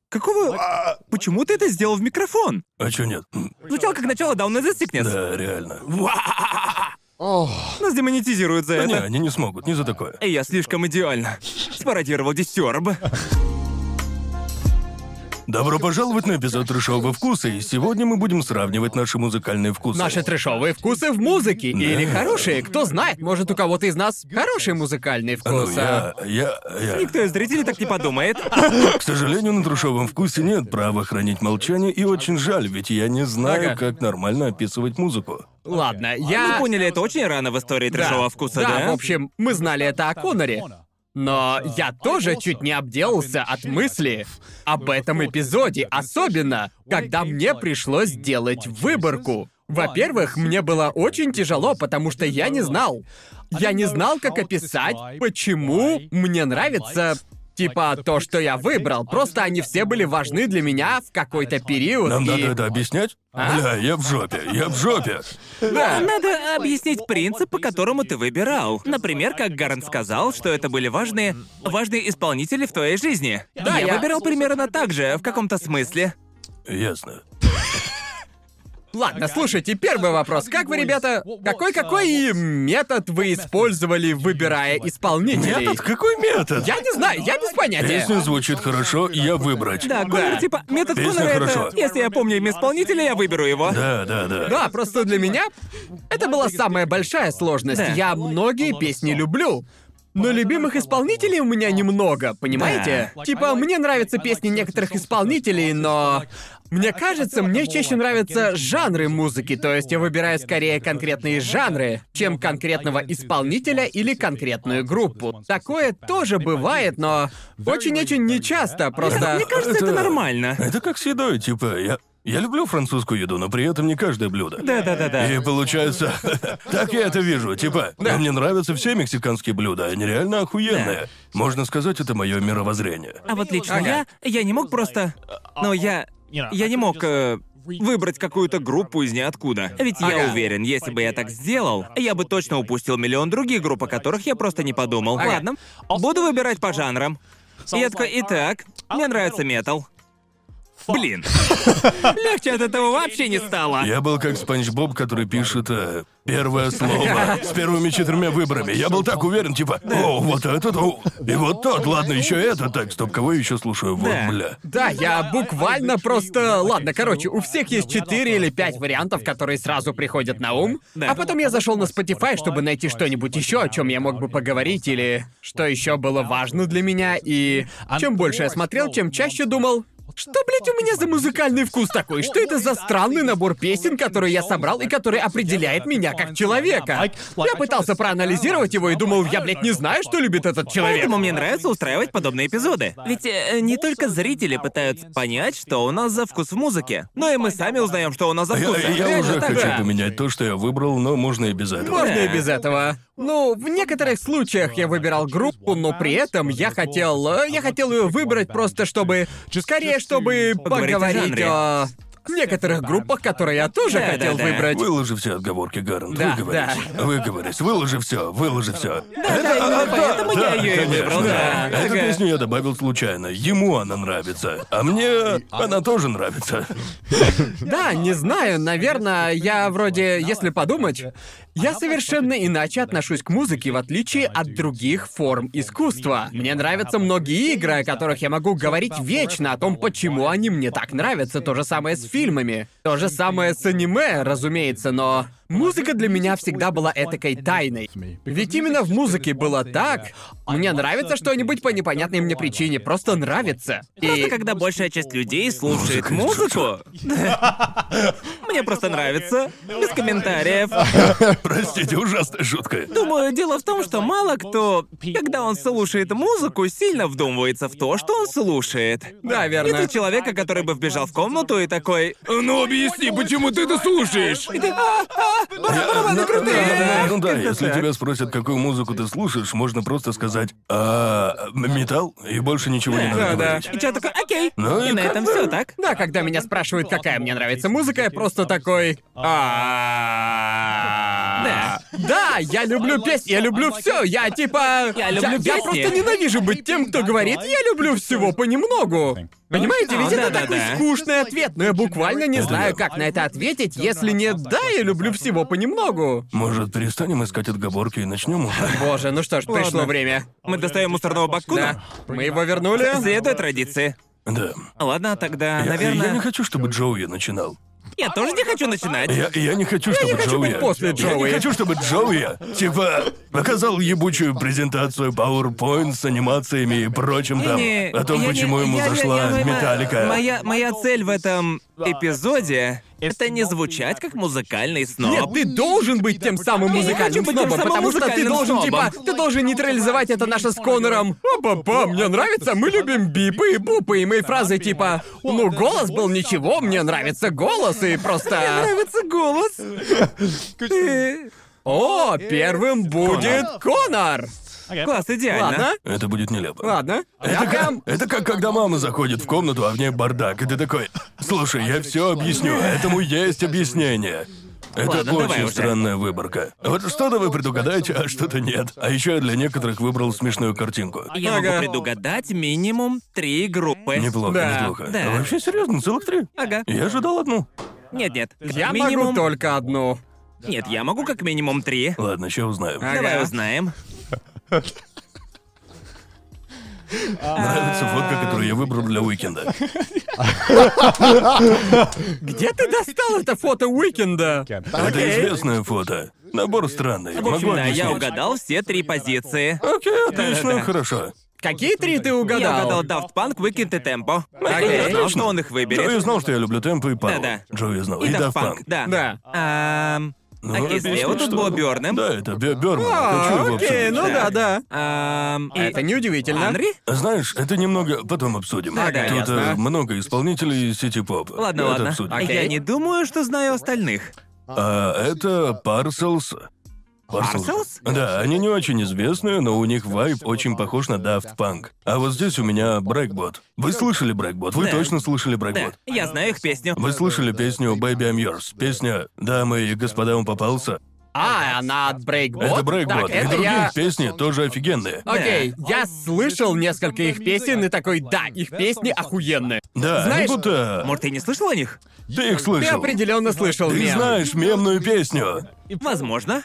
Какого... Почему ты это сделал в микрофон? А чё нет? Звучало как начало Down in the Sickness. Да, реально. Нас демонетизируют за Да не, это. они не смогут, не за такое. Я слишком идеально спародировал Disturbed. Добро пожаловать на эпизод трэшового вкуса, и сегодня мы будем сравнивать наши музыкальные вкусы. Наши трэшовые вкусы в музыке. Или хорошие, кто знает, может у кого-то из нас хороший музыкальный Ну, вкус. а? Никто из зрителей так не подумает. К сожалению, на трэшовом вкусе нет права хранить молчание, и очень жаль, ведь я не знаю, Ага. как нормально описывать музыку. Ладно, Мы я... поняли это очень рано в истории трэшового вкуса, да? Да, в общем, мы знали это о Коноре. Но я тоже чуть не обделался от мысли об этом эпизоде, особенно, когда мне пришлось делать выборку. Во-первых, мне было очень тяжело, потому что я не знал. Я не знал, как описать, почему мне нравится... Типа, то, что я выбрал, просто они все были важны для меня в какой-то период. Нам и... надо это объяснять? Бля, я в жопе, я в жопе. Да. Надо объяснить принцип, по которому ты выбирал. Например, как Гарн сказал, что это были важные исполнители в твоей жизни. Да, я я- выбирал примерно так же, в каком-то смысле. Ясно. Ладно, слушайте, первый вопрос. Как вы, ребята, какой метод вы использовали, выбирая исполнителей? Метод? Какой метод? Я не знаю, я без понятия. Песня звучит хорошо, я выбрать. Да, Конор, типа, метод Песня Конора это... хорошо. Если я помню имя исполнителя, я выберу его. Да. Да, просто для меня это была самая большая сложность. Да. Я многие песни люблю. Но любимых исполнителей у меня немного, понимаете? Типа, мне нравятся песни некоторых исполнителей, но... Мне кажется, мне чаще нравятся жанры музыки, то есть я выбираю скорее конкретные жанры, чем конкретного исполнителя или конкретную группу. Такое тоже бывает, но очень-очень нечасто, просто... Мне кажется, это нормально. Это как с едой, типа, я люблю французскую еду, но при этом не каждое блюдо. Да. И получается, так я это вижу, типа, мне нравятся все мексиканские блюда, они реально охуенные. Можно сказать, это мое мировоззрение. А вот лично Ага. я не мог просто... Но я не мог выбрать какую-то группу из ниоткуда. Ведь я Ага. уверен, если бы я так сделал, я бы точно упустил миллион других групп, о которых я просто не подумал. Ага. Ладно, буду выбирать по жанрам. И я такой, итак, мне нравится метал. Блин. Легче от этого вообще не стало. Я был как Спанч Боб, который пишет первое слово с первыми 4 выборами. Я был так уверен, типа, о, вот этот, о, и вот тот, ладно, еще это. Так, стоп, кого я еще слушаю? Вот, Да. бля. Да, я буквально просто... Ладно, короче, у всех есть 4 или 5 вариантов, которые сразу приходят на ум. Да. А потом я зашел на Spotify, чтобы найти что-нибудь еще, о чем я мог бы поговорить, или что еще было важно для меня. И чем больше я смотрел, чем чаще думал. Что, блядь, у меня за музыкальный вкус такой? Что это за странный набор песен, которые я собрал и который определяет меня как человека? Я пытался проанализировать его и думал, я, блядь, не знаю, что любит этот человек. Поэтому мне нравится устраивать подобные эпизоды. Ведь не только зрители пытаются понять, что у нас за вкус в музыке, но и мы сами узнаем, что у нас за Я, вкус. я Реально уже так. хочу да. поменять то, что я выбрал, но можно и без этого. Можно и Да. без этого. Ну, в некоторых случаях я выбирал группу, но при этом я хотел ее выбрать просто чтобы... Скорее, чтобы Поговорить о поговорить жанре. о некоторых группах, которые я тоже Да, хотел да. выбрать. Выложи все отговорки, Гарант, Да, выговорись, выложи все, выложи все. Да, именно поэтому я ее и выбрал, да. Эту Ага. песню я добавил случайно. Ему она нравится, а мне она тоже нравится. Да, не знаю, наверное, я вроде, если подумать, я совершенно иначе отношусь к музыке, в отличие от других форм искусства. Мне нравятся многие игры, о которых я могу говорить вечно, о том, почему они мне так нравятся. То же самое с фильмами. То же самое с аниме, разумеется, но... Музыка для меня всегда была этакой тайной. Ведь именно в музыке было так. Мне нравится что-нибудь по непонятной мне причине, просто нравится. Просто когда большая часть людей слушает музыку, мне просто нравится. Без комментариев. Простите, ужасная шутка. Думаю, дело в том, что мало кто, когда он слушает музыку, сильно вдумывается в то, что он слушает. Да, верно. Это человека, который бы вбежал в комнату и такой: «Ну объясни, почему ты это слушаешь?» И ты: барабаны крутые!» Ну да, Как-то если так. тебя спросят, какую музыку ты слушаешь, можно просто сказать металл, и больше ничего не надо Да. говорить. И чё такой: «Окей». Ну и И на как этом бы- все, так? Да, когда меня спрашивают, какая мне нравится музыка, я просто такой... Да. Да, я люблю песни, я люблю все. Я типа. Я люблю Я песни. просто ненавижу быть тем, кто говорит, я люблю всего понемногу. Понимаете, ведь это да-да-да. такой скучный ответ, но я буквально не знаю, как на это ответить, если не «да, я люблю всего понемногу». Может, перестанем искать отговорки и начнем уже? Боже, ну что ж, пришло Ладно. время. Мы достаем мусорного бакуна? Да, мы его вернули. Следуя традиции. Да. Ладно, тогда, Я не наверное... хочу, чтобы Джоуи начинал. Я тоже не хочу начинать. Я не хочу, чтобы хочу Джоуи... быть после Я Джоуи. не хочу, чтобы Джоуи, типа, показал ебучую презентацию PowerPoint с анимациями и прочим там, Не, о том, я не- почему ему я- зашла я- Металлика. Моя цель в этом эпизоде — это не звучать как музыкальный сноб. Нет, ты должен быть тем самым Я не музыкальным хочу быть тем снобом, самым потому что ты музыкальным должен, снобом. типа, ты должен нейтрализовать это наше с Конором. Опа-па, мне нравится, мы любим бипы и бупы, и мои фразы типа, ну, голос был ничего, мне нравится голос, и просто... Нравится голос. О, первым будет Конор! Класс, идеально. Ладно, Это будет нелепо. ладно. Я прям... Это как когда мама заходит в комнату, а в ней бардак, и ты такой: слушай, я все объясню, этому есть объяснение. Это Ладно, давай очень уже. странная выборка. Вот что-то вы предугадаете, а что-то нет. А еще я для некоторых выбрал смешную картинку. Я Ага. могу предугадать минимум 3 группы. Неплохо, Да, неплохо. да. А вообще серьезно, целых 3? Ага. Я ожидал одну. Нет. Я минимум... могу только одну. Нет, я могу как минимум 3. Ладно, сейчас узнаем. Ага. Давай узнаем. Нравится фотка, которую я выбрал для уикенда. Где ты достал это фото Уикенда? Это Окей. известное фото. Набор странный. В общем, Могу да, я объяснить. угадал все 3 позиции. Окей, отлично, Да-да-да. хорошо. Какие 3 ты Я угадал? угадал Daft Punk, Weeknd и Tempo. Окей. Я знал, что он их Джоуи выберет. знал, что я люблю темпо и пау. Да-да. Джоуи знал. И И Daft Daft Punk. Да. Да. Ну, Окей, объясни, слева тут что- был Бёрнем. Да, это Бёрман. Хочу А, его окей, обсудить. ну да. И Это неудивительно. Анри? Знаешь, это немного потом обсудим. Ага, Тут ясно. много исполнителей сити-поп. Ладно, Это ладно. обсудим. Окей. Я не думаю, что знаю остальных. А это Parcels. Parcels? Да, они не очень известные, но у них вайб очень похож на Daft Punk. А вот здесь у меня Breakbot. Вы слышали Breakbot? Вы Да. точно слышали Да, Breakbot? я знаю их песню. Вы слышали песню Baby I'm Yours? Песня «Дамы и господа, он попался». А, она от Breakbot? Это Breakbot. Так, И это другие я... песни тоже офигенные. Окей, я слышал несколько их песен и такой, да, их песни охуенные. Да, Знаешь- они будто... Может, ты не слышал о них? Ты их Ты слышал. определенно слышал Ты мем. знаешь мемную песню. Возможно.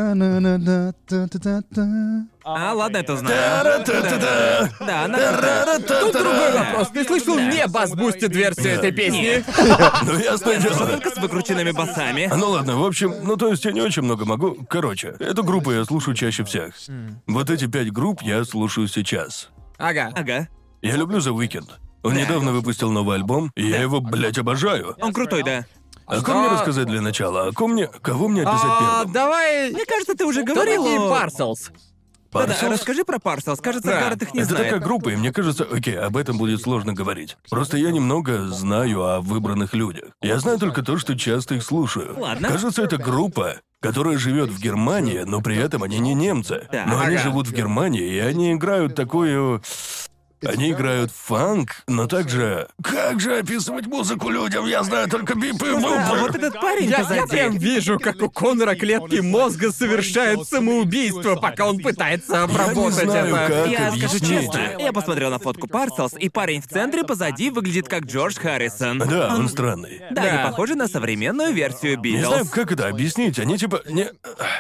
А, ладно, это знаю. Та-ра-та-та-та. Да, она... Тут другой вопрос. Ты слышал не бас-бустед версию этой песни? Ну, ясное дело. Только с выкрученными басами. Ну ладно, в общем, то есть я не очень много могу. Короче, эту группу я слушаю чаще всех. Вот эти 5 групп я слушаю сейчас. Ага. Ага. Я люблю The Weeknd. Он недавно выпустил новый альбом, и я его, блядь, обожаю. Он крутой, да. О ком мне рассказать для начала? Кого мне описать первым? Давай... Мне кажется, ты уже Кто говорил такие о... Parcels? Да-да, Parcels? расскажи про Parcels. Кажется, Да. Гаррет их не Это знает. такая группа, и мне кажется, окей, об этом будет сложно говорить. Просто я немного знаю о выбранных людях. Я знаю только то, что часто их слушаю. Ладно. Кажется, это группа, которая живет в Германии, но при этом они не немцы. Да. Но они Ага. живут в Германии, и они играют такую... Они играют фанк, но также... Как же описывать музыку людям? Я знаю только бипы и А бупы. вот этот парень Я позади. прям вижу, как у Конора клетки мозга совершают самоубийство, пока он пытается обработать знаю, это. как. Я скажу объясните? честно, я посмотрел на фотку Parcels, и парень в центре позади выглядит как Джордж Харрисон. Да, он странный. Да, Да. они похожи на современную версию Не знаю, Битлз. как это объяснить. Они типа... Не...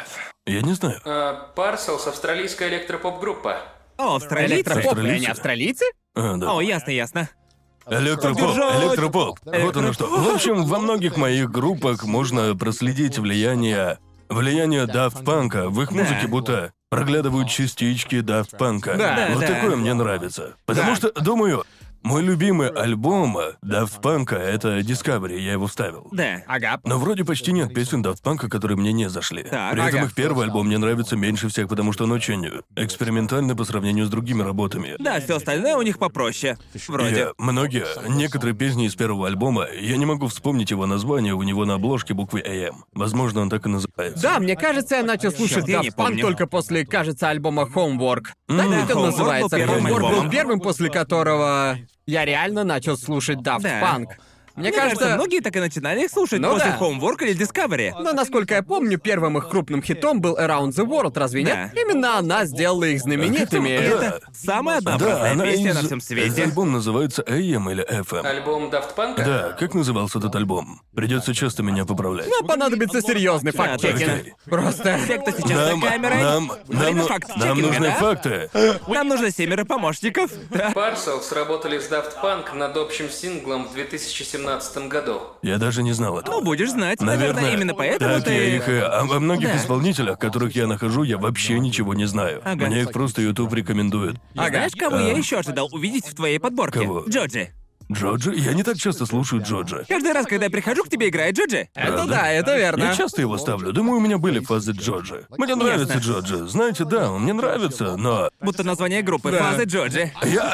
Я не знаю. Parcels — австралийская электропоп-группа. О, австралийцы? Электропоп, Австралийцы? они австралийцы? Да. О, ясно. Электропоп, Держать! электропоп. Вот оно что. В общем, во многих моих группах можно проследить влияние Daft Punk'а. В их музыке будто проглядывают частички Daft Punk'а. Да, Вот да. такое мне нравится. Потому что, думаю, мой любимый альбом Daft Punk'а — это Discovery, я его вставил. Да. Ага. Но вроде почти нет песен Daft Punk'а, которые мне не зашли. Так. При этом Ага. их первый альбом мне нравится меньше всех, потому что он очень экспериментальный по сравнению с другими работами. Да, все остальное у них попроще. Вроде. Некоторые песни из первого альбома, я не могу вспомнить его название, у него на обложке буквы AM. Возможно, он так и называется. Да, мне кажется, я начал слушать Чёрт, я не Daft Punk помню. только после, кажется, альбома Homework. Так М, ведь он Homework называется. был первым Homework был альбомом. первым, после которого я реально начал слушать Daft Да. Punk. Мне Мне кажется, кажется, многие так и начинали их слушать Ну после да. Homework или Discovery. но насколько я помню, первым их крупным хитом был Around the World, разве нет? Да. Именно она сделала их знаменитыми. Это самая однообразная она песня на из... всем свете. Альбом называется AM или FM. Альбом Daft Punk? Да, как назывался этот альбом? Придется часто меня поправлять. Нам понадобится серьезный факт-чекинг. Окей. Просто... Те, кто сейчас за камерой, время факт-чекинга, нам нужны да? факты. Нам нужно 7 помощников. Да. Parcels работали с Daft Punk над общим синглом в 2017 году. Я даже не знал этого. Ну, будешь знать. Наверное, именно поэтому так ты... я их и... О многих Да. исполнителях, которых я нахожу, я вообще ничего не знаю. Ага. Мне их просто YouTube рекомендует. Знаешь, кого я еще ожидал увидеть в твоей подборке? Кого? Джоджи. Джоджи? Я не так часто слушаю Джоджи. Каждый раз, когда я прихожу к тебе, играет Джоджи. Это Правда? да, это верно. Я часто его ставлю. Думаю, у меня были фазы Джоджи. Мне нравится Джоджи. Знаете, да, он мне нравится, но... Будто название группы Да. «Фазы Джоджи».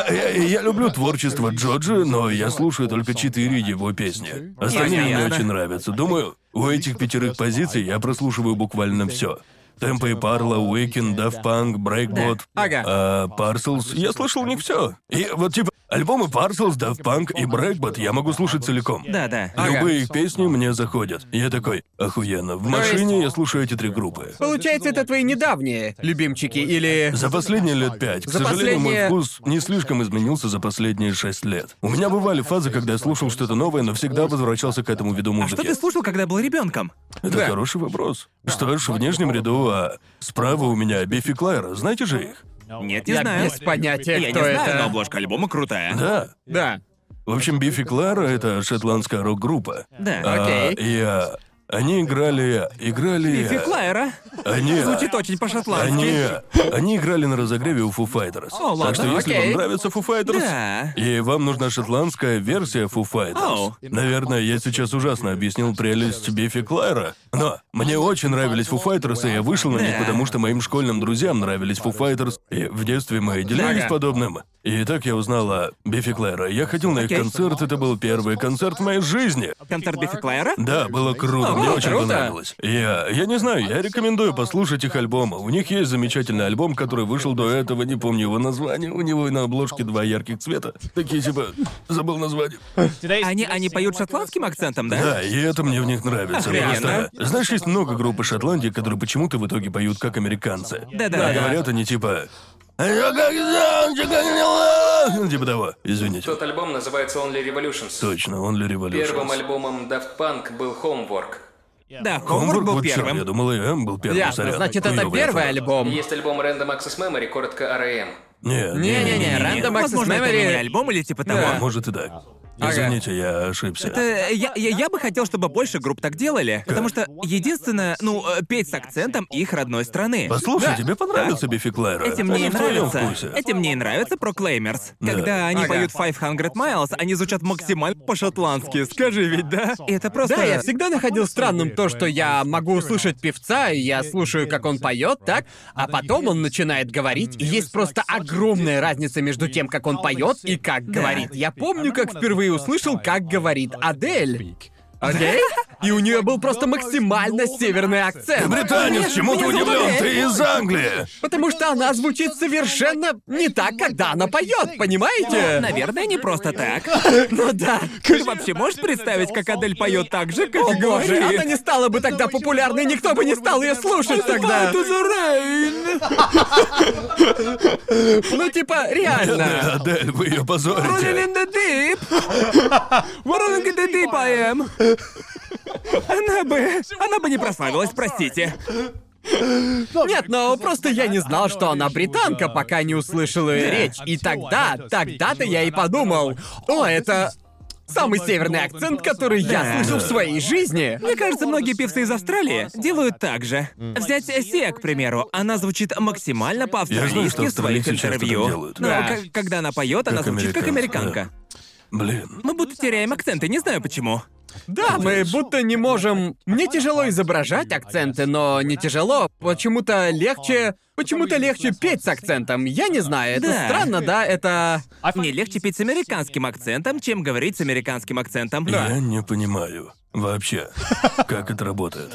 Я люблю творчество Джоджи, но я слушаю только 4 его песни. Остальные мне Ясно. очень нравятся. Думаю, у этих 5 позиций я прослушиваю буквально все. Темпо и Парла, Уикенд, Daft Punk, Breakbot, Ага. Parcels. Я слышал не все. И вот типа альбомы Parcels, Daft Punk и Breakbot я могу слушать целиком. Да-да. Любые их песни мне заходят. Я такой, охуенно. В машине я слушаю эти 3 группы. Получается, это твои недавние любимчики или... За последние лет 5. К За сожалению, мой последние- вкус не слишком изменился за последние 6 лет. У меня бывали фазы, когда я слушал что-то новое, но всегда возвращался к этому виду А музыки. что ты слушал, когда был ребенком? Это Да. хороший вопрос. Что ж, в нижнем ряду, справа у меня Биффи Клайра. Знаете же их? Нет, не Я знаю. без понятия, Я кто не знаю, это. но обложка альбома крутая. Да. Да. В общем, Биффи Клайра — это шотландская рок-группа. Да. Окей. Они играли... Биффи Клайра. Они... Звучит очень по-шотландски. Они играли на разогреве у Foo Fighters. О, ладно, так что если окей. вам нравится Foo Fighters, Да. и вам нужна шотландская версия Foo Fighters. Оу. Наверное, я сейчас ужасно объяснил прелесть Биффи Клайра, но мне очень нравились Foo Fighters, и я вышел на них, Да. потому что моим школьным друзьям нравились Foo Fighters, и в детстве мы делились Ага. подобным. И так я узнал о Биффи Клайра. Я ходил на их Окей. концерт, это был первый концерт в моей жизни. Концерт Биффи Клайра? Да, было круто, О, мне очень круто. понравилось. Я не знаю, я рекомендую послушать их альбомы. У них есть замечательный альбом, который вышел до этого, не помню его название. У него на обложке 2 ярких цвета. Такие типа, забыл название. Они поют шотландским акцентом, да? Да, и это мне в них нравится. Охрененно. Просто, знаешь, есть много групп из Шотландии, которые почему-то в итоге поют как американцы. Да-да. Говорят они типа... Типа того. Извините. Тот альбом называется Only Revolutions. Точно, Only Revolutions. Первым альбомом Daft Punk был Homework. Да, Homework был вот чё, первым. я думал, и М был первым, Ясно, сорян. значит, это Хуёвый первый ответ. альбом. Есть альбом Random Access Memory, коротко R.A.M. Не-не-не, Random Access Возможно, это Memory... мини-альбом или типа того. Да. Может и так. Извините, я ошибся. Я бы хотел, чтобы больше групп так делали, потому что единственное, петь с акцентом их родной страны. Послушай, Да. тебе понравится Биффи Клайра? Этим мне Они и в твоем нравится. вкусе. Этим мне и нравится Proclaimers. Когда они Ага. поют 500 Miles, они звучат максимально по-шотландски. Скажи ведь, да? И это просто... Да, я всегда находил странным то, что я могу услышать певца, и я слушаю, как он поет, так, а потом он начинает говорить, и есть просто огромная разница между тем, как он поет и как говорит. Я помню, как впервые услышал, как говорит Адель. Окей? И у нее был просто максимально северный акцент. Британец, чему ты удивлен? Ты из Англии! Потому что она звучит совершенно не так, когда она поет, понимаете? Наверное, не просто так. Ну да. Ты вообще можешь представить, как Адель поет так же, как О и боже, говорит? она не стала бы тогда популярной, никто бы не стал ее слушать тогда. Ну типа, реально. Адель, вы ее Rolling позорите. in the deep. Rolling in the deep I am. Она бы не прославилась, простите. Нет, но просто я не знал, что она британка, пока не услышал ее речь. И тогда-то я и подумал, о, это самый северный акцент, который я слышал в своей жизни. Мне кажется, многие певцы из Австралии делают так же. Взять Сиа, к примеру, она звучит максимально Я знаю, что по-австралийски в своих австралийцы часто так интервью. делают. Но Да. когда она поет, она звучит как американка. Блин. Мы будто теряем акценты, не знаю почему. Да, мы будто не можем... Мне тяжело изображать акценты, но не тяжело. Почему-то легче почему-то легче петь с акцентом. Я не знаю, это Да. странно, да, это... Мне легче петь с американским акцентом, чем говорить с американским акцентом. Я не понимаю вообще, как это работает.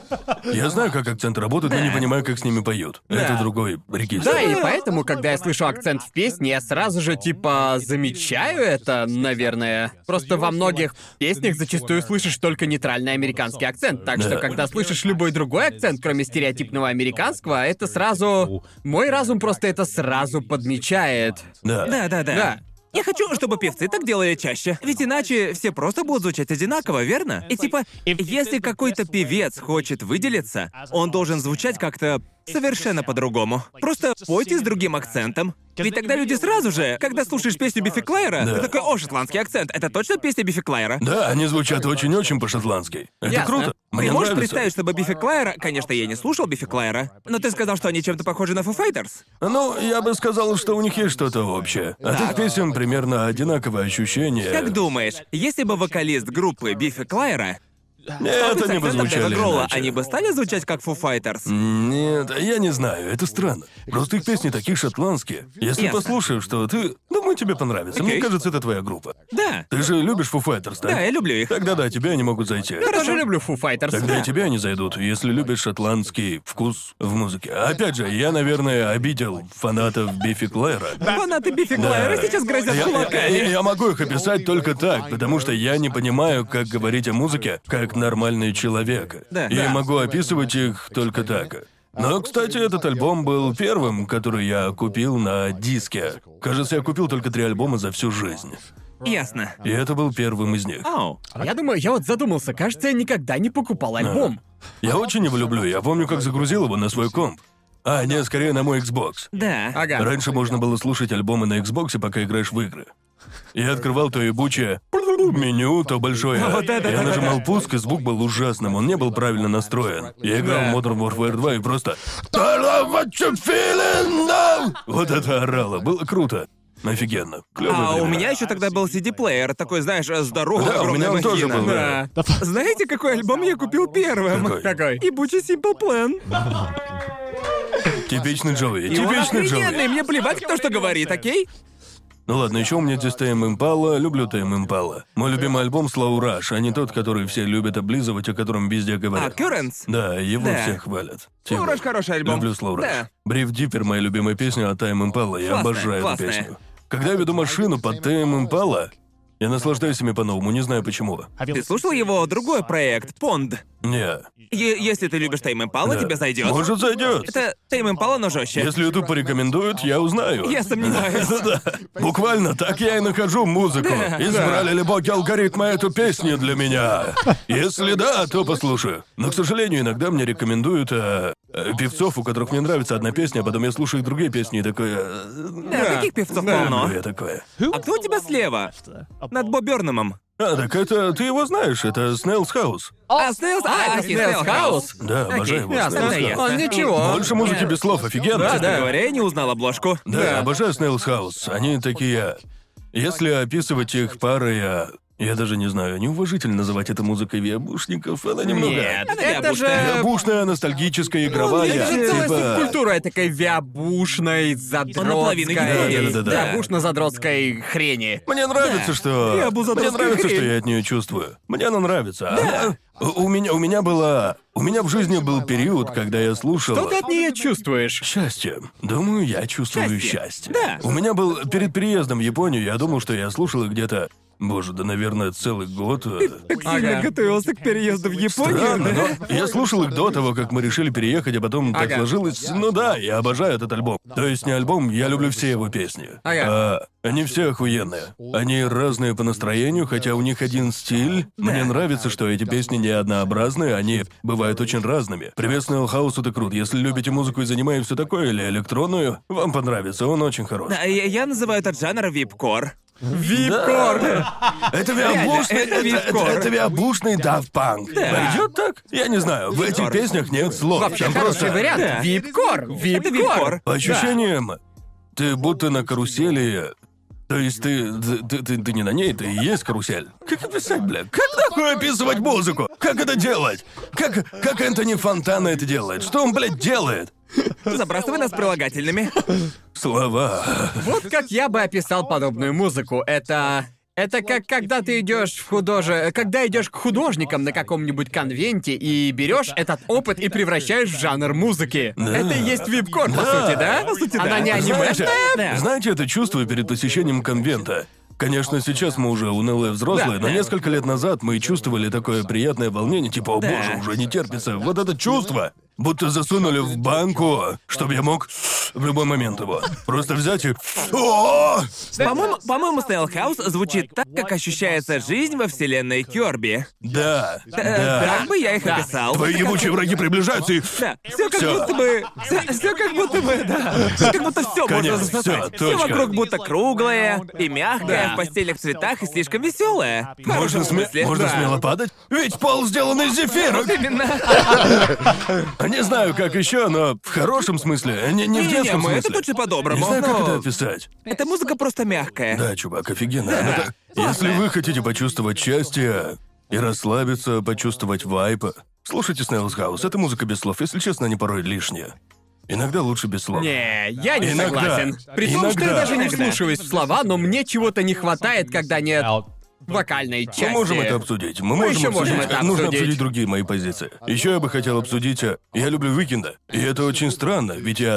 Я знаю, как акцент работает, но не понимаю, как с ними поют. Это другой регистр. Да, и поэтому, когда я слышу акцент в песне, я сразу же, типа, замечаю это, наверное. Просто во многих песнях зачастую слышишь только нейтральный американский акцент, так что, Да. когда слышишь любой другой акцент, кроме стереотипного американского, это сразу... Мой разум просто это сразу подмечает. Да. Да. Да. Я хочу, чтобы певцы так делали чаще. Ведь иначе все просто будут звучать одинаково, верно? И типа, если какой-то певец хочет выделиться, он должен звучать как-то совершенно по-другому. Просто пойте с другим акцентом. Ведь тогда люди сразу же, когда слушаешь песню Биффи Клайера, Да. ты такой: о, шотландский акцент, это точно песня Биффи Клайера? Да, они звучат очень-очень по-шотландски. Это Ясно. круто. Ты Мне можешь нравится. представить, чтобы Биффи Клайера... Конечно, я не слушал Биффи Клайера, но ты сказал, что они чем-то похожи на Foo Fighters. Ну, я бы сказал, что у них есть что-то общее. От их песен примерно одинаковое ощущение. Как думаешь, если бы вокалист группы Биффи Клайера Нет, с они бы акцентом Дэйва звучали Гролла, иначе. они бы стали звучать как Foo Fighters? Нет, я не знаю, это странно. Просто их песни такие шотландские. Если Ясно. послушаешь, что ты... Думаю, тебе понравится. Мне Окей. кажется, это твоя группа. Да. Ты же любишь Foo Fighters, да? Да, я люблю их. Тогда да, тебе они могут зайти. Я тоже люблю Foo Fighters. Тогда и тебе они зайдут, если любишь шотландский вкус в музыке. Опять же, я, наверное, обидел фанатов Биффи Клайера. Фанаты Биффи Клайера сейчас грозят кулаками. Я могу их описать только так, потому что я не понимаю, как говорить о музыке, как нормальный человек. Да. Я Да. могу описывать их только так. Но, кстати, этот альбом был первым, который я купил на диске. Кажется, я купил только 3 альбома за всю жизнь. Ясно. И это был первым из них. Ау. Я думаю, я вот задумался, кажется, я никогда не покупал альбом. Я очень его люблю, я помню, как загрузил его на свой комп. А, нет, скорее на мой Xbox. Да. Ага. Раньше можно было слушать альбомы на Xbox, пока играешь в игры. Я открывал то ебучее меню, то большое. Вот это Я да. нажимал пуск, и звук был ужасным, он не был правильно настроен. Я играл в Modern Warfare 2 и просто... "I love what you're feeling now!" Вот это орало, было круто. Офигенно. Клёвое А у время. меня еще тогда был CD-плеер, такой, знаешь, здоровый, Да, у огромная меня он тоже махина. был, да. Знаете, какой альбом я купил первым? Какой? Какой? Ебучий Simple Plan. Типичный Джоуи, И он типичный охрененный, Джоуи. мне плевать, кто что говорит, окей? Ну ладно, еще у меня здесь Тейм Импала, люблю Тейм Импала. Мой любимый альбом Slow Rush, а не тот, который все любят облизывать, о котором везде А, говорят. Currents? Да, его Да. все хвалят. Slow Rush хороший альбом. Люблю Slow Rush. Да. Бриф Диппер — моя любимая песня от Тайм Импала. Я Классная, обожаю классная. эту песню. Когда я веду машину под Тайм Импала, я наслаждаюсь ими по-новому, не знаю почему. Ты слушал его другой проект, Pond? Не. Если ты любишь Тайм Импала, Да. тебе зайдет. Может, зайдет. Это Тайм Импала, но жестче. Если YouTube порекомендует, я узнаю. Я сомневаюсь. Да. Буквально так я и нахожу музыку. Избрали ли боги алгоритма эту песню для меня? Если да, то послушаю. Но, к сожалению, иногда мне рекомендуют певцов, у которых мне нравится одна песня, а потом я слушаю их другие песни и такой... Да, таких певцов полно. Я такое. А кто у тебя слева? Над Бо Бёрнамом. А, так это... Ты его знаешь, это Снейлс Хаус. Снейлс... это Snail's House? Да, обожаю его. Ясно. Snail's Да, House. ясно. Он ничего. Больше музыки без слов, офигенно. Да, Честно да. говоря, я не узнал обложку. Да, обожаю Snail's House. Они такие... Если описывать их парой, я даже не знаю, неуважительно называть это музыкой виабушников, она немного... Нет, она Это же... виабушная. Виабушная, ностальгическая, игровая, Это же целая типа... субкультура такой виабушной, наполовину задротской... гей. Да-да-да. Виабушно-задротской хрени. Мне нравится, что... Я был Мне задротская нравится, хрень. что я от нее чувствую. Мне она нравится. У меня была... У меня в жизни был период, когда я слушал... Что ты от нее чувствуешь? Счастье. Думаю, я чувствую счастье. Да. У меня был... Перед переездом в Японию я думал, что я слушал их где-то... Боже, да, наверное, целый год. Так сильно Ага. готовился к переезду в Японию. Странно, да? но я слушал их до того, как мы решили переехать, а потом так Ага. сложилось. Ну да, я обожаю этот альбом. То есть не альбом, я люблю все его песни. Ага. Они все охуенные. Они разные по настроению, хотя у них один стиль. Мне нравится, что эти песни не однообразные, они бывают очень разными. Привет, Снейл Хаус, это круто. Если любите музыку из аниме и все такое, или электронную, вам понравится, он очень хорош. Да, я называю этот жанр вип-кор. Вип-кор. Это виабушный, это вип-кор. это виабушный Daft Punk. Да. Пойдет так? Я не знаю, в этих Вип-кор. песнях нет слов. Вообще Там хороший просто вариант. Да. Вип-кор. Это Вип-кор. вип-кор. по ощущениям, ты будто на карусели. То есть ты не на ней, ты и есть карусель. Как описать, бля? Как нахуй описывать музыку? Как это делать? Как Энтони Фонтана это делает? Что он, блядь, делает? Забрасывай нас прилагательными. Слова. Вот как я бы описал подобную музыку. Это как когда ты идешь когда идешь к художникам на каком-нибудь конвенте и берешь этот опыт и превращаешь в жанр музыки. Да. Это и есть вип-кор, по сути, да? По сути, Она да. не анимешная? Да. Знаете это чувство перед посещением конвента? Конечно, сейчас мы уже унылые взрослые, но несколько лет назад мы чувствовали такое приятное волнение, типа, о боже, уже не терпится. Вот это чувство, будто засунули в банку, чтобы я мог в любой момент его просто взять и... О! По-моему, Snail House звучит так, как ощущается жизнь во вселенной Кёрби. Да, Так да. бы я их описал. Твои ебучие враги приближаются и... Да, все как Всё. будто бы. Все как будто бы, да. Как будто все можно Конец, засосать. всё, Все точка. вокруг будто круглое и мягкое, Да. в постельных цветах и слишком веселое. В Можно, хорошем смысле. можно Да. смело падать? Ведь пол сделан из зефира! Именно. Не знаю, как еще, но в хорошем смысле, не в Не, детском мы это смысле. точно Не по-доброму. знаю, как но это описать. эта музыка просто мягкая. Да, чувак, офигенно. Если вы хотите почувствовать счастье и расслабиться, почувствовать вайп, слушайте Snail's House. Это музыка без слов, если честно, они порой лишние. Иногда лучше без слов. Не, я не Иногда. согласен. При том, что я Иногда. даже не Иногда. вслушиваюсь в слова, но мне чего-то не хватает, когда нет вокальной части. Мы можем это обсудить. Мы ещё можем это Нужно обсудить. обсудить другие мои позиции. Еще я бы хотел обсудить. Я люблю Уикенда. И это очень странно, ведь я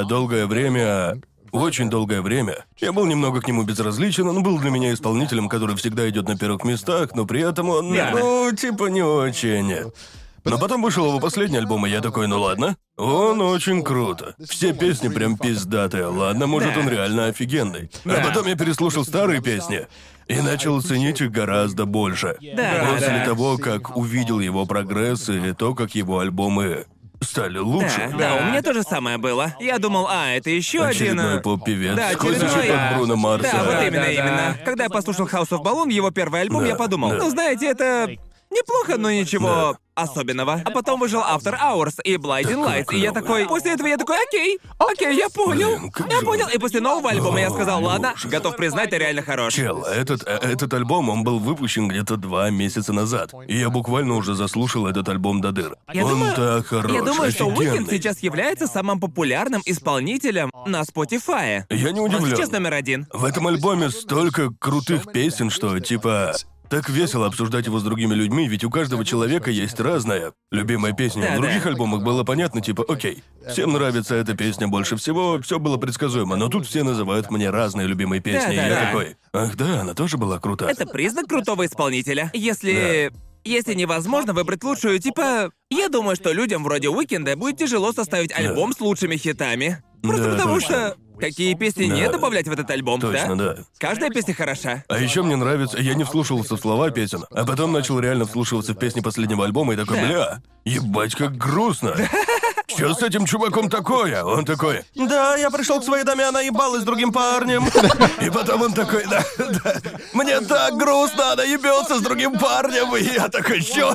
очень долгое время. Я был немного к нему безразличен, он был для меня исполнителем, который всегда идет на первых местах, но при этом он, не очень. Но потом вышел его последний альбом, и я такой, ну ладно. Он очень круто. Все песни прям пиздатые. Ладно, может, он реально офигенный. А потом я переслушал старые песни и начал ценить их гораздо больше. После того, как увидел его прогресс и то, как его альбомы стали лучше. Да, у меня то же самое было. Я думал, это еще один. Очередной поп-певец. Да, Сколько очередной. под Бруно Марса. Да, вот Да, именно, да, именно. да. Когда я послушал House of Balloon, его первый альбом, Да, я подумал, да. ну знаете, это неплохо, но ничего особенного. А потом вышел After Hours и Blinding Lights, и я такой... После этого я такой, окей, я понял. Блин, как Я же понял. он- И после нового альбома я сказал, ладно, Боже. готов признать, ты реально хорош. Чел, этот альбом, он был выпущен где-то 2 месяца назад. И я буквально уже заслушал этот альбом до дыр. Я Он думаю- так хорош, Я думаю, что офигенный. Уикенд сейчас является самым популярным исполнителем на Spotify. Я не Он удивлен. сейчас номер один. В этом альбоме столько крутых песен, что типа... Так весело обсуждать его с другими людьми, ведь у каждого человека есть разная любимая песня. Да, В других да. альбомах было понятно, типа, окей, всем нравится эта песня больше всего, все было предсказуемо, но тут все называют мне разные любимые песни, и я Да-да-да. такой, ах да, она тоже была крута. Это признак крутого исполнителя. Если невозможно выбрать лучшую, типа... Я думаю, что людям вроде Уикенда будет тяжело составить альбом с лучшими хитами. Просто Да, потому точно. что... Какие песни Да. не добавлять в этот альбом, Точно, да. Каждая песня хороша. А еще мне нравится, я не вслушивался в слова песен, а потом начал реально вслушиваться в песни последнего альбома и такой, Да. бля, ебать, как грустно. Что с этим чуваком такое? Он такой, да, я пришел к своей даме, она ебалась с другим парнем. И потом он такой, да, мне так грустно, она ебется с другим парнем. И я такой, чё?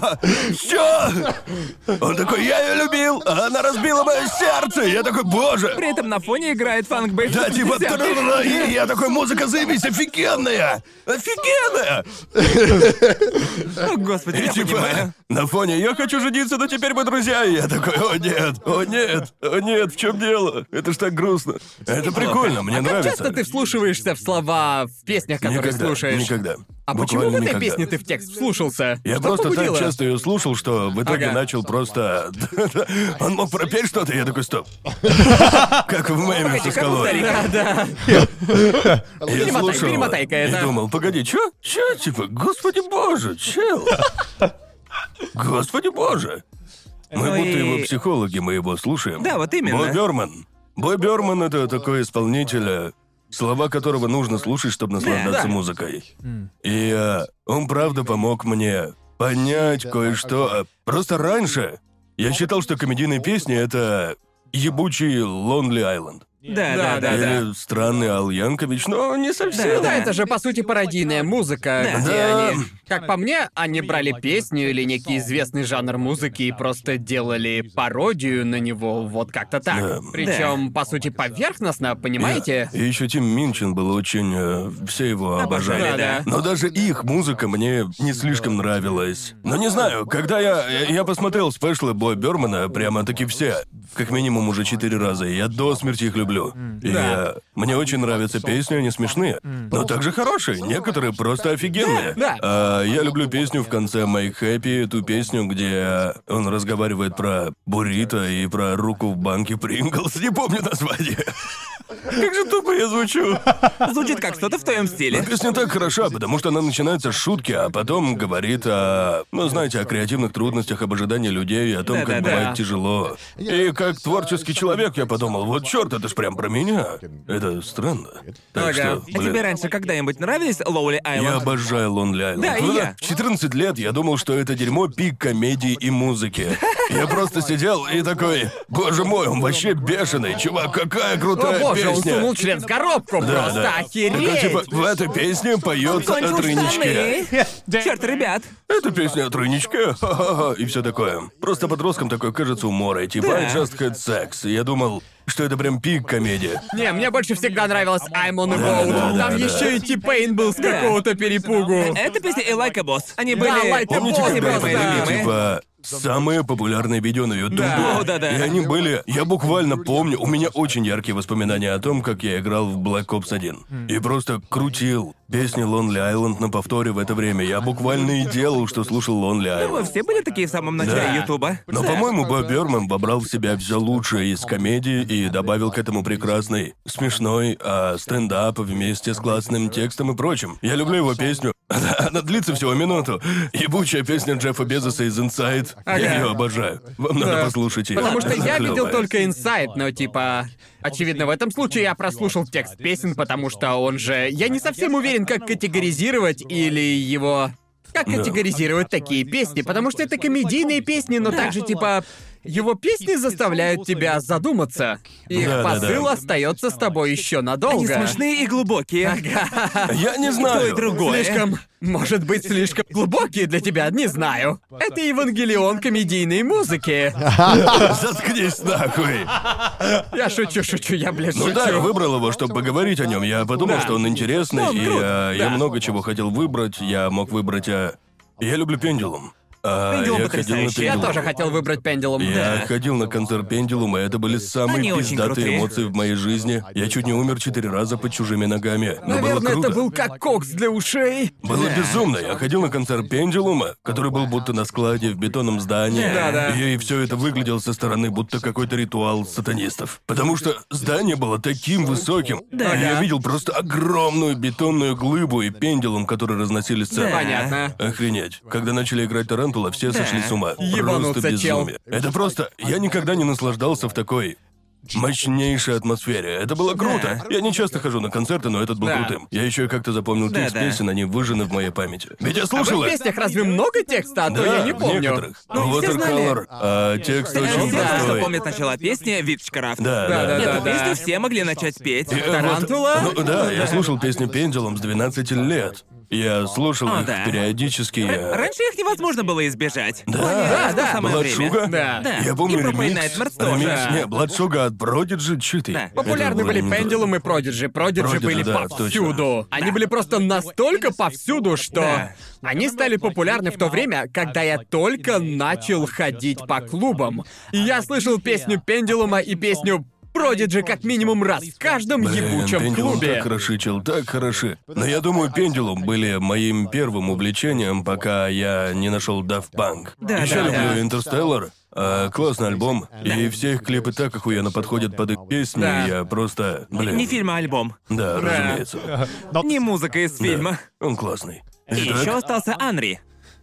Он такой, я ее любил, а она разбила мое сердце. И я такой, боже. При этом на фоне играет фанк-бейс. Да, типа, 50-х. и я такой, музыка, заебись, офигенная! Офигенная! О, господи, И я типа, понимаю. на фоне «я хочу жениться, но теперь мы друзья». И я такой, о нет, о нет, о нет, в чем дело? Это ж так грустно. Это прикольно, мне Как нравится. часто ты вслушиваешься в слова в песнях, которые Никогда, слушаешь? никогда. А почему в Буквально этой никогда. песне ты в текст вслушался? Я Что просто побудило? так часто ее слушал, что в итоге Ага. начал просто... Он мог пропеть что-то, и я такой, стоп. Как в меме со скалой. Да, да. Я Перемотай, слушал перемотай-ка и это. думал, погоди, чё? Типа, господи боже, чел. Господи боже. Мы Ну будто и- его психологи, мы его слушаем. Да, вот именно. Бой Бёрман. Бой Бёрман — это такой исполнитель, слова которого нужно слушать, чтобы наслаждаться Да. музыкой. И он правда помог мне понять кое-что. Просто раньше я считал, что комедийные песни — это ебучий Lonely Island. Да. Или странный Ал Янкович, но не совсем. Да, это же, по сути, пародийная музыка, Да. где Да. они... Как по мне, они брали песню или некий известный жанр музыки и просто делали пародию на него, вот как-то так. Да. Причем, по сути, поверхностно, понимаете? И еще Тим Минчин был очень... все его обожали. Обожали, да. Но даже их музыка мне не слишком нравилась. Но не знаю, когда я посмотрел спешлы Боя Бёрмана, прямо-таки все. Как минимум уже 4 раза, и я до смерти их люблю. И мне очень нравятся песни, они смешные. Но также хорошие, некоторые просто офигенные. Да. Я люблю песню в конце «Make Happy», ту песню, где он разговаривает про буррито и про руку в банке Принглс. Не помню название. Как же тупо я звучу. Звучит как что-то в твоем стиле. Песня так хороша, потому что она начинается с шутки, а потом говорит о, знаете, о креативных трудностях, об ожидании людей, о том, как Да-да-да. бывает тяжело. И как творческий человек я подумал, вот черт, это ж прям про меня. Это странно. Так Ага. что, А тебе блин, раньше когда-нибудь нравились Лоули я Айленд? обожаю Lonely Island. Да, и Вот я. В 14 лет я думал, что это дерьмо пик комедии и музыки. Я просто сидел и такой, боже мой, он вообще бешеный, чувак, какая О крутая боже, он песня. сунул член в коробку, просто да. охереть! Такой, типа, в этой песне поется о тройничке. Черт, ребят. Это песня о тройничке, ха-ха-ха, и все такое. Просто подросткам такое кажется умора, типа Да. I just had sex. И я думал, что это прям пик комедии. Не, мне больше всегда нравилось I'm on a boat. Там еще и T-Pain был с какого-то перепугу. Это песня и Like a Boss. Они были... Like a Помните, Boss, когда это просто. были, любимые? типа, самые популярные видео на Ютубе? Да. О, да-да. И они были... Я буквально помню, у меня очень яркие воспоминания о том, как я играл в Black Ops 1. И просто крутил песни Lonely Island на повторе в это время. Я буквально и делал, что слушал Lonely Мы Island. все были такие в самом начале Да. Ютуба. Но, по-моему, Боб Бёрман вобрал в себя все лучшее из комедии и добавил к этому прекрасный, смешной стендап вместе с классным текстом и прочим. Я люблю его песню. Она длится всего минуту. Ебучая песня Джеффа Безоса из Inside. Я ее обожаю. Вам надо послушать ее. Потому что я видел Клёвая. только инсайт, но типа... Очевидно, в этом случае я прослушал текст песен, потому что он же... Я не совсем уверен, как категоризировать или его... Как категоризировать такие песни, потому что это комедийные песни, но также типа... Его песни заставляют тебя задуматься. Их Да-да-да. посыл остается с тобой еще Они надолго. смешные и глубокие. Я не То и знаю. другое. Слишком, может быть, слишком глубокие для тебя, не знаю. Это Евангелион комедийной музыки. Заткнись нахуй. Я шучу, я, блядь, Ну шучу. да, я выбрал его, чтобы поговорить о нем. Я подумал, Да. что он интересный, Он и крут, я да. много чего хотел выбрать. Я мог выбрать. Я люблю Пендулум. Пендулум Я ходил на потрясающий. Я Пендулум. тоже хотел выбрать Пендулум. Я ходил на концерт Пендулума, и это были самые Они очень пиздатые крутые. эмоции в моей жизни. Я чуть не умер 4 раза под чужими ногами. Но было Наверное, круто. это был как кокс для ушей. Было безумно. Я ходил на концерт Пендулума, который был будто на складе в бетонном здании. Да-да. И все это выглядело со стороны будто какой-то ритуал сатанистов. Потому что здание было таким высоким. Да. И я видел просто огромную бетонную глыбу и пендулум, который разносили сцену. Да. Понятно. Охренеть. Когда начали играть Тарантула, все сошли с ума. Ебануться, Просто чел. безумие. Это просто... Я никогда не наслаждался в такой мощнейшей атмосфере. Это было круто. Я не часто хожу на концерты, но этот был Да. крутым. Я еще как-то запомнил текст Да-да. песен, они выжжены в моей памяти. Ведь я А в слушал их их. песнях разве много текста? А то Да, я не в помню. некоторых. Ну, все Watercolor, текст Все, очень кто простой. помнит начало песни Витчкрафт. Да, Да, да, да, Эту да. песню все могли начать петь. И, Тарантула? Ну да, я слушал песни Пендулум с 12 лет. Я слушал О, их да. периодически. Раньше их невозможно было избежать. Да, да. Самое время. Бладшуга? Да. Я помню И Propane ремикс. Nightmares тоже. Ремикс, Да. не, Бладшуга от Prodigy читый. Да. Популярны были Пендулум и Продиджи. Продиджи Prodigy, были да, повсюду. Они были просто настолько повсюду, что Да. они стали популярны в то время, когда я только начал ходить по клубам. И я слышал песню Пендулума и песню Продиджи как минимум раз в каждом ебучем Пендулум клубе. так хороши, чел, так хороши. Но я думаю, Пендулум были моим первым увлечением, пока я не нашел Daft Punk. Да, Еще да, люблю да. Интерстеллар. Классный альбом. И все их клипы так охуенно подходят под их песни. Да. Я просто. Блин. Не фильм, а альбом. Да, разумеется. Не музыка из фильма. Он классный. И Итак, еще остался Анри.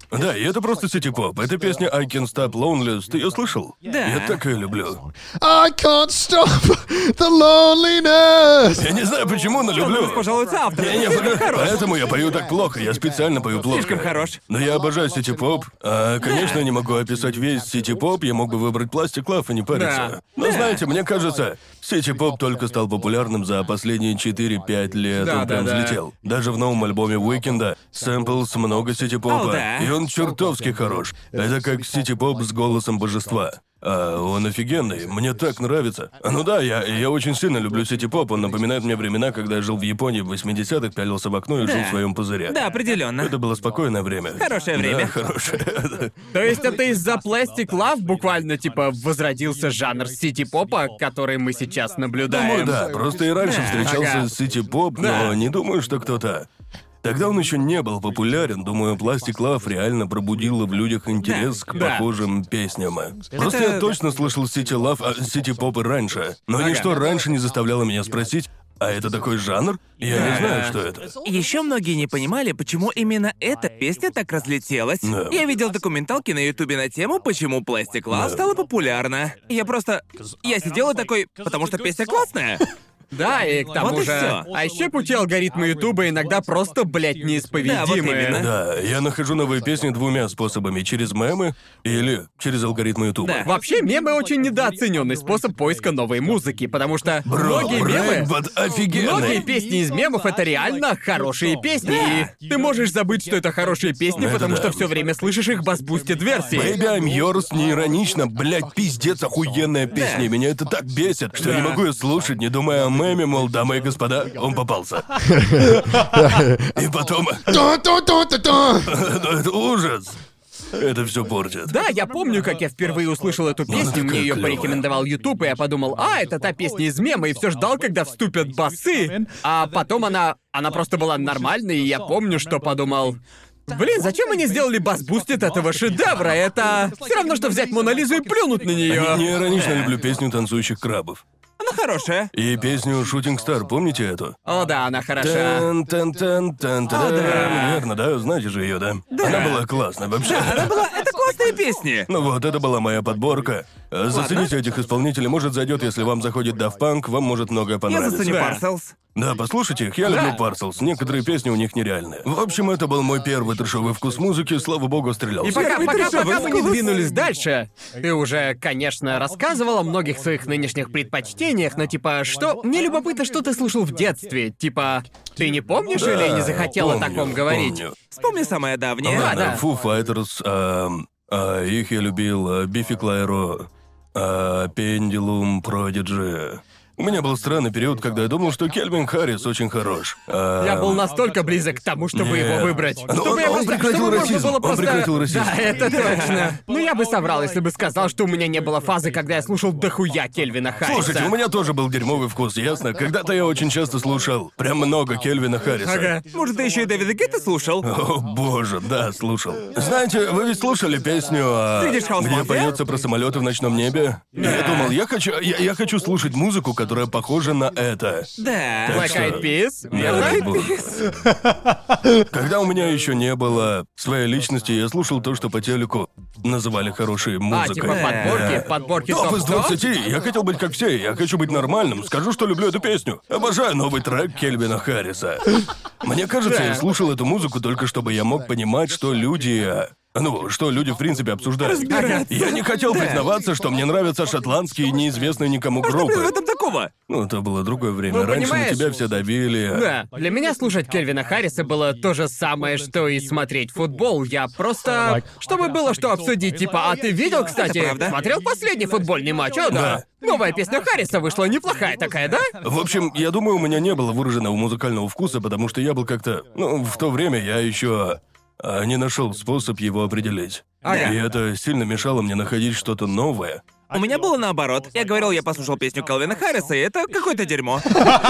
Да, и это просто сити-поп. Это песня I Can't Stop Loneliness. Ты ее слышал? Да. Я так ее люблю. I can't stop the loneliness. Я не знаю почему, но люблю. Пожалуй, автор. Поэтому я пою так плохо. Я специально пою плохо. Слишком хорош. Но я обожаю сити-поп. Конечно, я не могу описать весь сити-поп. Я мог бы выбрать Plastic Love и не париться. Да. Но знаете, мне кажется, сити-поп только стал популярным за последние 4-5 лет. Да, Он прям да, да. взлетел. Даже в новом альбоме Уикенда Сэмплс много сити-попа. О, да. И он чертовски хорош. Это как сити-поп с голосом божества. Он офигенный, мне так нравится. Ну да, я очень сильно люблю сити-поп, он напоминает мне времена, когда я жил в Японии в 80-х, пялился в окно и жил в своем пузыре. Да, определенно. Это было спокойное время. Хорошее время. Да, хорошее. То есть это из-за Plastic Love буквально, типа, возродился жанр сити-попа, который мы сейчас наблюдаем? Думаю, да, просто и раньше встречался Ага. с сити-поп, но Да. не думаю, что кто-то... Тогда он еще не был популярен, думаю, Plastic Love реально пробудила в людях интерес к Да. похожим песням. Просто я точно слышал City Love, City Pop и раньше, но ничто раньше не заставляло меня спросить, а это такой жанр? Я не знаю, что это. Еще многие не понимали, почему именно эта песня так разлетелась. Да. Я видел документалки на Ютубе на тему, почему Plastic Love Да. стала популярна. Я сидел и такой, потому что песня классная. Да, и к тому Вот и же... всё. А еще пути алгоритма Ютуба иногда просто, блядь, неисповедимые. Да, вот именно. Да, я нахожу новые песни двумя способами: через мемы или через алгоритмы Ютуба. Да. Вообще, мемы очень недооцененный способ поиска новой музыки, потому что многие мемы... вот офигенный. Многие песни из мемов — это реально хорошие песни. И ты можешь забыть, что это хорошие песни, Это потому да. что все время слышишь их бас-бустед версии. Baby I'm Yours не иронично, блядь, пиздец, охуенная песня. Да. И меня это так бесит, что я не могу ее слушать, не думая о меме, мол, дамы и господа, он попался. И потом... Dun-dun-dun-dun-dun. Ну, это ужас. Это все портит. Да, я помню, как я впервые услышал эту песню, такая мне ее клёвая. порекомендовал YouTube, и я подумал, это та песня из мема, и все ждал, когда вступят басы. А потом она просто была нормальной, и я помню, что подумал. Блин, зачем они сделали бас-бустит этого шедевра? Это все равно, что взять Мона Лизу и плюнуть на нее. Не иронично люблю песню танцующих крабов. Она хорошая. И песню Shooting Star, помните эту? О, да, она хороша. Верно, да? Знаете же ее, да? Она была классная вообще. Это классные песни. Ну вот, это была моя подборка. Зацените этих исполнителей, может зайдет, если вам заходит Daft Punk, вам может многое Я понравиться. заценю Да. Parcels. Да, послушайте их, я люблю Parcels. Некоторые песни у них нереальные. В общем, это был мой первый трешовый вкус музыки, слава богу, стрелялся. И пока мы не вкус. двинулись дальше, ты уже, конечно, рассказывал о многих своих нынешних предпочтениях, но типа, что... Мне любопытно, что ты слушал в детстве. Типа, ты не помнишь или не захотел о Помню, таком говорить? помню. Вспомни самое давнее. Да, Ладно, да. Foo Fighters, их я любил, Бифи Клайро, Пендилум, Продиджи. У меня был странный период, когда я думал, что Кельвин Харрис очень хорош. Я был настолько близок к тому, чтобы Нет. его выбрать. Но Чтобы он- я он просто- прекратил чтобы можно расизм. было Он просто- прекратил расизм. Да, это точно. Но я бы соврал, если бы сказал, что у меня не было фазы, когда я слушал дохуя Кельвина Харриса. Слушайте, у меня тоже был дерьмовый вкус, ясно? Когда-то я очень часто слушал прям много Кельвина Харриса. Ага. Может, ты еще и Дэвида Гетта слушал? О боже, да, слушал. Знаете, вы ведь слушали песню, Ты видишь House где Mafia? поется про самолеты в ночном небе? Я думал, я хочу слушать музыку, которая похожа на это. Да. Black что- Eyed Peas, Да, верно? дай бог. Когда у меня еще не было своей личности, я слушал то, что по телеку называли хорошей музыкой. Типа подборки Топ из топ-100? 20. Я хотел быть как все, я хочу быть нормальным. Скажу, что люблю эту песню. Обожаю новый трек Кельвина Харриса. Мне кажется, я слушал эту музыку только чтобы я мог понимать, что люди... что люди в принципе обсуждают. Разбираться. Я не хотел Да. признаваться, что мне нравятся шотландские неизвестные никому Что в группы. этом такого? Ну, это было другое время. Ну, Раньше на понимаешь? тебя все давили. Да, для меня слушать Кельвина Харриса было то же самое, что и смотреть футбол. Я просто... Чтобы было что обсудить, типа, а ты видел, кстати, Это правда. смотрел последний футбольный матч? О, да. Новая песня Харриса вышла, неплохая такая, да? В общем, я думаю, у меня не было выраженного музыкального вкуса, потому что я был как-то... в то время я еще не нашел способ его определить. Ага. И это сильно мешало мне находить что-то новое. У меня было наоборот. Я говорил, я послушал песню Кельвина Харриса, и это какое-то дерьмо.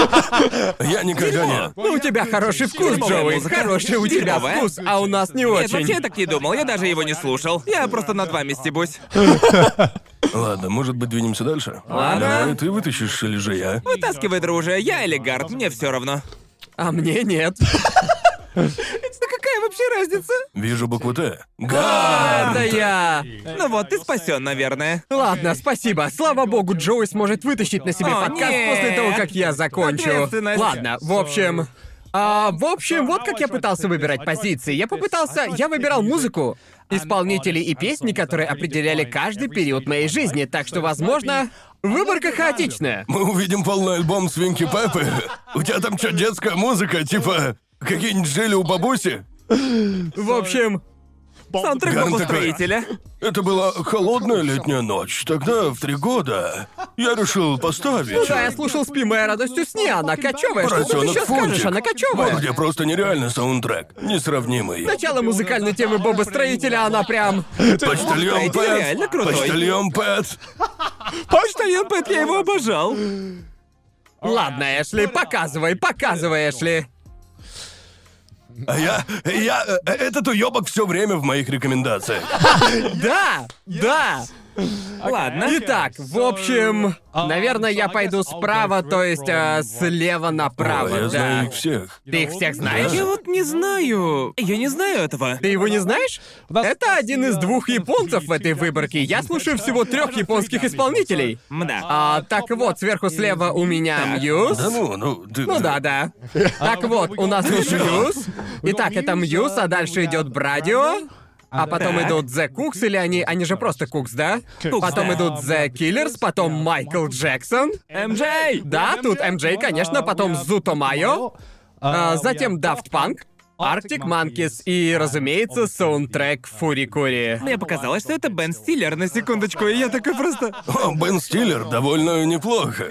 Я никогда не... Ну, у тебя хороший вкус, Дерьмовая Джоуи. музыка. Хороший у тебя Дерьмовая. вкус, а у нас не Нет, очень. вообще я так не думал, я даже его не слушал. Я просто над вами стебусь. Ладно, может быть, двинемся дальше? Ладно. Давай, ты вытащишь или же я? Вытаскивай, друже, я или Гард, мне все равно. А мне нет. Да какая вообще разница? Вижу букву Т. Это я. Ну вот, ты спасен, наверное. Ладно, спасибо. Слава богу, Джоуи сможет вытащить на себе О, подкаст нет. после того, как я закончу. Ответственность. Ладно, в общем, вот как я пытался выбирать позиции. Я выбирал музыку, исполнителей и песни, которые определяли каждый период моей жизни, так что, возможно, выборка хаотичная. Мы увидим полный альбом Свинки Пеппы. У тебя там что, детская музыка, типа какие-нибудь жили у бабуси? В общем, Саундтрек Ганн Боба такой. Строителя. Это была холодная летняя ночь. Тогда, в 3 года, я решил поставить... ну да, я слушал «Спи, моя радость усни», она кочевая, что тут «Поросенок еще скажешь, Фунтик». она Вот кочевая. где просто нереальный саундтрек. Несравнимый. Начало музыкальной темы Боба Строителя, она прям... Почтальон Строитель реально Пэт. крутой. Почтальон Пэт. Почтальон Пэт, я его обожал. Ладно, Эшли, показывай, Эшли. А я... Этот уёбок все время в моих рекомендациях. Да! Ладно. Итак, в общем, наверное, я пойду справа, то есть слева направо, О, я да. знаю их всех. Ты их всех знаешь? Я вот не знаю. Я не знаю этого. Ты его не знаешь? Это один из 2 японцев в этой выборке. Я слушаю всего 3 японских исполнителей. Мда. Так вот, сверху слева у меня Мьюз. Да ну, ты... Ну да. Так вот, у нас тут Мьюз. Итак, это Мьюз, а дальше идет Брадио. А потом Так. идут The Cooks, или они же просто Cooks, да? Потом да. идут The Killers, потом Майкл Джексон. МJ! Да, тут MJ, конечно, потом Зуто Майо. Затем Daft Punk, Arctic Monkeys и, разумеется, саундтрек Фури-Кури. Мне показалось, что это Бен Стиллер на секундочку, и я такой просто... О, Бен Стиллер довольно неплохо.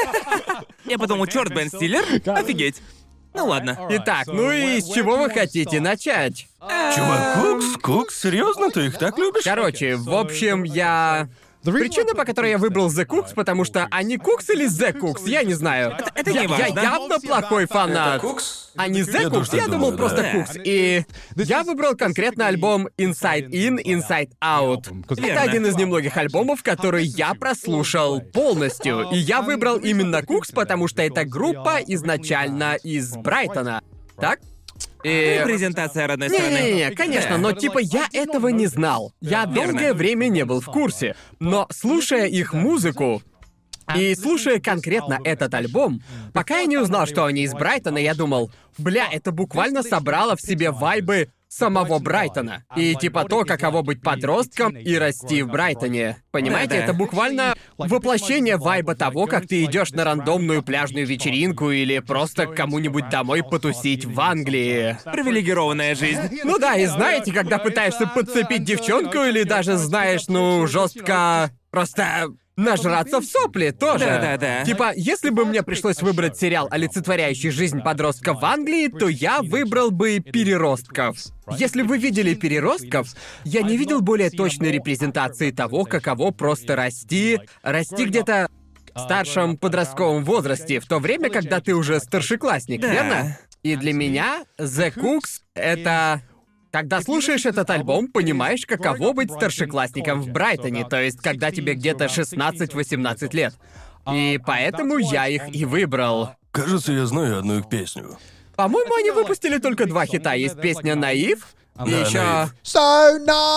Я подумал, черт, Бен Стиллер? Офигеть. Ну ладно. Итак, ну и с чего вы хотите начать? Чувак, Кукс, серьезно, ты их так любишь? Короче, в общем, причина, по которой я выбрал The Cooks, потому что они Cooks или The Cooks, я не знаю. Это не я важно. явно плохой фанат. Кукс? А не The Я Cooks, тоже я так думал думаю, просто да. Cooks. И я выбрал конкретно альбом Inside In, Inside Out. Это Верно. один из немногих альбомов, который я прослушал полностью. И я выбрал именно Cooks, потому что эта группа изначально из Брайтона. Так? И... Презентация родной страны. Не-не-не, конечно, но типа я этого не знал. Я долгое время не был в курсе. Но слушая их музыку и слушая конкретно этот альбом, пока я не узнал, что они из Брайтона, я думал, бля, это буквально собрало в себе вайбы самого Брайтона. И типа то, каково быть подростком и расти в Брайтоне. Понимаете, Да-да. это буквально воплощение вайба того, как ты идешь на рандомную пляжную вечеринку или просто к кому-нибудь домой потусить в Англии. Привилегированная жизнь. Ну да, и знаете, когда пытаешься подцепить девчонку или даже знаешь, жестко просто нажраться в сопли тоже. Да-да-да. Типа, если бы мне пришлось выбрать сериал, олицетворяющий жизнь подростков в Англии, то я выбрал бы «Переростков». Если вы видели «Переростков», я не видел более точной репрезентации того, каково просто расти где-то в старшем подростковом возрасте, в то время, когда ты уже старшеклассник, Да. верно? И для меня The Cooks — это... Когда слушаешь этот альбом, понимаешь, каково быть старшеклассником в Брайтоне, то есть когда тебе где-то 16-18 лет. И поэтому я их и выбрал. Кажется, я знаю одну их песню. По-моему, они выпустили только 2 хита. Есть песня «Наив», и Да, еще... «Наив». So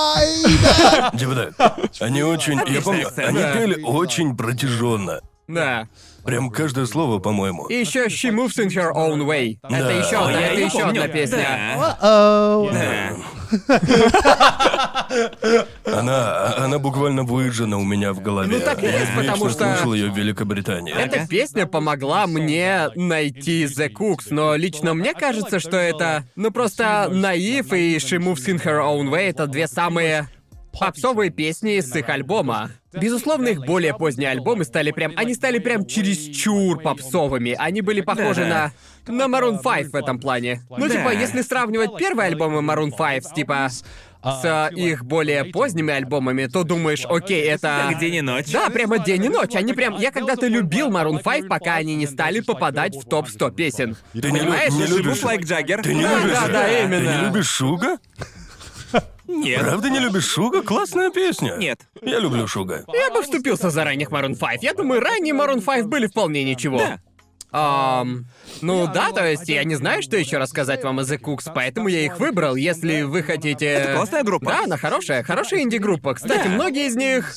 naive. Типа да. Они очень... Я помню, акцент. они Да. пели очень протяженно. Да. Прям каждое слово, по-моему. И еще «She moves in her own way». Да. Это еще О, одна, я это её еще помню. одна песня. Да. Oh. Да. Она буквально выжжена у меня в голове. Ну, так и Я есть, потому вечно что- слушал ее в Великобритании. Эта песня помогла мне найти The Cooks, но лично мне кажется, что это... просто «Наив» и «She moves in her own way» — это 2 самые попсовые песни с их альбома. Безусловно, их более поздние альбомы стали прям чересчур попсовыми. Они были похожи Да. на Maroon 5 в этом плане. Ну, Да. типа, если сравнивать первые альбомы Maroon 5 с их более поздними альбомами, то думаешь, окей, это... Как день и ночь. Да, прямо день и ночь. Они прям... Я когда-то любил Maroon 5, пока они не стали попадать в топ-100 песен. Ты не, Понимаешь, не живу любишь... Живу like Джаггер. Ты не Да, любишь... да, Ты именно. не любишь Шуга? Нет. Правда не любишь Шуга? Классная песня. Нет. Я люблю Шуга. Я бы вступился за ранних Maroon 5. Я думаю, ранние Maroon 5 были вполне ничего. Да. Ну да, то есть я не знаю, что еще рассказать вам о The Cooks, поэтому я их выбрал, если вы хотите... Это классная группа. Да, она хорошая инди-группа. Кстати, многие из них...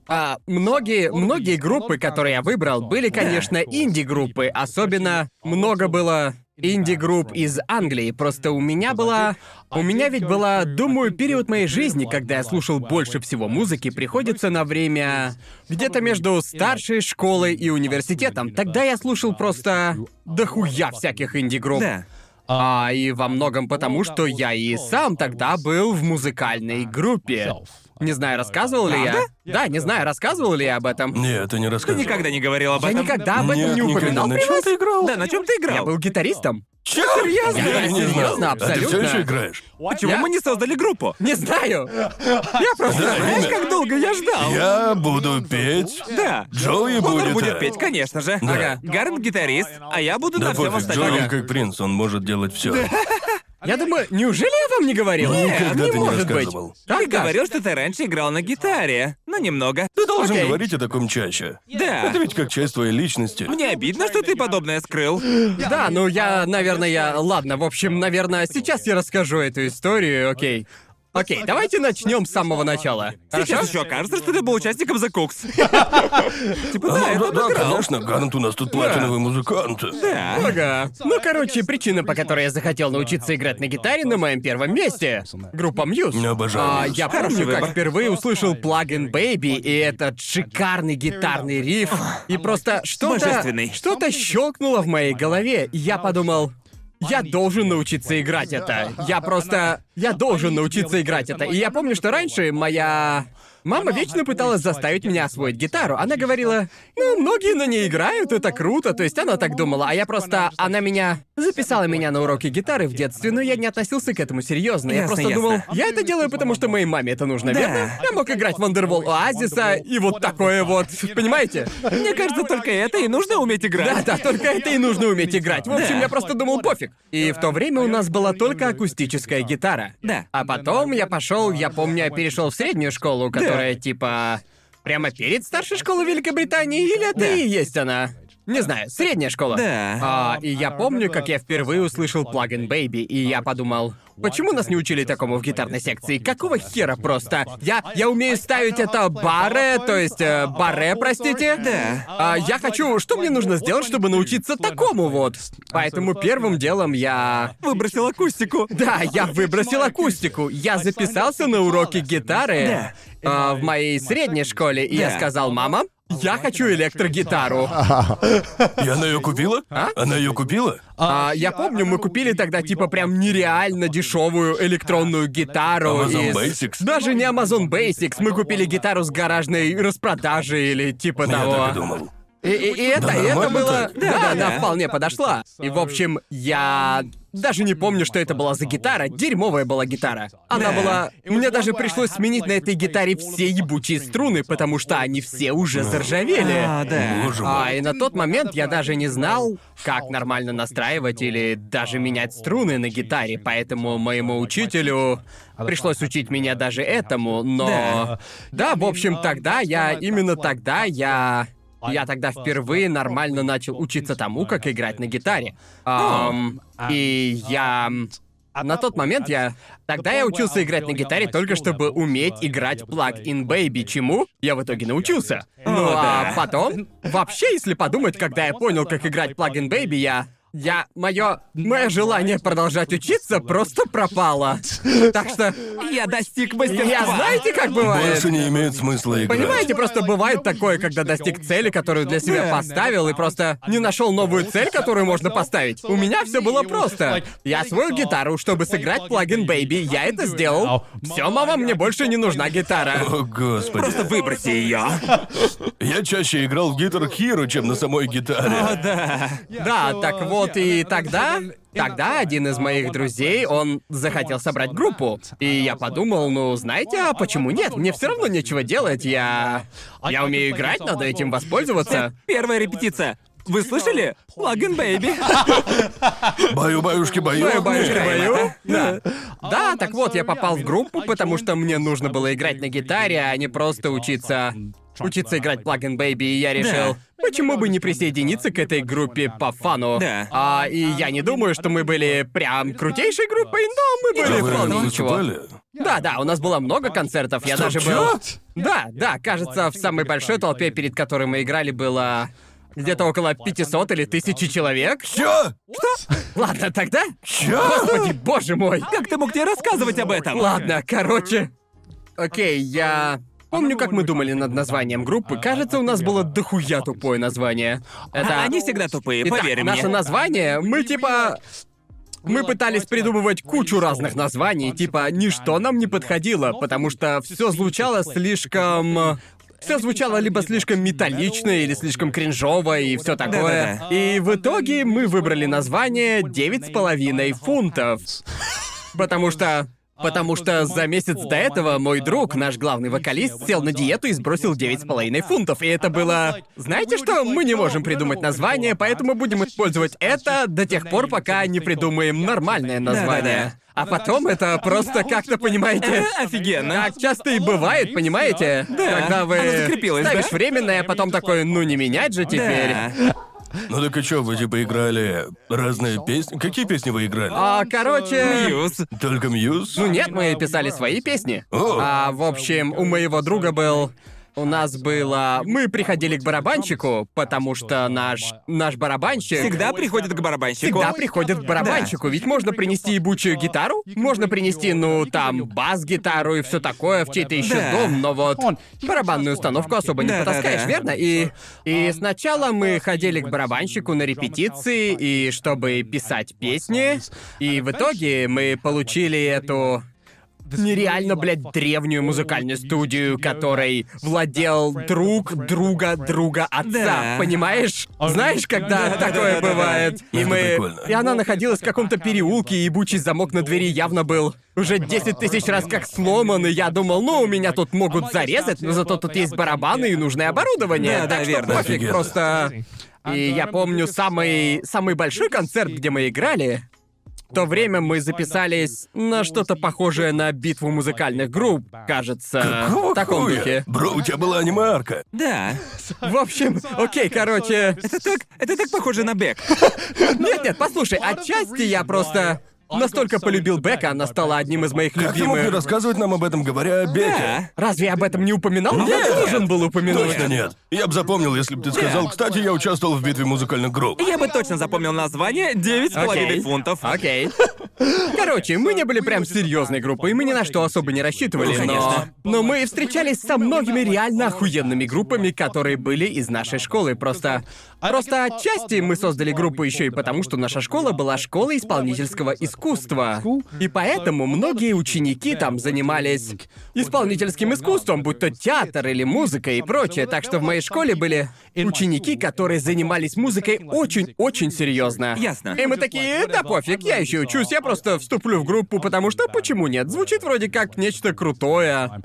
многие группы, которые я выбрал, были, конечно, инди-группы. Особенно много было инди-групп из Англии. Просто у меня ведь была, думаю, период моей жизни, когда я слушал больше всего музыки, приходится на время где-то между старшей школой и университетом. Тогда я слушал просто дохуя всяких инди-групп. Да. И во многом потому, что я и сам тогда был в музыкальной группе. Не знаю, рассказывал ли я. Да, не знаю, рассказывал ли я об этом. Нет, ты не Ты рассказывал. никогда не говорил об Я этом. никогда об этом Нет, не упоминал. никогда. На при чем вас. ты играл? Да, на чем ты играл? Я был гитаристом. Серьезно? Я не знал. Серьезно, А ты все абсолютно. еще играешь? Почему Я- мы не создали группу? Не знаю. Я просто... Да, Знаешь, именно. как долго я ждал? Я буду петь. Да. Джоуи Конор будет. будет петь, конечно же. Да. Ага. Гарн гитарист, а я буду Да на всем пофиг, остальном. Джоуи как принц, он может делать все. Я думаю, неужели я вам не говорил? Никогда не ты не может быть. рассказывал. Ты Как? говорил, что ты раньше играл на гитаре. Но немного. Ты должен Окей. говорить о таком чаще. Да. Это ведь как часть твоей личности. Мне обидно, что ты подобное скрыл. Да, ну наверное, ладно, в общем, наверное, сейчас я расскажу эту историю, окей. Окей, давайте начнем с самого начала. Сейчас Хорошо? еще кажется, что ты был участником The Cooks. Типа, да, Да, это да, играл. конечно, Гарнт у нас тут платиновый музыкант. Да. Ага. Ну, короче, причина, по которой я захотел научиться играть на гитаре на моем первом месте. Группа Muse. Обожаю Muse. Я Хороший помню, как выбор. впервые услышал Plug-in Baby и этот шикарный гитарный риф. И просто Божественный. что-то щелкнуло в моей голове, и я подумал, я должен научиться играть это. Я должен научиться играть это. И я помню, что раньше моя мама вечно пыталась заставить меня освоить гитару. Она говорила, ну, многие на ней играют, это круто. То есть она так думала, а я просто... Она записала меня на уроки гитары в детстве, но я не относился к этому серьезно. Я Ясно, просто ясно. думал, я это делаю, потому что моей маме это нужно, Да. верно? Я мог играть в Wonderwall Оазиса и вот такое вот, понимаете? Мне кажется, только это и нужно уметь играть. Да, только это и нужно уметь играть. В общем, Да. я просто думал, пофиг. И в то время у нас была только акустическая гитара. Да. А потом я помню, я перешел в среднюю школу, которая типа прямо перед старшей школой Великобритании, или это и есть она? Не знаю, средняя школа. Да. И я помню, как я впервые услышал Plug-in Baby, и я подумал, почему нас не учили такому в гитарной секции? Какого хера просто? Я умею ставить это барре, то есть барре, простите. Да. Я хочу, что мне нужно сделать, чтобы научиться такому вот? Поэтому первым делом я... Выбросил акустику. Да, я выбросил акустику. Я записался на уроки гитары в моей средней школе, и я Да. сказал, мама, я хочу электрогитару. И она ее купила? Она ее купила? Я помню, мы купили тогда типа прям нереально дешевую электронную гитару. Amazon из- Basics? Даже не Amazon Basics. Мы купили гитару с гаражной распродажи или типа Я того. так и думал. И это нормально было... так. Да, она да. вполне подошла. И, в общем, я даже не помню, что это была за гитара. Дерьмовая была гитара. Она была... Мне даже пришлось сменить на этой гитаре все ебучие струны, потому что они все уже заржавели. Да. Боже мой. И на тот момент я даже не знал, как нормально настраивать или даже менять струны на гитаре, поэтому моему учителю пришлось учить меня даже этому, но... Да, в общем, именно тогда я тогда впервые нормально начал учиться тому, как играть на гитаре. И я... На тот момент Тогда я учился играть на гитаре только чтобы уметь играть Plug-in Baby, чему я в итоге научился. Ну а потом... Вообще, если подумать, когда я понял, как играть Plug-in Baby, Мое желание продолжать учиться просто пропало. Так что... Я достиг мастерства. Знаете, как бывает? Больше не имеет смысла играть. Понимаете, просто бывает такое, когда достиг цели, которую для себя поставил, и просто не нашел новую цель, которую можно поставить. У меня все было просто. Я освоил гитару, чтобы сыграть Plug-in Baby. Я это сделал. Все, мама, мне больше не нужна гитара. О, господи. Просто выброси ее. Я чаще играл в Guitar Hero, чем на самой гитаре. Да, так вот, и тогда один из моих друзей, он захотел собрать группу. И я подумал, ну, знаете, а почему нет? Мне все равно нечего делать, я умею играть, надо этим воспользоваться. Первая репетиция. Вы слышали? Plug-in Baby. Баю-баюшки, баю. Баю. Да, так вот, я попал в группу, потому что мне нужно было играть на гитаре, а не просто учиться учиться играть Plug and Baby, и я решил, почему бы не присоединиться к этой группе по фану. Да. И я не думаю, что мы были прям крутейшей группой, но мы были Вы вполне ничего. выступали? Да, у нас было много концертов, я даже был... Да, кажется, в самой большой толпе, перед которой мы играли, было... где-то около 500 или 1000 человек. Чё? Ладно, тогда... Чё? Господи, боже мой! Как ты мог мне рассказывать об этом? Ладно, короче... Окей, я... Помню, как мы думали над названием группы. Кажется, у нас было дохуя тупое название. Это... Они всегда тупые, Итак, поверь мне. наше название, мы пытались придумывать кучу разных названий, типа ничто нам не подходило, потому что все звучало слишком... Все звучало либо слишком металлично, или слишком кринжово, и все такое. Да-да-да. И в итоге мы выбрали название 9,5 фунтов. Потому что за месяц до этого мой друг, наш главный вокалист, сел на диету и сбросил 9,5 фунтов. И это было... Знаете что? Мы не можем придумать название, поэтому будем использовать это до тех пор, пока не придумаем нормальное название. Да-да-да. А потом это просто как-то, понимаете... Офигенно. Так часто и бывает, понимаете? Да. Когда вы Оно закрепилось, ставишь да? временное, а потом такой, ну не менять же теперь. Да. Ну так и чё, вы типа играли разные песни? Какие песни вы играли? Короче... Мьюз. Только Мьюз? Ну нет, мы писали свои песни. О. В общем, у моего друга был... У нас было... Мы приходили к барабанщику, потому что наш барабанщик... Всегда приходит к барабанщику. Всегда приходит к барабанщику, ведь можно принести ебучую гитару, можно принести, бас-гитару и все такое в чей-то еще Да. дом, но вот барабанную установку особо не Да-да-да. потаскаешь, верно? И сначала мы ходили к барабанщику на репетиции, и чтобы писать песни, и в итоге мы получили эту... нереально, древнюю музыкальную студию, которой владел друг друга отца, Да. понимаешь? Знаешь, когда такое бывает? И Это прикольно. И она находилась в каком-то переулке, и ебучий замок на двери явно был уже 10 тысяч раз как сломан, и я думал, у меня тут могут зарезать, но зато тут есть барабаны и нужное оборудование. Да, так что верно. пофиг, Офигенно. просто... И я помню самый большой концерт, где мы играли. В то время мы записались на что-то похожее на битву музыкальных групп, кажется. В таком Хуя? духе. Бро, у тебя была аниме-арка. Да. В общем, окей, короче... Это так похоже на Бек. Нет, послушай, отчасти я просто... настолько полюбил Бека, она стала одним из моих Как ты мог не любимых. рассказывать нам об этом, говоря о Беке? Да. Разве я об этом не упоминал? Я должен был упомянуть. Точно нет. Я бы запомнил, если бы ты сказал, кстати, я участвовал в битве музыкальных групп. Я бы точно запомнил название 9,5 Окей. фунтов. Окей. Короче, мы не были прям серьезной группой, и мы ни на что особо не рассчитывали, Ну, конечно. но мы встречались со многими реально охуенными группами, которые были из нашей школы. Просто отчасти мы создали группу еще и потому, что наша школа была школой исполнительского искусства. И поэтому многие ученики там занимались исполнительским искусством, будь то театр или музыка и прочее. Так что в моей школе были ученики, которые занимались музыкой очень-очень серьезно. Ясно. И мы такие, да пофиг, я еще учусь, я просто вступлю в группу, потому что почему нет? Звучит вроде как нечто крутое.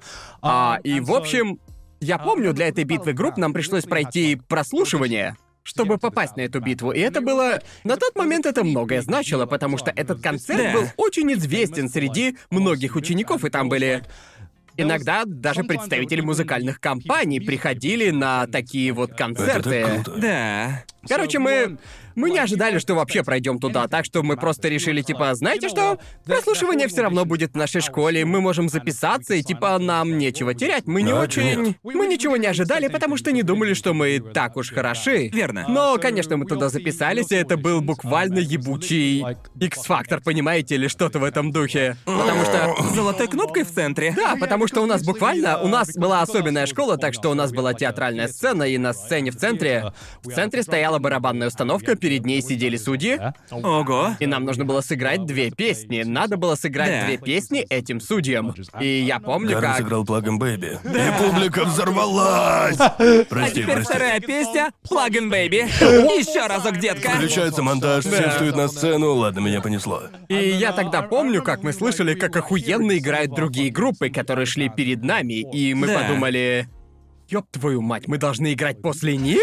И в общем, я помню, для этой битвы групп нам пришлось пройти прослушивание, чтобы попасть на эту битву. И это было... На тот момент это многое значило, потому что этот концерт Да. был очень известен среди многих учеников, и там были... Иногда даже представители музыкальных компаний приходили на такие вот Это концерты. так круто. Да. Короче, мы не ожидали, что вообще пройдем туда, так что мы просто решили, типа, знаете что? Прослушивание все равно будет в нашей школе, мы можем записаться, и типа нам нечего терять. Мы не Да, очень... нет. Мы ничего не ожидали, потому что не думали, что мы так уж хороши. Верно. Но, конечно, мы туда записались, и это был буквально ебучий X-фактор, понимаете, или что-то в этом духе. Потому что... С золотой кнопкой в центре. Да, потому что у нас была особенная школа, так что у нас была театральная сцена, и на сцене в центре стояла барабанная установка, перед ней сидели судьи, Ого. и нам нужно было сыграть 2 песни. Надо было сыграть Да. 2 песни этим судьям. И я помню, Гарн как... сыграл Plug and Baby. И публика взорвалась! Прости, Теперь прости. вторая песня Plug and Baby. Еще разок, детка. Включается монтаж, все встают на сцену, ладно, меня понесло. И я тогда помню, как мы слышали, как охуенно играют другие группы, которые шли перед нами, и мы Да. подумали... Ёб твою мать, мы должны играть после них?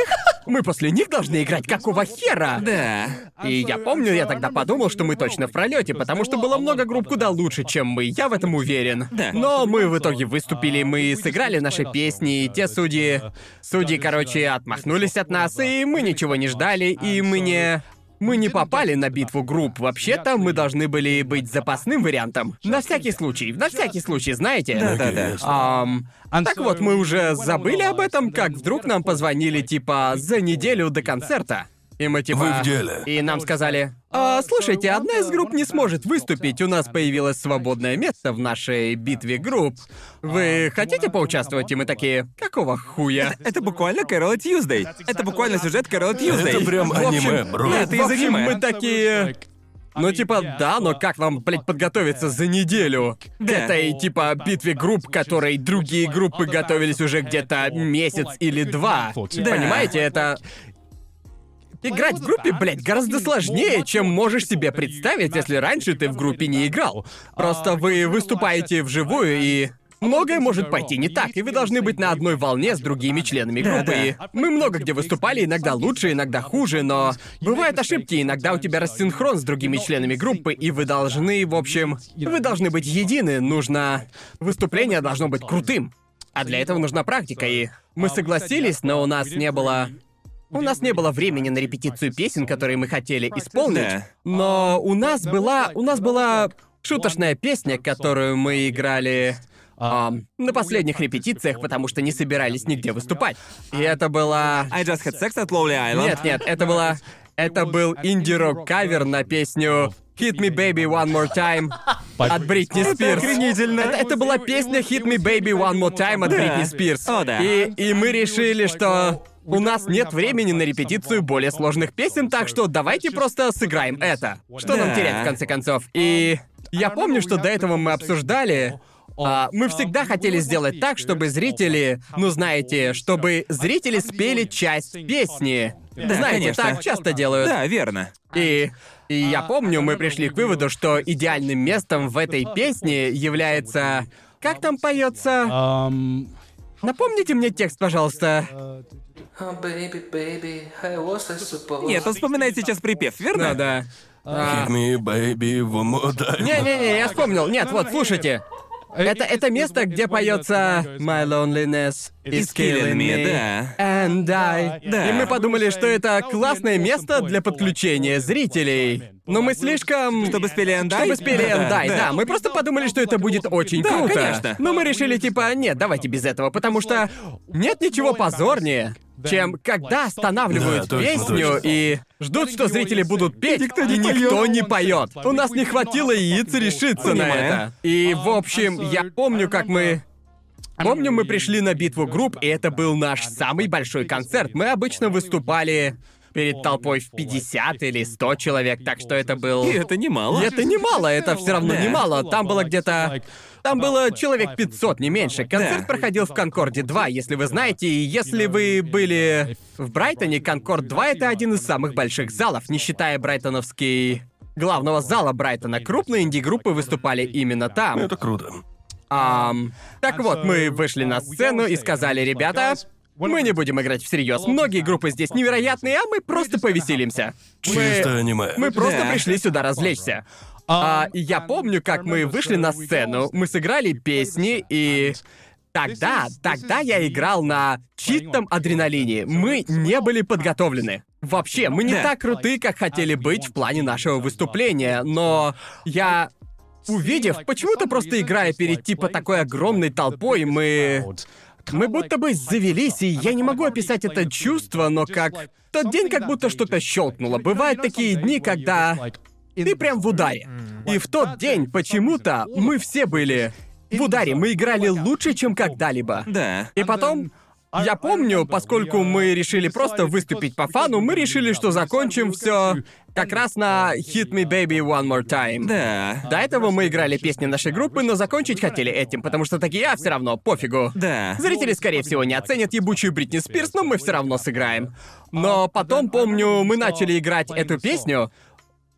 мы после них должны играть, какого хера? Да. И я помню, я тогда подумал, что мы точно в пролете, потому что было много групп куда лучше, чем мы, я в этом уверен. Да. Но мы в итоге выступили, мы сыграли наши песни, и те судьи, короче, отмахнулись от нас, и мы ничего не ждали, и мы не попали на битву групп. Вообще-то мы должны были быть запасным вариантом. На всякий случай, знаете? Да-да-да. Так вот, мы уже забыли об этом, как вдруг нам позвонили, типа, за неделю до концерта. И мы типа... Вы в деле. И нам сказали: слушайте, одна из групп не сможет выступить, у нас появилось свободное место в нашей битве групп. Вы хотите поучаствовать? И мы такие: какого хуя? Это буквально Кэрол Тьюздей. Это буквально сюжет Кэрол Тьюздей. Это прям В общем, аниме, бро. да, это В из общем, аниме. мы такие... Ну, типа, да, но как вам, блядь, подготовиться за неделю к этой, типа, битве групп, которой другие группы готовились уже где-то месяц или два? Да. Понимаете, это... Играть в группе, блядь, гораздо сложнее, чем можешь себе представить, если раньше ты в группе не играл. Просто вы выступаете вживую, и многое может пойти не так, и вы должны быть на одной волне с другими членами группы. Да-да. И мы много где выступали, иногда лучше, иногда хуже, но бывают ошибки, иногда у тебя рассинхрон с другими членами группы, и вы должны, в общем, вы должны быть едины, выступление должно быть крутым. А для этого нужна практика, и мы согласились, но у нас не было времени на репетицию песен, которые мы хотели исполнить. Да. Но у нас была шуточная песня, которую мы играли на последних репетициях, потому что не собирались нигде выступать. И это была... I Just Had Sex at Lonely Island. Нет, это был инди-рок кавер на песню Hit Me Baby One More Time от Бритни Спирс. охренительно. Это была песня Hit Me Baby One More Time от Да. Бритни Спирс. О, да. И мы решили, что у нас нет времени на репетицию более сложных песен, так что давайте просто сыграем это. Что нам Да. терять, в конце концов? И я помню, что до этого мы обсуждали... мы всегда хотели сделать так, чтобы зрители, чтобы зрители спели часть песни. Знаете, конечно. так часто делают. Да, верно. И я помню, мы пришли к выводу, что идеальным местом в этой песне является... Как там поется? Напомните мне текст, пожалуйста. Oh, baby, baby, I was supposed... Нет, он вспоминает сейчас припев, верно? Да. Hit me, baby, one more time. Не-не-не, я вспомнил. Нет, вот, слушайте. Это место, где поется My loneliness is killing me, да. and I. Да. И мы подумали, что это классное место для подключения зрителей. Но мы слишком... Чтобы спели And I? Чтобы спели And I, да. Мы просто подумали, что это будет очень Да, круто. конечно. Но мы решили, типа, нет, давайте без этого, потому что нет ничего позорнее, чем когда останавливают Да, точно, песню точно. и ждут, что зрители будут петь, и никто не поет. У нас не хватило яиц решиться на Понимаю. это. И, в общем, я помню, как мы... Помню, мы пришли на битву групп, и это был наш самый большой концерт. Мы обычно выступали перед толпой в 50 или 100 человек, так что это был... И это немало. И это немало, это все равно Да. немало. Там было где-то... Там было человек 500, не меньше. Концерт Да. проходил в Конкорде 2, если вы знаете, и если вы были в Брайтоне, Конкорд 2 — это один из самых больших залов, не считая брайтоновский... главного зала Брайтона. Крупные инди-группы выступали именно там. Это круто. Так вот, мы вышли на сцену и сказали: ребята, мы не будем играть всерьез. Многие группы здесь невероятные, а мы просто повеселимся. Чисто аниме. Мы просто Да. пришли сюда развлечься. И я помню, как мы вышли на сцену, мы сыграли песни, и тогда я играл на чистом адреналине. Мы не были подготовлены. Вообще, мы не Да. так круты, как хотели быть в плане нашего выступления, но я... Увидев, почему-то просто играя перед типа такой огромной толпой, мы будто бы завелись, и я не могу описать это чувство, но как... Тот день как будто что-то щелкнуло. Бывают такие дни, когда ты прям в ударе. И в тот день почему-то мы все были в ударе. Мы играли лучше, чем когда-либо. Да. И потом... Я помню, поскольку мы решили просто выступить по фану, мы решили, что закончим все как раз на Hit Me Baby One More Time. Да. До этого мы играли песни нашей группы, но закончить хотели этим, потому что такие, все равно, пофигу. Да. Зрители, скорее всего, не оценят ебучую Бритни Спирс, но мы все равно сыграем. Но потом, помню, мы начали играть эту песню,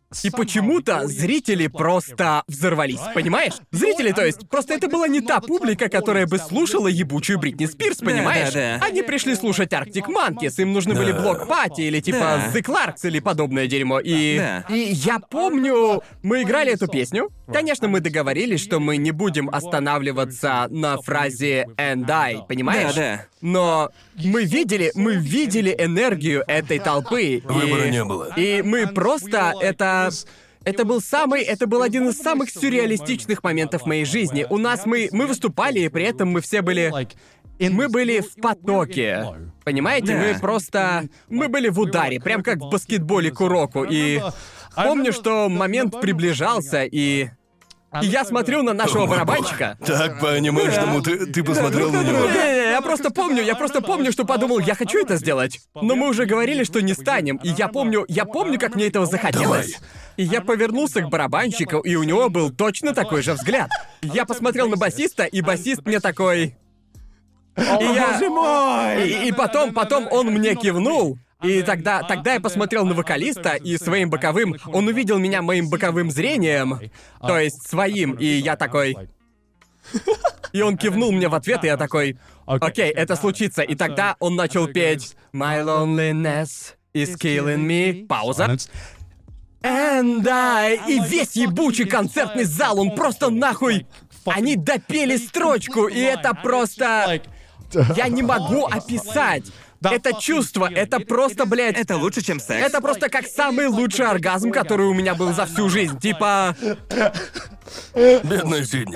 И почему-то зрители просто взорвались, понимаешь? Зрители, то есть, просто это была не та публика, которая бы слушала ебучую Бритни Спирс, понимаешь? да. Они пришли слушать Arctic Monkeys, им нужны были Да. блок-пати или типа Да. The Clarks или подобное дерьмо. И я помню, мы играли эту песню. Конечно, мы договорились, что мы не будем останавливаться на фразе «and I», понимаешь? Да. Но мы видели энергию этой толпы. Выбора и- не было. И мы просто это был один из самых сюрреалистичных моментов в моей жизни. У нас мы выступали, и при этом мы все были... Мы были в потоке. Понимаете? Мы были в ударе, прям как в баскетболе Куроку. И помню, что момент приближался, и я смотрю на нашего барабанщика. Так по-анимешному ты посмотрел на него. Не, я просто помню, что подумал, я хочу это сделать. Но мы уже говорили, что не станем. И я помню, как мне этого захотелось. Давай. И я повернулся к барабанщику, и у него был точно такой же взгляд. Я посмотрел на басиста, и басист мне такой... Боже мой! И потом он мне кивнул. И тогда я посмотрел на вокалиста, и своим боковым... Он увидел меня моим боковым зрением, то есть своим, и я такой... И он кивнул мне в ответ, и я такой... Окей, это случится. И тогда он начал петь «My loneliness is killing me». Пауза. And I... И весь ебучий концертный зал, он просто нахуй... Они допели строчку, и это просто... Я не могу описать. Это чувство, это просто, блядь... Это лучше, чем секс. Это просто как самый лучший оргазм, который у меня был за всю жизнь. Типа... Бедная Сидни.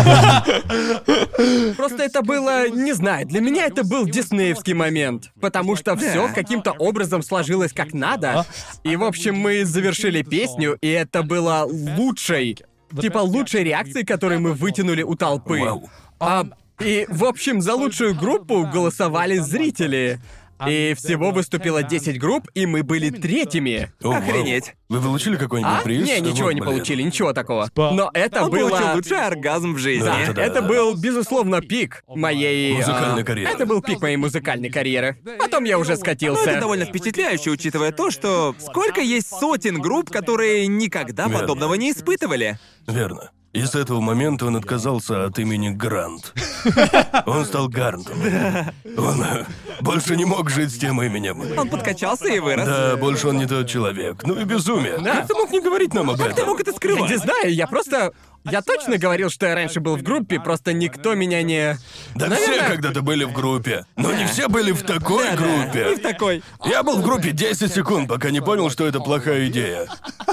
Просто это было, не знаю, для меня это был диснеевский момент. Потому что все каким-то образом сложилось как надо. И, в общем, мы завершили песню, и это было лучшей реакцией, которую мы вытянули у толпы. Вау. И, в общем, за лучшую группу голосовали зрители. И всего выступило 10 групп, и мы были третьими. О, вау. Охренеть. Вы получили какой-нибудь приз? Не, ничего Вот, не блин. получили, ничего такого. Но это Он было... получил лучший оргазм в жизни. Да, Это был, безусловно, пик моей... Музыкальной карьеры. Это был пик моей музыкальной карьеры. Потом я уже Но скатился. это довольно впечатляюще, учитывая то, что сколько есть сотен групп, которые никогда Верно. подобного не испытывали. Верно. И с этого момента он отказался от имени Грант. Он стал Гарнтом. Он больше не мог жить с тем именем. Он подкачался и вырос. Да, больше он не тот человек. Ну и безумие. Как ты мог не говорить нам об Ты этом? мог это Я скрывать? не знаю, я точно говорил, что я раньше был в группе, просто никто меня не... Да Наверное- все когда-то были в группе. Но не все были в такой И в группе. такой. Я был в группе 10 секунд, пока не понял, что это плохая идея.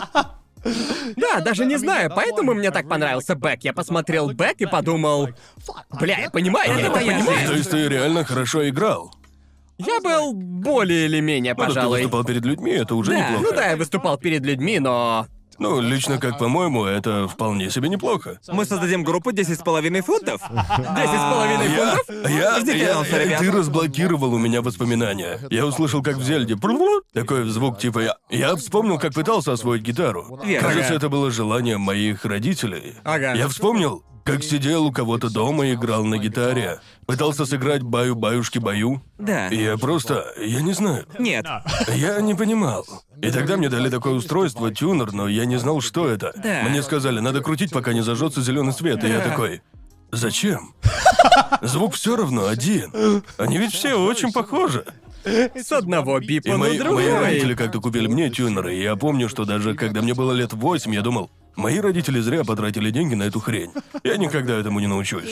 Да, даже не знаю, поэтому мне так понравился Бэк. Я посмотрел Бэк и подумал... Бля, я понимаю, я это То понимаю. есть ты реально хорошо играл? Я был более или менее, Ну, ты пожалуй. выступал перед людьми, это уже Да. неплохо. Ну да, я выступал перед людьми, но... Ну, лично, как по-моему, это вполне себе неплохо. Мы создадим группу 10,5 фунтов. 10,5 фунтов? Ждите анонса, ребят. Ты разблокировал у меня воспоминания. Я услышал, как в Зельде такой звук, типа я вспомнил, как пытался освоить гитару. Верно. Кажется, это было желание моих родителей. Ага. Я вспомнил, как сидел у кого-то дома и играл на гитаре. Пытался сыграть баю-баюшки-баю. Да. И я не знаю. Нет. Я не понимал. И тогда мне дали такое устройство, тюнер, но я не знал, что это. Да. Мне сказали, надо крутить, пока не зажжется зеленый свет. И я такой, зачем? Звук все равно один. Они ведь все очень похожи. С одного И бипа на мои другой. родители как-то купили мне тюнеры, и я помню, что даже когда мне было лет 8, я думал, мои родители зря потратили деньги на эту хрень. Я никогда этому не научусь.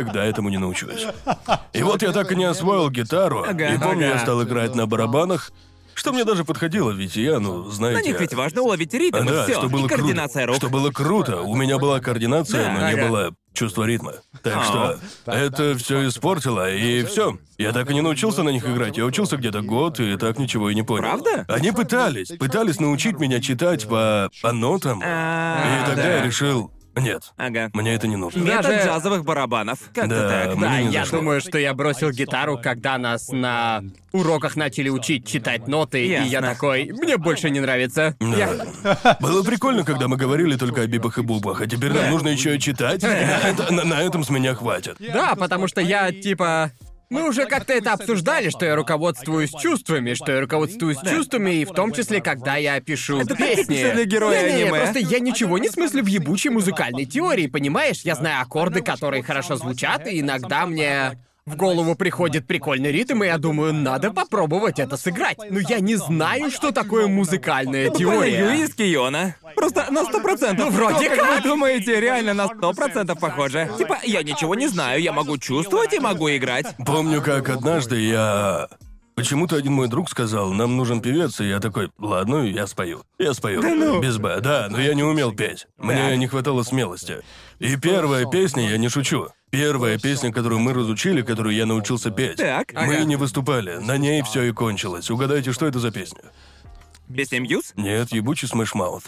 И вот я так и не освоил гитару, и помню, я стал играть на барабанах, что мне даже подходило, ведь я, знаете... На них ведь важно уловить ритм, Да, и все. что было И координация круто. рук. Что было круто. У меня была координация, Да, но не ага. было чувства ритма. Так что это все испортило, и все. Я так и не научился на них играть. Я учился где-то год, и так ничего и не понял. Правда? Они пытались научить меня читать по нотам. И тогда да. я решил, нет, Ага. мне это не нужно. Метод Даже- джазовых барабанов. Как-то Да, так. мне Да, не я зашло. думаю, что я бросил гитару, когда нас на уроках начали учить читать ноты, и я Ясно. такой, мне больше не нравится. Было прикольно, когда мы говорили только о бибах и бубах, а теперь нам нужно еще и читать. На этом с меня хватит. Да, потому что я, типа... Мы уже как-то это обсуждали, что я руководствуюсь чувствами, и в том числе, когда я пишу Это песни. типично для героя Не-не-не, аниме. просто я ничего не смыслю в ебучей музыкальной теории, понимаешь? Я знаю аккорды, которые хорошо звучат, и иногда мне в голову приходит прикольный ритм, и я думаю, надо попробовать это сыграть. Но я не знаю, что такое музыкальная теория. Юи из Киона. Просто на 100%. Ну, вроде То, как. вы думаете, реально на 100% похоже. Типа, я ничего не знаю, я могу чувствовать и могу играть. Помню, как однажды я... Почему-то один мой друг сказал, нам нужен певец, и я такой, ладно, я спою. Я спою. Без Б, да, но я не умел петь. Мне не хватало смелости. И первая песня, я не шучу, первая песня, которую мы разучили, которую я научился петь. Так, Мы ага. не выступали, на ней все и кончилось. Угадайте, что это за песня? Песня Мьюз? Нет, ебучий Smash Mouth.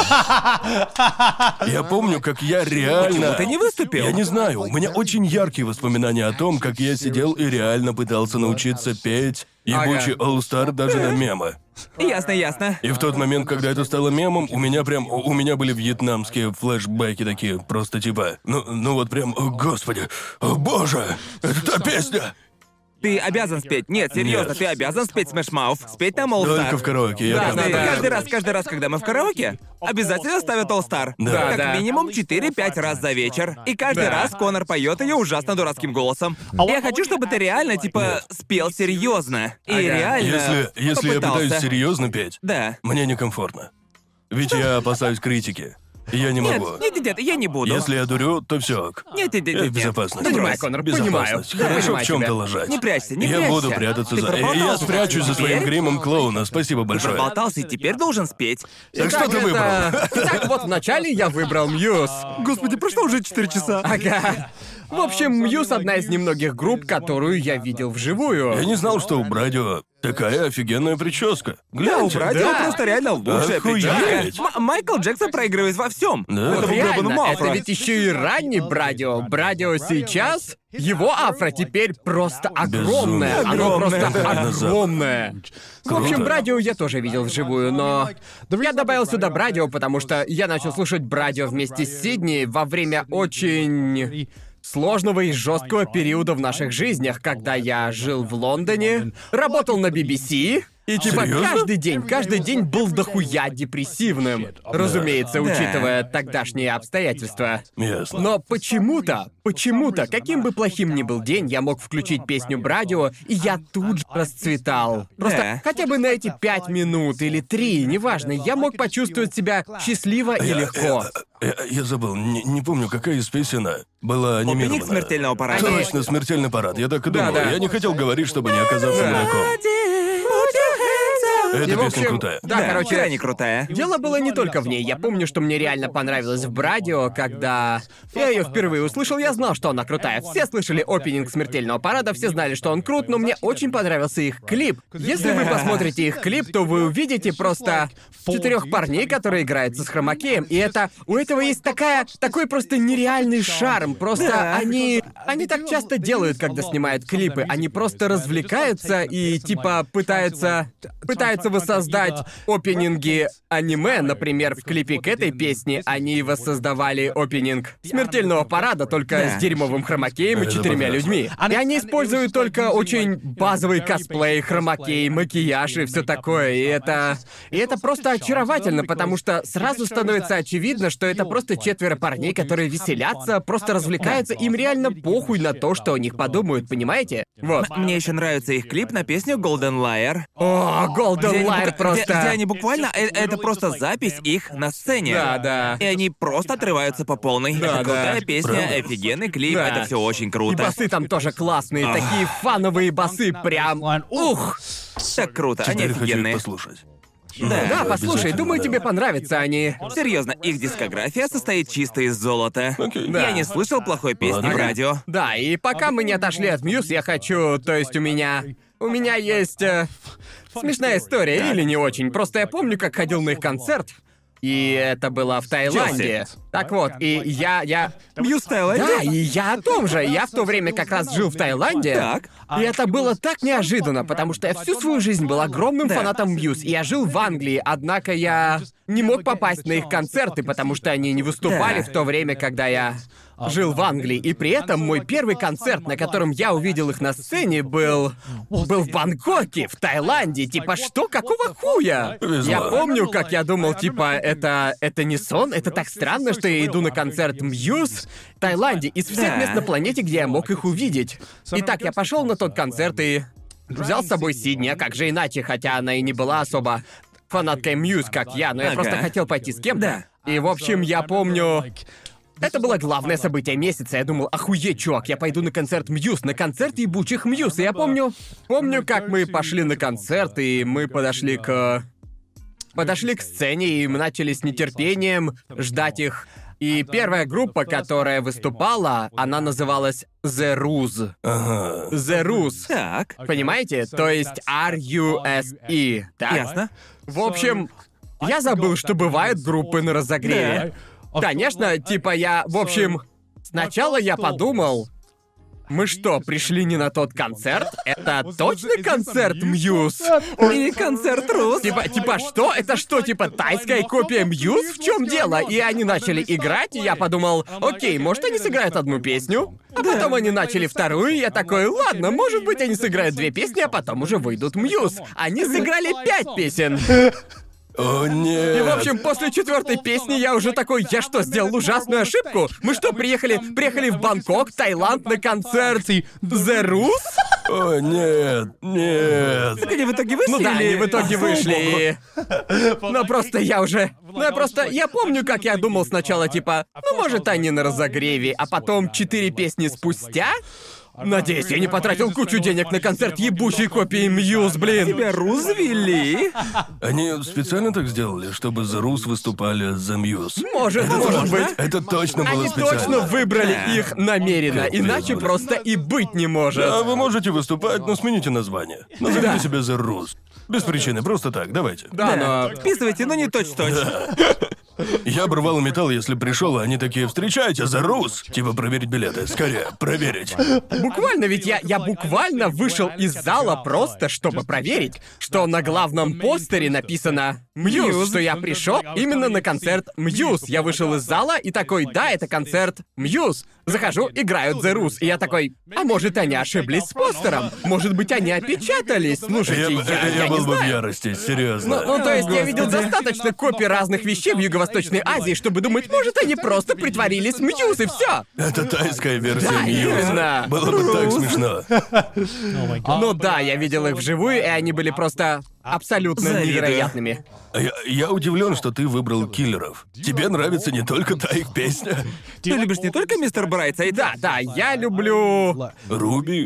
Я помню, как я реально... Ты не выступил? Я не знаю, у меня очень яркие воспоминания о том, как я сидел и реально пытался научиться петь ебучий All Star даже на мемы. Ясно, ясно. И в тот момент, когда это стало мемом, у меня были вьетнамские флешбеки такие, просто типа, ну вот прям, о господи, о боже, это та песня! Ты обязан спеть. Нет, серьезно, Нет. ты обязан спеть Smash Mouth. Спеть там All Только в Star. караоке, я Да, прям да, знаю. Каждый раз, когда мы в караоке, обязательно ставят All Star. Да. Как Да. минимум 4-5 раз за вечер. И каждый Да. раз Конор поет ее ужасно дурацким голосом. Я хочу, чтобы ты реально, типа, спел серьезно. И Ага. реально Если я попытался. пытаюсь серьезно петь, Да. мне некомфортно. Ведь я опасаюсь критики. Я не Нет, могу. нет, я не буду. Если я дурю, то все. Нет. Я в безопасности. Понимаю, Конор, понимаю. Безопасность. Да, Хорошо понимаю в чем-то тебя. лажать. Не прячься, не Я прячься. буду прятаться Ты за... Я проболтался. спрячусь за своим Теперь гримом клоуна. Спасибо большое. Проболтался и теперь должен спеть. Так что ты выбрал? Так вот, вначале я выбрал Мьюз. Господи, прошло уже 4 часа. Ага. В общем, Мьюз — одна из немногих групп, которую я видел вживую. Я не знал, что у Брадио такая офигенная прическа. Да, у Гляньте. Брадио Да. просто реально лучшая Охуеть. прическа. Майкл Джексон проигрывает во всем. Да. Это был грёбаный Реально, это афро. ведь еще и ранний Брадио. Брадио сейчас, его афро теперь просто огромное. Безумно. Оно Огромное. просто Это огромное. В общем, Круто. Брадио я тоже видел вживую, но я добавил сюда Брадио, потому что я начал слушать Брадио вместе с Сидни во время очень сложного и жесткого периода в наших жизнях, когда я жил в Лондоне, работал на BBC, и типа Серьёзно? каждый день был дохуя депрессивным. Разумеется, учитывая тогдашние обстоятельства. Ясно. Но почему-то, каким бы плохим ни был день, я мог включить песню Брадио, и я тут же расцветал. Просто Да. хотя бы на эти 5 минут или 3, неважно, я мог почувствовать себя счастливо и легко. Я забыл, не помню, какая из песен была Опенинг анимирована. смертельного парада. Точно, смертельный парад. Я так и думал. Да. Я не хотел говорить, чтобы не оказаться дураком. Эта И, в песня общем, крутая. Да, короче, крайне крутая. дело было не только в ней. Я помню, что мне реально понравилось в Брадио, когда я ее впервые услышал, я знал, что она крутая. Все слышали опенинг смертельного парада, все знали, что он крут, но мне очень понравился их клип. Если вы посмотрите их клип, то вы увидите просто 4 парней, которые играются с хромакеем, и это... У этого есть такой просто нереальный шарм. Просто Да. они так часто делают, когда снимают клипы. Они просто развлекаются и типа пытаются воссоздать опенинги аниме. Например, в клипе к этой песне они воссоздавали опенинг смертельного парада, только Да. с дерьмовым хромакеем и Это 4 прекрасно. людьми. И они используют только очень базовый косплей, хромакей, макияж и все такое. И это просто очаровательно, потому что сразу становится очевидно, что это просто 4 парней, которые веселятся, просто развлекаются, им реально похуй на то, что о них подумают, понимаете? Вот. Мне еще нравится их клип на песню Golden Liar. О, Golden Где они Liar бука- просто... где они буквально... это просто запись их на сцене. Да. И они просто отрываются по полной. Да, Это крутая да. песня, Правда? офигенный клип, Да. это все очень И круто. басы там тоже классные, такие фановые басы, прям... Ух! Так круто, они Теперь хочу их офигенные. послушать. Да, послушай, обязательно, думаю, да. тебе понравится они. Серьезно, их дискография состоит чисто из золота. Окей. Я Да. не слышал плохой песни Ладно. в радио. Да, и пока мы не отошли от Мьюз, я хочу... То есть у меня есть смешная история, или не очень. Просто я помню, как ходил на их концерт, и это было в Таиланде. Так вот, и я... Мьюз Таиланде? Да, и я о том же. Я в то время как раз жил в Таиланде. Так. И это было так неожиданно, потому что я всю свою жизнь был огромным Да. фанатом Мьюз. И я жил в Англии, однако я не мог попасть на их концерты, потому что они не выступали Да. в то время, когда я жил в Англии, и при этом мой первый концерт, на котором я увидел их на сцене, был в Бангкоке, в Таиланде. Типа, что? Какого хуя? Повезло. Я помню, как я думал, типа, это не сон, это так странно, что я иду на концерт Мьюз в Таиланде, из всех мест на планете, где я мог их увидеть. Итак, я пошел на тот концерт и взял с собой Сидни, а как же иначе, хотя она и не была особо фанаткой Мьюз, как я, но я просто хотел пойти с кем-то. И, в общем, я помню... Это было главное событие месяца. Я думал, охуеть, чувак, я пойду на концерт Мьюз, на концерт ебучих Мьюз. И я помню, как мы пошли на концерт, и мы подошли к сцене, и мы начали с нетерпением ждать их. И первая группа, которая выступала, она называлась The Ruse. Ага. The Ruse. Так, Понимаете? То есть R-U-S-E. Так? ясно. В общем, я забыл, что бывают группы на разогреве. Конечно, типа в общем, сначала я подумал, мы что, пришли не на тот концерт? Это точно концерт Мьюз? И концерт Рус. Типа, что? Это что, типа, тайская копия Мьюз? В чем дело? И они начали играть, и я подумал, окей, может, они сыграют одну песню? А потом они начали вторую, и я такой, ладно, может быть, они сыграют 2 песни, а потом уже выйдут Мьюз. Они сыграли 5 песен. О, нет. И, в общем, после 4-й песни я уже такой, я что, сделал ужасную ошибку? Мы что, приехали в Бангкок, Таиланд на концерт The Ruse? О, нет, нет. Они в итоге вышли? Ну да, они в итоге Слава вышли. богу. Но просто я помню, как я думал сначала, типа, ну, может, они на разогреве, а потом 4 песни спустя... Надеюсь, я не потратил кучу денег на концерт ебучей копии Мьюз, блин. Тебя Рус вели? Они специально так сделали, чтобы The Rus выступали за Мьюз. Может быть. Это точно было Они специально. точно выбрали их намеренно, Как иначе выбрали. просто и быть не может. А вы можете выступать, но смените название. Назовите себя The Rus. Без причины, просто так, давайте. Да, но... Вписывайте, но не точь-в-точь. Я обрывал и металл, если пришел, а они такие, встречайте, The Rus. Типа проверить билеты. Скорее, проверить. Буквально, ведь я буквально вышел из зала просто, чтобы проверить, что на главном постере написано Мьюз, что я пришел именно на концерт Мьюз. Я вышел из зала и такой, да, это концерт Мьюз. Захожу, играют The Rus, и я такой, а может, они ошиблись с постером? Может быть, они опечатались? Слушайте, я был не бы в знаю. ярости, серьезно. Ну, то есть я видел достаточно копий разных вещей в Юго-Восточной Азии, чтобы думать, может, они просто притворились Мьюз, и все. Это тайская версия Да, Мьюза. именно. Было бы так смешно. Ну да, я видел их вживую, и они были просто абсолютно Завидую. невероятными. Я удивлен, что ты выбрал киллеров. Тебе нравится не только та их песня. Ты любишь не только Мистер Брайтсайд? Да, я люблю... Руби.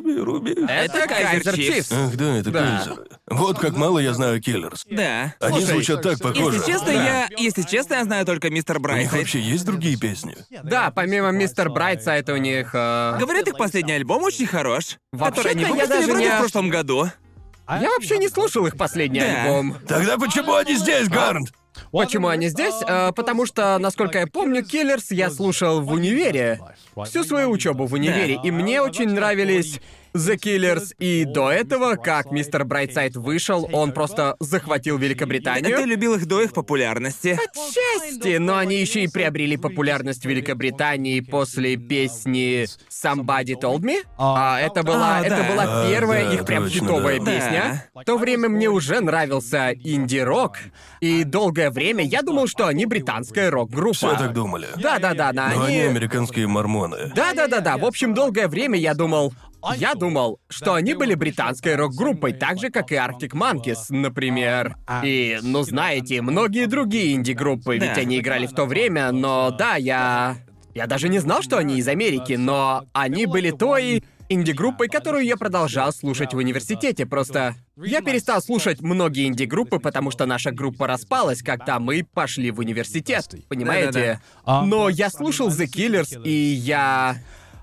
Это Кайзер Чифс. Ах да, это Да. Кайзер. Вот как мало я знаю киллерс. Да. Они Слушай, звучат так похоже. Если честно, я знаю только Мистер У них Брайтсайд. вообще есть другие песни? Да, помимо Мистер Брайтсайд у них... Говорят, их последний альбом очень хорош. Вообще-то Который они я выпустили даже вроде не- в прошлом году. Я вообще не слушал их последний Да. альбом. Тогда почему они здесь, Гарнт? Почему они здесь? Потому что, насколько я помню, Киллерс я слушал в универе. Всю свою учебу в универе. И мне очень нравились The Killers. И до этого, как Мистер Брайтсайд вышел, он просто захватил Великобританию. Ты любил их до их популярности. Отчасти, но они еще и приобрели популярность в Великобритании после песни Somebody Told Me. Это была А, первая да, их прям точно, хитовая да. песня. В то время мне уже нравился инди-рок, и долгое время я думал, что они британская рок-группа. Все так думали. Да, Но они... они американские мормоны. Да. В общем, долгое время я думал, что они были британской рок-группой, так же, как и Arctic Monkeys, например. И, ну знаете, многие другие инди-группы, ведь Да. они играли в то время, но да, я даже не знал, что они из Америки, но они были той инди-группой, которую я продолжал слушать в университете. Просто я перестал слушать многие инди-группы, потому что наша группа распалась, когда мы пошли в университет, понимаете? Но я слушал The Killers, и я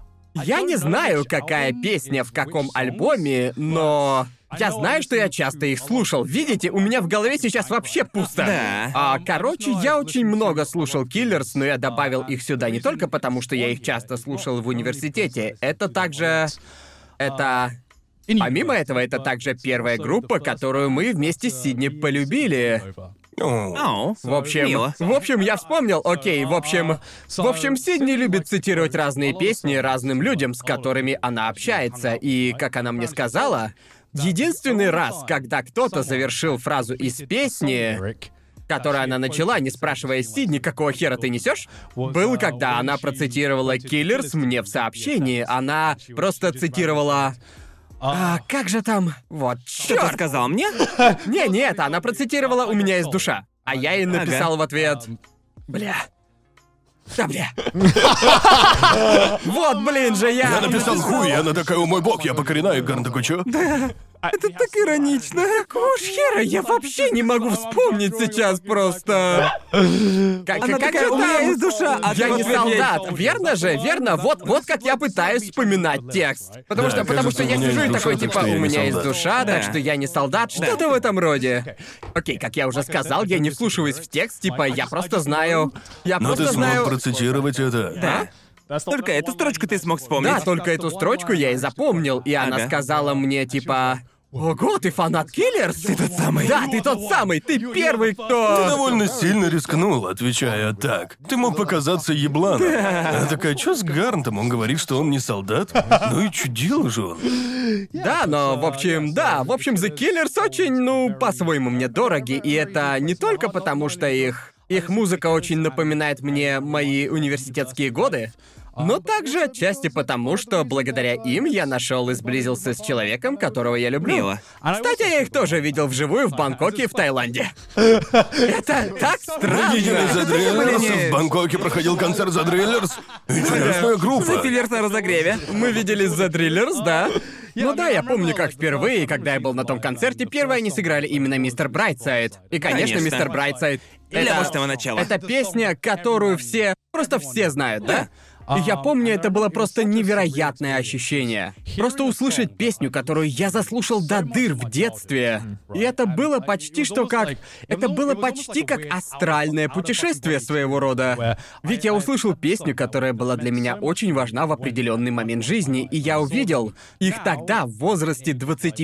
не знаю, какая песня в каком альбоме, но я знаю, что я часто их слушал. Видите, у меня в голове сейчас вообще пусто. Да. Короче, я очень много слушал Killers, но я добавил их сюда не только потому, что я их часто слушал в университете. Это также... Помимо этого, это также первая группа, которую мы вместе с Сидни полюбили. Ау, В общем, мило. я вспомнил, окей, в общем, Сидни любит цитировать разные песни разным людям, с которыми она общается, и, как она мне сказала, единственный раз, когда кто-то завершил фразу из песни, которую она начала, не спрашивая Сидни, какого хера ты несешь, был, когда она процитировала Killers мне в сообщении. Она просто цитировала... как же там? Вот, Что ты чёрт! сказал мне? Нет, она процитировала «У меня есть душа». А я ей написал в ответ... Бля. Да, бля. Вот, блин же, Я написал хуй, и она такая, о мой бог, я покорена, и Гарн такой, чё? Это так иронично. Какого ж хера? Я вообще не могу вспомнить сейчас просто. Она такая, у меня есть душа, а Я ты в не ответ ей- солдат, верно же? Верно? Вот как я пытаюсь вспоминать текст. Потому Да, что кажется, я у меня сижу и есть такой, душа, так типа, что я у не меня есть солдат. душа, так Да. что я не солдат, что-то в этом роде. Окей, как я уже сказал, я не вслушиваюсь в текст, типа, я просто знаю... Я Но ты просто смог знаю... процитировать это? Да? Только эту строчку ты смог вспомнить. Да, только эту строчку я и запомнил, и она Ага. сказала мне, типа... Ого, ты фанат Killers? Ты тот самый. Да, ты тот самый. Ты первый, Ты кто... довольно сильно рискнул, отвечая так. Ты мог показаться ебланом. Она такая, чё с Гарнтом? Он говорит, что он не солдат? Ну и чудил же он. Да, но, в общем, The Killers очень, по-своему мне дороги, и это не только потому, что их музыка очень напоминает мне мои университетские годы, но также отчасти потому, что благодаря им я нашел и сблизился с человеком, которого я люблю. Мило. Кстати, я их тоже видел вживую в Бангкоке и в Таиланде. Это так странно. Видели The Drillers? Блин. В Бангкоке проходил концерт The Drillers. Интересная группа. Филлерс на разогреве. Мы видели The Drillers, да. Ну да, я помню, как впервые, когда я был на том концерте, первые они сыграли именно «Мистер Брайтсайд». И, конечно, Конечно. «Мистер Брайтсайд» Для мощного начала. Это песня, которую просто все знают, да? И я помню, это было просто невероятное ощущение. Просто услышать песню, которую я заслушал до дыр в детстве. И это было почти что как... Это было почти как астральное путешествие своего рода. Ведь я услышал песню, которая была для меня очень важна в определенный момент жизни, и я увидел их тогда, в возрасте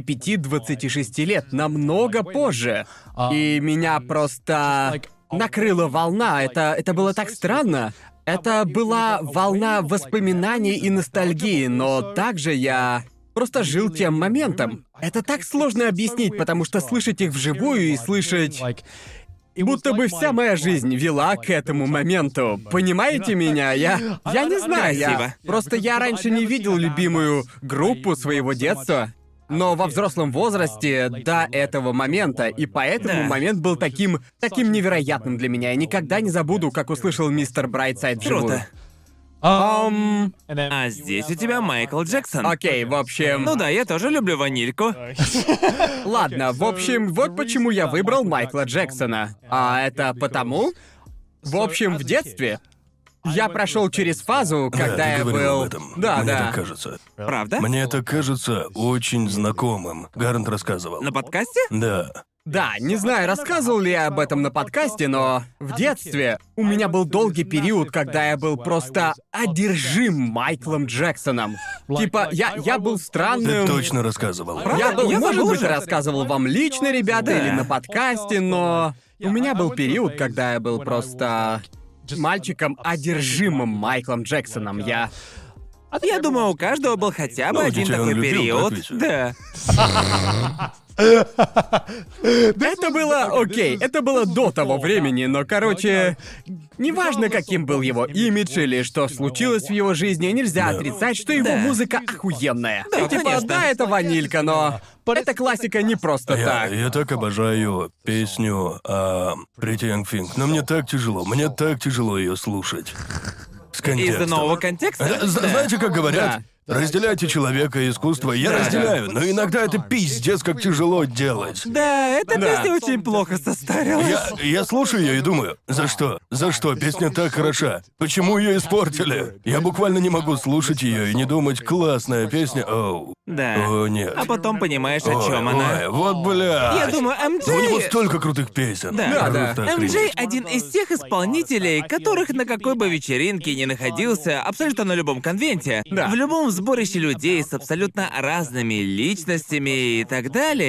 25-26 лет, намного позже. И меня просто накрыла волна. Это было так странно. Это была волна воспоминаний и ностальгии, но также я просто жил тем моментом. Это так сложно объяснить, потому что слышать их вживую и слышать... Будто бы вся моя жизнь вела к этому моменту. Понимаете меня? Я не знаю, Красиво. Просто я раньше не видел любимую группу своего детства. Но во взрослом возрасте до этого момента, и поэтому Да. момент был таким невероятным для меня. Я никогда не забуду, как услышал «Мистер Брайтсайд» вживую. Круто. А здесь у тебя Майкл Джексон. Окей, в общем... Ну да, я тоже люблю ванильку. Ладно, в общем, вот почему я выбрал Майкла Джексона. А это потому... В общем, в детстве я прошел через фазу, когда Да, ты я говорил был... об этом. Да, Мне да. так кажется. Правда? Мне это кажется очень знакомым. Гарнт рассказывал. На подкасте? Да. Да, не знаю, рассказывал ли я об этом на подкасте, но в детстве у меня был долгий период, когда я был просто одержим Майклом Джексоном. Типа, я был Ты странным... точно рассказывал. Я был, Я может забыл быть, уже. рассказывал вам лично, ребята, Да. или на подкасте, но у меня был период, когда я был просто мальчиком, одержимым Майклом Джексоном. Я думаю, у каждого был хотя бы Ну, один детей он такой любил, период. так ведь? Да. Это было окей, это было до того времени, но, короче, неважно, каким был его имидж или что случилось в его жизни, нельзя отрицать, что его Да. музыка охуенная. Да, Типа, конечно. да, это ванилька, но это классика не просто так. Я так обожаю песню Pretty Young Thing, но мне так тяжело ее слушать. С контекстом. Из-за нового контекста? Знаете, как говорят? Да. Разделяйте человека и искусство. Я разделяю, но иногда это пиздец, как тяжело делать. Да, эта Да. песня очень плохо состарилась. Я слушаю ее и думаю, за что? За что? Песня так хороша. Почему ее испортили? Я буквально не могу слушать ее и не думать, классная песня. Оу. Да. О, нет. А потом понимаешь, о чем Ой, она. ой, вот бля. Я думаю, Но у него MJ... столько крутых песен. Да, да. Просто MJ охренеть. один из тех исполнителей, которых на какой бы вечеринке ни находился, абсолютно на любом конвенте, Да. в любом сборище людей с абсолютно разными личностями и так далее,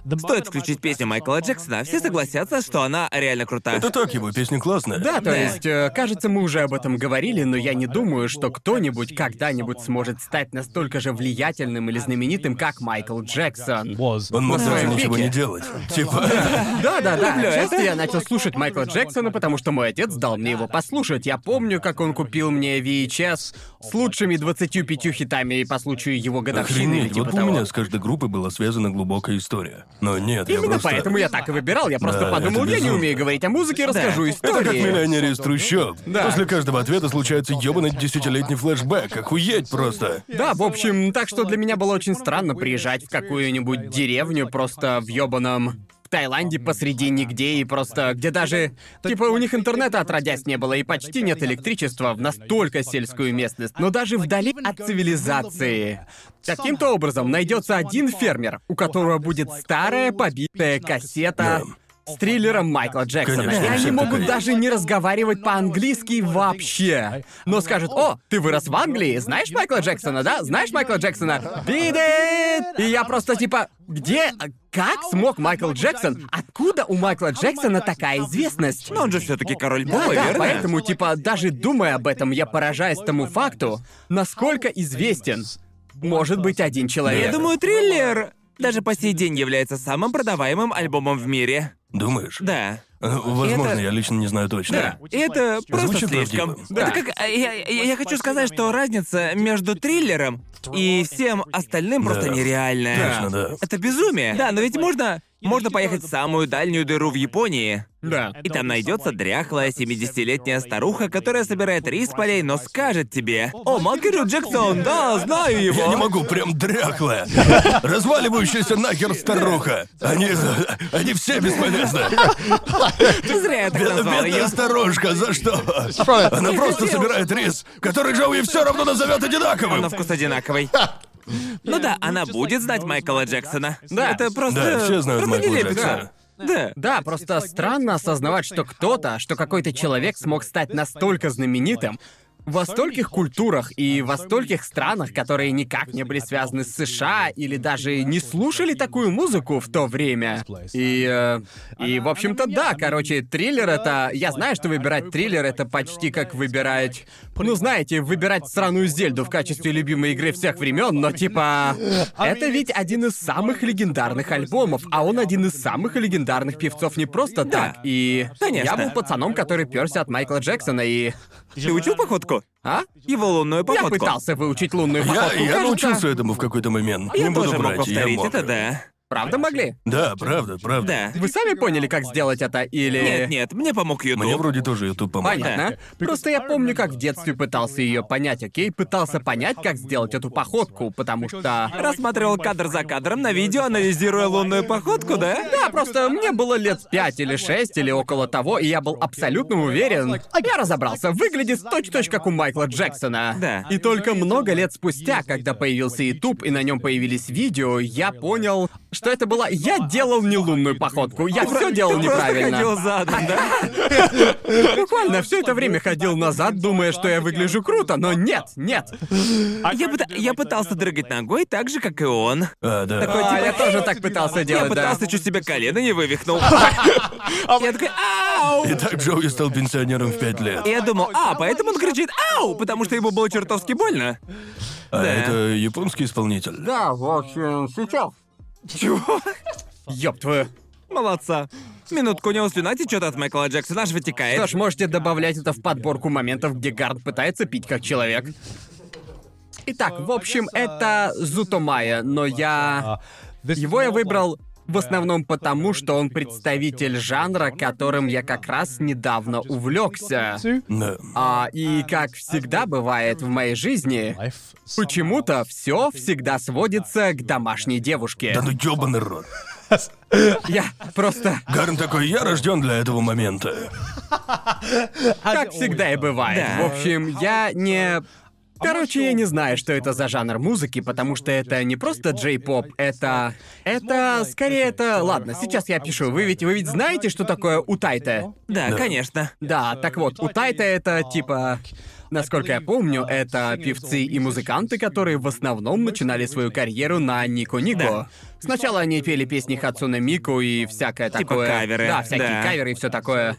Стоит включить песню Майкла Джексона, все согласятся, что она реально крутая. Это так, его песня классная. Да, то есть, кажется, мы уже об этом говорили, но я не думаю, что кто-нибудь когда-нибудь сможет стать настолько же влиятельным или знаменитым, как Майкл Джексон. Он мог На даже своем ничего пике. не делать. Типа... Да. Часто я начал слушать Майкла Джексона, потому что мой отец дал мне его послушать. Я помню, как он купил мне VHS с лучшими 25 хитами по случаю его годовщины или Охренеть, типа вот у того. меня с каждой группой была связана глубокая история. Но нет, я Именно просто... поэтому я так и выбирал. Я просто Да, подумал, это я не безумно. умею говорить о музыке, расскажу Это как истории. миллионер из трущоб. Да. После каждого ответа случается ёбаный 10-летний флешбэк. Охуеть просто. Да, в общем, так что для меня было очень странно приезжать в какую-нибудь деревню просто в ёбаном... в Таиланде посреди нигде и просто... где даже... Типа у них интернета отродясь не было и почти нет электричества в настолько сельскую местность, но даже вдали от цивилизации. Каким-то образом найдется один фермер, у которого будет старая побитая кассета... с триллером Майкла Джексона. Конечно, И они всем могут такое даже не разговаривать по-английски вообще. Но скажут: «О, ты вырос в Англии, знаешь Майкла Джексона, да? Знаешь Майкла Джексона?» Beat it! И я просто типа: где... Как смог Майкл Джексон? Откуда у Майкла Джексона такая известность? Но он же все-таки король Да, пола, да, верно? поэтому, типа, даже думая об этом, я поражаюсь тому факту, насколько известен может быть один человек. Я думаю, «Триллер» даже по сей день является самым продаваемым альбомом в мире. Думаешь? Да. Возможно, Это- я лично не знаю точно. Да, и это просто Звучит слишком. правдиво. Да. Это как... Я хочу сказать, что разница между «Триллером» и всем остальным просто Да. нереальная. Точно, да. Это безумие. Да, но ведь можно поехать в самую дальнюю дыру в Японии. Да. И там найдется дряхлая 70-летняя старуха, которая собирает рис с полей, но скажет тебе: «О, Майкл Джексон, да, знаю его». Я не могу, прям дряхлая. Разваливающаяся нахер старуха. Они все бесполезны. Зря я так назвал Бедная ее. старушка, за что? Она просто собирает рис, который Джоуи все равно назовет одинаковым. На вкус одинаковый. Ну да, она будет знать Майкла Джексона. Да. Это просто... Да, все знают просто Майкла нелепо. Джексона. Да. Да, просто странно осознавать, что что какой-то человек смог стать настолько знаменитым во стольких культурах и во стольких странах, которые никак не были связаны с США или даже не слушали такую музыку в то время. И, в общем-то, да, короче, «Триллер» — это... Я знаю, что выбирать «Триллер» — это почти как выбирать... Ну, знаете, выбирать «Сраную Зельду» в качестве любимой игры всех времен, но типа... Это ведь один из самых легендарных альбомов, а он один из самых легендарных певцов не просто так. И... Конечно. Я был пацаном, который пёрся от Майкла Джексона, и... Ты учил походку? А? Его лунную Я походку. пытался выучить лунную походку. Я кажется. научился этому в какой-то момент. Я Не буду тоже мог врать, я повторить, мог. это да. Правда могли? Да, правда. Да. Вы сами поняли, как сделать это, или... Нет, мне помог YouTube. Мне вроде тоже YouTube помог. Понятно. Просто я помню, как в детстве пытался ее понять, окей? Пытался понять, как сделать эту походку, потому что... Рассматривал кадр за кадром на видео, анализируя лунную походку, да? Да, просто мне было лет 5 или 6 или около того, и я был абсолютно уверен. Я разобрался, выглядит точь-в-точь как у Майкла Джексона. Да. И только много лет спустя, когда появился YouTube и на нем появились видео, я понял, что это была... Я делал не лунную походку, я все делал Ты просто неправильно. ходил задом, да? Буквально все это время ходил назад, думая, что я выгляжу круто, но нет. Я пытался дрыгать ногой так же, как и он. А, да. Такой, типа, Я тоже так пытался Я делать, да. пытался, чуть себе колено не вывихнул. Я такой: «Ау!» И так Джоуи стал пенсионером в 5 лет. И я думал: поэтому он кричит «Ау!», потому что ему было чертовски больно. А это японский исполнитель. Да, в общем, сейчас. Чего? Ёб твою. Молодца. Минутку, у него слюна течет от Майкла Джексона, аж вытекает. Что ж, можете добавлять это в подборку моментов, где Гард пытается пить как человек. Итак, в общем, это Зутомая, но Его я выбрал в основном потому, что он представитель жанра, которым я как раз недавно увлекся. Да. И как всегда бывает в моей жизни, почему-то все всегда сводится к домашней девушке. Да ну ёбаный рот. Я просто... Гарн такой: я рожден для этого момента. Как всегда и бывает. Да. В общем, я не... Короче, я не знаю, что это за жанр музыки, потому что это не просто джей-поп, это... Скорее, это... Ладно, сейчас я пишу. Вы ведь знаете, что такое утайта? Да, Да. конечно. Да, так вот, утайта — это типа... насколько я помню, это певцы и музыканты, которые в основном начинали свою карьеру на Нико Нико. Да. Сначала они пели песни Хацуне Мику и всякое Типа такое. каверы, Да, всякие да. каверы и все такое.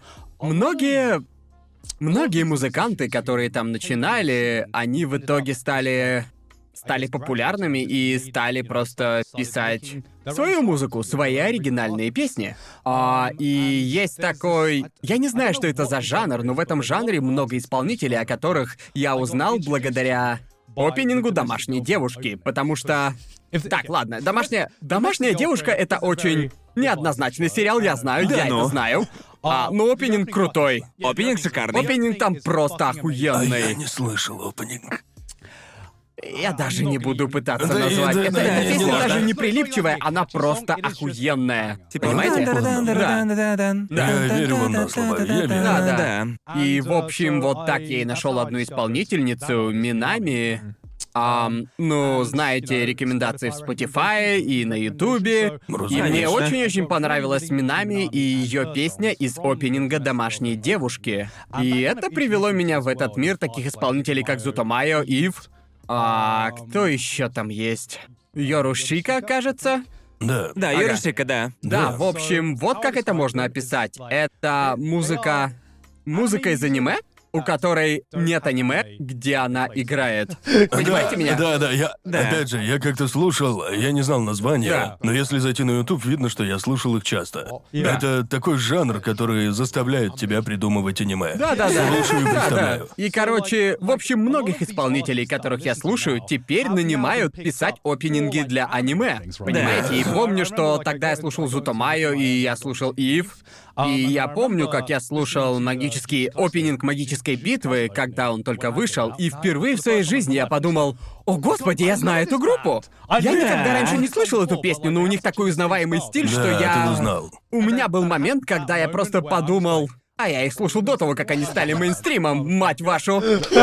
Многие музыканты, которые там начинали, они в итоге стали популярными и стали просто писать свою музыку, свои оригинальные песни. И есть такой... Я не знаю, что это за жанр, но в этом жанре много исполнителей, о которых я узнал благодаря опенингу «Домашней девушки», потому что... Так, ладно, «Домашняя девушка» — это очень неоднозначный сериал, я знаю, Да я ну. это знаю. Но опенинг крутой. Опенинг шикарный. Опенинг там просто А я охуенный. не слышал опенинг. Я даже не буду пытаться Да, назвать. да, Эта да, песня не даже надо. не прилипчивая, она просто охуенная. Типа, Понимаете? Я верю вам на слово, я верю. Да. И, в общем, вот так я и нашел одну исполнительницу, Минами. Знаете, рекомендации в Spotify и на Ютубе. И мне Конечно. очень-очень понравилась Минами и ее песня из опенинга «Домашней девушки». И это привело меня в этот мир таких исполнителей, как Зутомайо, Ив. Кто еще там есть? Йорушика, кажется. Да. Да, Ага. Юришика, да. Да, Да. в общем, вот как это можно описать. Это музыка из аниме, у которой нет аниме, где она играет. Понимаете меня? Да, я... Опять же, я как-то слушал, я не знал названия, Да. но если зайти на YouTube, видно, что я слушал их часто. Да. Это такой жанр, который заставляет тебя придумывать аниме. Да. Слушаю и Да. представляю. И, короче, в общем, многих исполнителей, которых я слушаю, теперь нанимают писать опенинги для аниме. Понимаете? И помню, что тогда я слушал Зутомайо, и я слушал Ив. И я помню, как я слушал опенинг магической битвы, когда он только вышел, и впервые в своей жизни я подумал: «О, господи, я знаю эту группу!» Я никогда раньше не слышал эту песню, но у них такой узнаваемый стиль, что Да, я... ты узнал. У меня был момент, когда я просто подумал: а я их слушал до того, как они стали мейнстримом, мать вашу.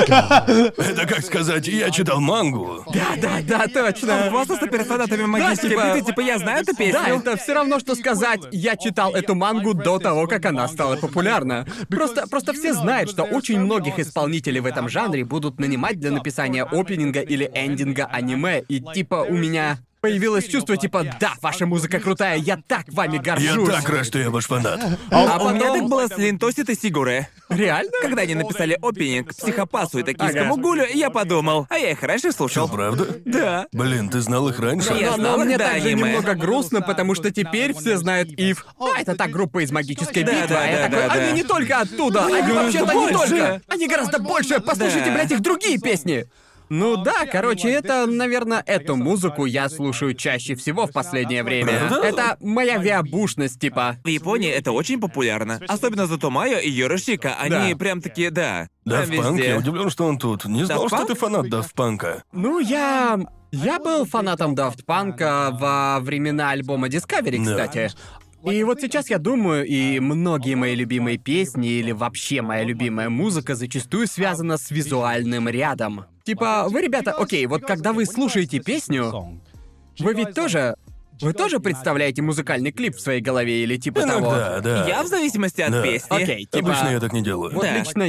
Это как сказать, я читал мангу. Да, точно. Просто с фанатами магической типа- битвы, типа, я знаю эту Да, песню. это все равно, что сказать, я читал эту мангу до того, как она стала популярна. Просто все знают, что очень многих исполнителей в этом жанре будут нанимать для написания опенинга или эндинга аниме, и типа у меня появилось чувство типа: да, ваша музыка крутая, я так вами Я горжусь. так рад, что я ваш фанат. А потом- у меня так было с Линтосит и Сигуре. Реально? Когда они написали опенинг Психопасу и Токийскому Ага. Гулю, я подумал, а я их раньше слушал. Что, правда? Да. Блин, ты знал их раньше? Я Но знал их мне до также аниме. немного грустно, потому что теперь все знают Ив. Это та группа из магической Да, битвы. да, А я да, такой: да, они да. не только оттуда, они гораздо вообще-то не больше. только. Они гораздо больше. Послушайте, Да. блядь, их другие песни. Ну да, короче, это, наверное, эту музыку я слушаю чаще всего в последнее время. Правда? Это моя виабушность, типа. В Японии это очень популярно. Особенно Зутомайо и Йоришика. Они Да. прям такие, да. Daft Там Punk, везде. я удивлен, что он тут. Не знал, Daft что Punk? ты фанат Daft Punk'а. Ну, я был фанатом Daft Punk'а во времена альбома Discovery, Да. кстати. И вот сейчас я думаю, и многие мои любимые песни или вообще моя любимая музыка зачастую связана с визуальным рядом. Типа, вы, ребята, окей, вот когда вы слушаете песню, вы ведь тоже... Вы тоже представляете музыкальный клип в своей голове или типа того? Иногда, да. Я в зависимости от Да. песни. Окей, типа... Обычно я так не делаю. Вот Да. лично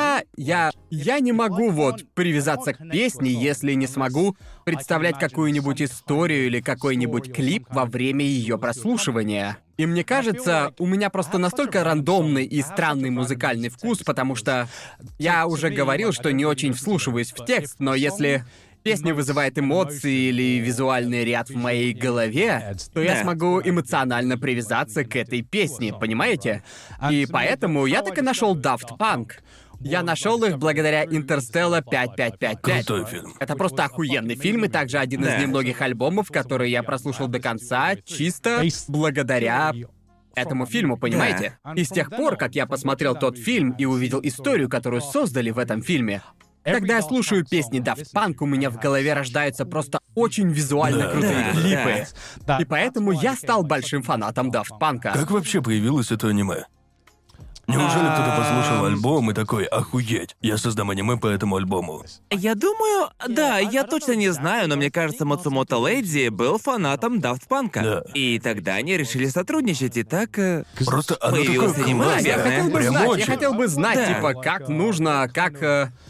я не могу вот привязаться к песне, если не смогу представлять какую-нибудь историю или какой-нибудь клип во время ее прослушивания. И мне кажется, у меня просто настолько рандомный и странный музыкальный вкус, потому что я уже говорил, что не очень вслушиваюсь в текст, но если песня вызывает эмоции или визуальный ряд в моей голове, то я Да. смогу эмоционально привязаться к этой песне, понимаете? И поэтому я так и нашел Daft Punk. Я нашел их благодаря Interstellar 5555. Крутой фильм. Это просто охуенный фильм, и также один из Да. немногих альбомов, которые я прослушал до конца, чисто благодаря этому фильму, понимаете? И с тех пор, как я посмотрел тот фильм и увидел историю, которую создали в этом фильме, когда я слушаю песни Daft Punk, у меня в голове рождаются просто очень визуально Да, крутые да, клипы. И поэтому я стал большим фанатом Daft Punk. Как вообще появилось это аниме? Неужели кто-то послушал альбом и такой: охуеть, я создам аниме по этому альбому? Я думаю, да, я точно не знаю, но мне кажется, Мацумото Лэйдзи был фанатом Daft Punk'а. Да. И тогда они решили сотрудничать, и так... Просто оно Появилось такое аниме, Да, классное. я хотел бы наверное. Прям знать, очень. я хотел бы знать, Да. типа, как нужно, как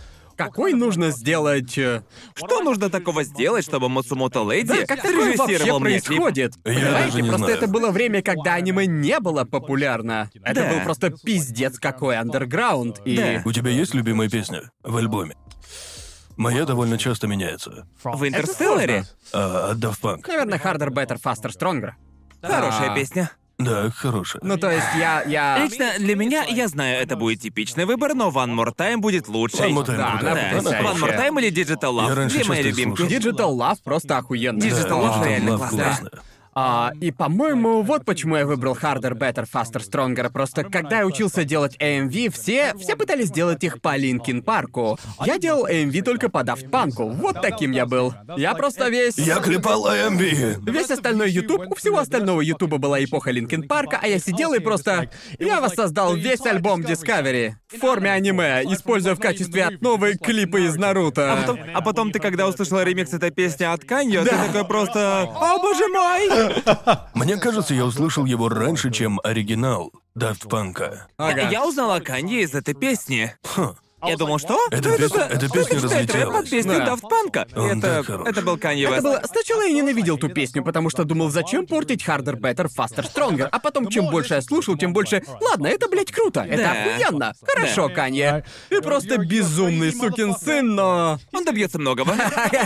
какой нужно сделать... Что нужно такого сделать, чтобы Мацумото Лэйди Да, как такое вообще срежиссировал мне клип? происходит? Я Понимаете, даже не просто знаю. это было время, когда аниме не было популярно. Это Да. был просто пиздец какой андерграунд. И... Да. У тебя есть любимая песня в альбоме? Моя довольно часто меняется. В Интерстелларе? От Daft Punk. Наверное, Harder, Better, Faster, Stronger. Хорошая А. песня. Да, хорошая. Ну, то есть я... Лично для меня, я знаю, это будет типичный выбор, но One More Time будет лучшей. One More Time Да, крутая. она Да, потрясающая. One More Time или Digital Я Love? раньше Две мои часто их любимки. слушал. Digital Love просто охуенно. Digital Да, Love Digital реально Love классная. классно. И, по-моему, вот почему я выбрал Harder, Better, Faster, Stronger. Просто когда я учился делать AMV, все пытались делать их по Линкин Парку. Я делал AMV только по Daft Punk'у. Вот таким я был. Я просто весь... Я клепал AMV. Весь остальной YouTube, у всего остального Ютуба была эпоха Линкин Парка, а я сидел и просто... Я воссоздал весь альбом Discovery в форме аниме, используя в качестве основы клипы из Наруто. А потом ты, когда услышал ремикс этой песни от Канье, ты такой просто... О, боже мой! Мне кажется, я услышал его раньше, чем оригинал Daft Punk'а. Ага. Я узнал о Канье из этой песни. Ха. Я думал, что? Эта песня рэп разлетелась. от песни Да. Daft Punk'а. Он так Это, хорош. это был Канье Это Вест. было... Сначала я ненавидел ту песню, потому что думал, зачем портить Harder, Better, Faster, Stronger. А потом, чем больше я слушал, тем больше... Ладно, это, блядь, круто. Это Да. охуенно. Хорошо, Да. Канье. Ты просто безумный сукин сын, но... Он добьется многого.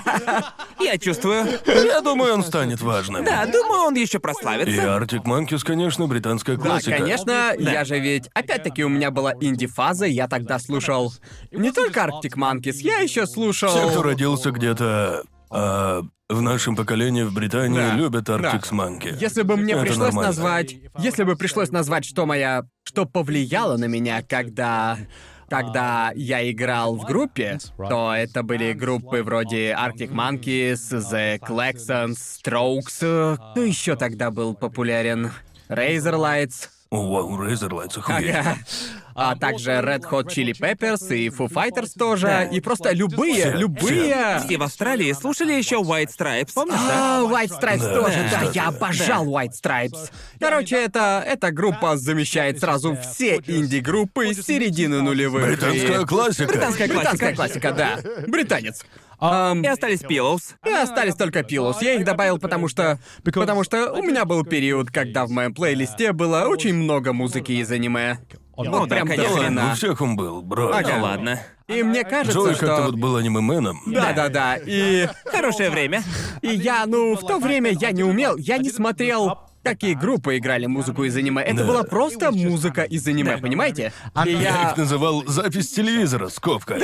Я чувствую. Я думаю, он станет важным. Да, думаю, он еще И прославится. Arctic Monkeys, конечно, британская Да, классика. конечно, я же ведь... Опять-таки, у меня была инди-фаза, я тогда слушал... Не только Arctic Monkeys, я еще слушал... Все, кто родился где-то в нашем поколении в Британии, Да, любят Arctic да. Monkeys. Если бы мне Это пришлось нормально. назвать... Если бы пришлось назвать, что повлияло на меня, когда я играл в группе, то это были группы вроде Arctic Monkeys, The Claxons, Strokes. Кто еще тогда был популярен? Razorlights. Вау, Razorlights, охуеть. Ага. А также Red Hot Chili Peppers и Foo Fighters тоже. И просто любые. Все в Австралии слушали еще White Stripes, помнишь, да? White Stripes Да, тоже, да, кстати. я обожал White Stripes. Короче, эта группа замещает сразу все инди-группы с середины нулевых. Британская классика. Британская классика, да. Британец. И остались Pillows. И остались только Pillows. Я их добавил, потому что у меня был период, когда в моем плейлисте было очень много музыки из аниме. Ну да, прям до конечно. У хрена. всех он был, бро. Ну ладно. И мне кажется, Джой как-то что... вот был аниме-меном. Да. И Хорошее время. в то время я не смотрел, какие группы играли музыку из аниме. Это Да. была просто музыка из аниме, понимаете? И Я я... их называл запись телевизора, скобка.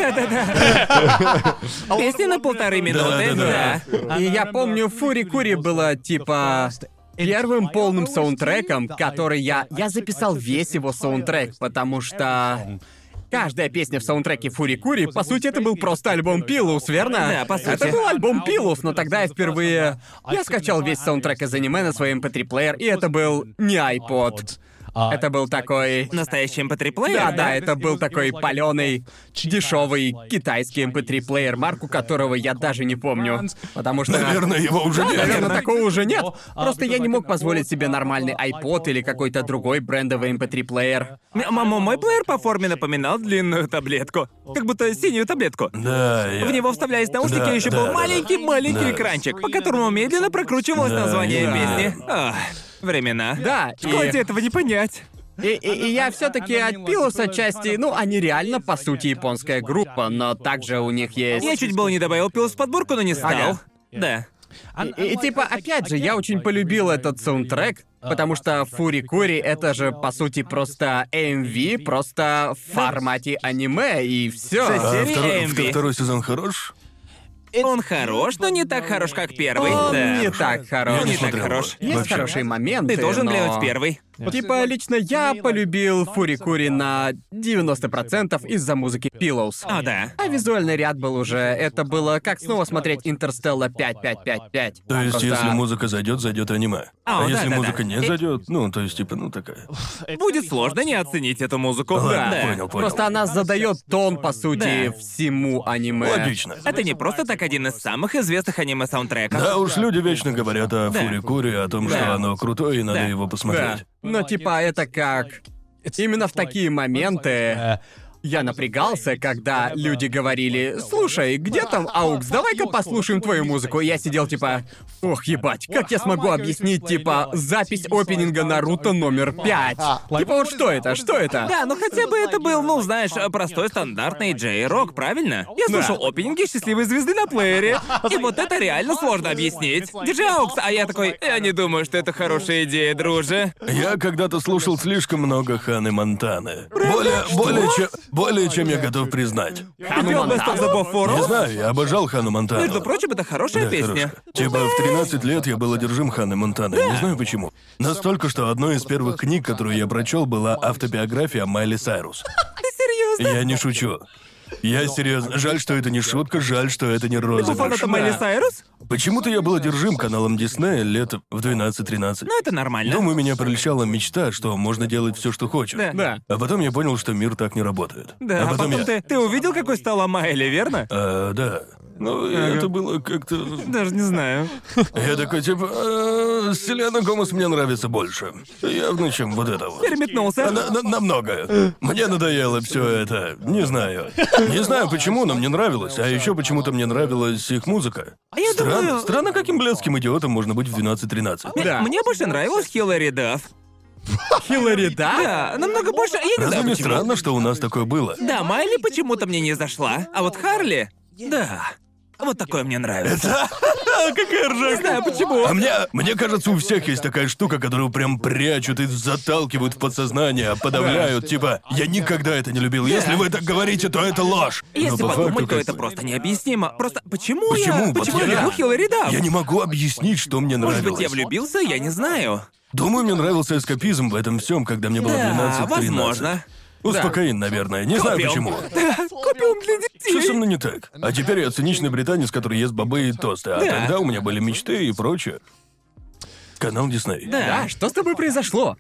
Песни на 1,5 минуты. Да. И я помню, Фури Кури было типа первым полным саундтреком, который я записал весь его саундтрек, потому что каждая песня в саундтреке Фури Кури, по сути, это был просто альбом Pillows, верно? Да, по сути. Это был альбом Pillows, но тогда я впервые... Я скачал весь саундтрек из аниме на свой MP3-плеер, и это был не iPod. Это был такой... Настоящий MP3-плеер? Да, это был такой паленый, дешевый китайский MP3-плеер, марку которого я даже не помню. Потому что... Наверное, его уже нет. Наверное, такого уже нет. Просто я не мог позволить себе нормальный iPod или какой-то другой брендовый MP3-плеер. Мой плеер по форме напоминал длинную таблетку. Как будто синюю таблетку. Да, я... В него вставлялись наушники, Да, и еще да, был да. маленький Да. экранчик, по которому медленно прокручивалось Да, название да. песни. Ах, времена. Да, В школе этого не понять. и я все-таки от Pillows отчасти, они реально, по сути, японская группа, но также у них есть... Я чуть было не добавил Pillows в подборку, но не стал. Ага. Да. И типа, опять же, я очень полюбил этот саундтрек, потому что Фури Кури — это же, по сути, просто AMV, просто в формате аниме, и все. Да, серия AMV. Второй сезон хорош? Он хорош, но не так хорош, как первый. Он Да. не так хорош. Он не так смотрел хорош. его. Есть Вообще. хорошие моменты, Ты должен но... глянуть первый. Типа, лично я полюбил Фури Кури на 90% из-за музыки Pillows. О, да. А визуальный ряд был уже... Это было как снова смотреть Интерстелла 5-5-5-5. То есть, Просто- если музыка зайдет аниме. А, А если да-да-да. музыка не зайдет, то есть, такая. Будет сложно не оценить эту музыку. Ладно, Да. понял. Просто она задает тон, по сути, Да. всему аниме. Логично. Это не просто так один из самых известных аниме-саундтреков. Да уж, люди вечно говорят о Да. Фури Кури, о том, Да. что оно крутое и надо Да. его Да. посмотреть. Но типа это как... Именно в такие моменты Я напрягался, когда люди говорили: «Слушай, где там Аукс? Давай-ка послушаем твою музыку». И я сидел типа: «Ох, ебать, как я смогу объяснить, типа, запись опенинга Наруто номер 5? Типа, вот что это? Что это?» Да, ну хотя бы это был, ну знаешь, простой стандартный J-рок, правильно? Я слушал опенинги «Счастливой звезды» на плеере, и вот это реально сложно объяснить. Диджей Аукс, а я такой: «Я не думаю, что это хорошая идея, друже». Я когда-то слушал слишком много Ханны Монтаны. Более чем я готов признать. Хотел Best of the Both Worlds? Не знаю, я обожал Ханну Монтану. Между прочим, это хорошая Да, песня. хорошая. Типа в 13 лет я был одержим Ханной Монтаной. Не знаю почему. Настолько, что одной из первых книг, которую я прочел, была автобиография Майли Сайрус. Ты серьезно? Я не шучу. Я серьезно. Жаль, что это не шутка, жаль, что это не Ты был розыгрыш. фанатом Майли Сайрус? Почему-то я был одержим каналом Диснея лет в 12-13. Ну, это нормально. Думаю, меня прельщала мечта, что можно делать все, что хочешь. Да. А потом я понял, что мир так не работает. Да, а потом я... ты увидел, какой стала Майли, верно? Да. Ну, это было как-то... Даже не знаю. Я такой, типа, Селена Гомес мне нравится больше. Явно, чем вот это вот. Переметнулся. Намного. Мне надоело все это. Не знаю. Не знаю почему, но мне нравилось. А еще почему-то мне нравилась их музыка. Я думаю- Странно, каким блядским идиотом можно быть в 12-13. Да. Мне больше нравилась Хиллари Дафф. Хиллари, да? Да, намного больше. Я не Разве знаю не почему. странно, что у нас такое было? Да, Майли почему-то мне не зашла. А вот Харли... Да. Вот такое мне нравится. Какая ржака. Не знаю почему. А мне кажется, у всех есть такая штука, которую прям прячут и заталкивают в подсознание, подавляют. Типа, я никогда это не любил. Если вы так говорите, то это ложь. Но Если по факту, подумать, то как это бы- просто необъяснимо. Просто почему Почему? я... Почему Вот я я- люблю Хиллари Дафф? Я не могу объяснить, что мне Может нравилось. быть, я влюбился? Я не знаю. Думаю, мне нравился эскапизм в этом всем, когда мне было Да, 12-13. возможно. Успокоен, наверное. Не знаю Купил. почему. Купил для Что со детей. мной не так? А теперь я циничный британец, который ест бобы и тосты. А Да. тогда у меня были мечты и прочее. Канал Дисней. Да, что с тобой произошло?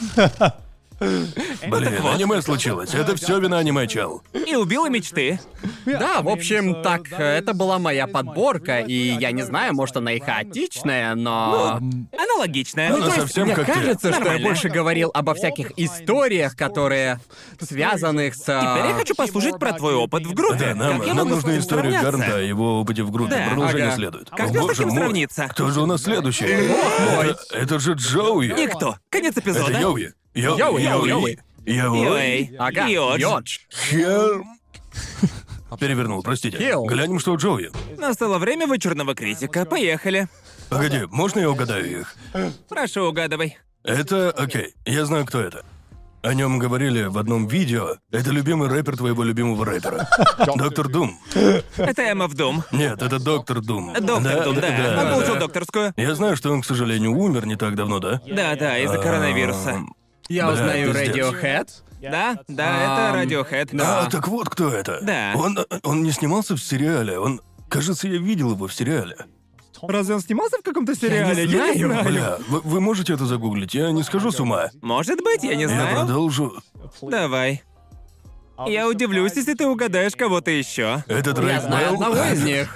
Блин, аниме случилось. Это все вина аниме, чел. И убила мечты. Да, в общем, так, это была моя подборка, и я не знаю, может, она и хаотичная, но... Аналогичная. Она То есть, совсем мне как ты. кажется, что я Нормально. больше говорил обо всяких историях, которые связанных с... Теперь я хочу послушать про твой опыт в группе. Да, нам Как я нам могу с нужна этим история сравняться? Гарнта о его опыте в группе. Да. Продолжение Ага. следует. Как О, мне с боже таким мой. сравниться? Кто же у нас следующий? Это же Джоуи. Никто. Конец эпизода. Это Йоуи. Йоуи. Йоуи. Ага, Йодж. Йодж. Хер... Перевернул, простите. Хилл. Глянем, что у Джоуи. Настало время вычурного критика. Поехали. Погоди, можно я угадаю их? Прошу, угадывай. Это... Окей, я знаю, кто это. О нем говорили в одном видео. Это любимый рэпер твоего любимого рэпера. Доктор Дум. Это MF Doom. Нет, это Доктор Дум. Доктор Дум, да. Он получил да. докторскую. Я знаю, что он, к сожалению, умер не так давно, да? Да, из-за коронавируса. Я Бля, узнаю пиздец. Radiohead. Да, это Radiohead. А, так вот кто это. Да. Он не снимался в сериале. Он... Кажется, я видел его в сериале. Разве он снимался в каком-то сериале? Я не знаю. Бля, вы можете это загуглить? Я не схожу с ума. Может быть, я не Я знаю. продолжу. Давай. Я удивлюсь, если ты угадаешь кого-то еще. Это Я Дрейк знаю Белл? одного из них.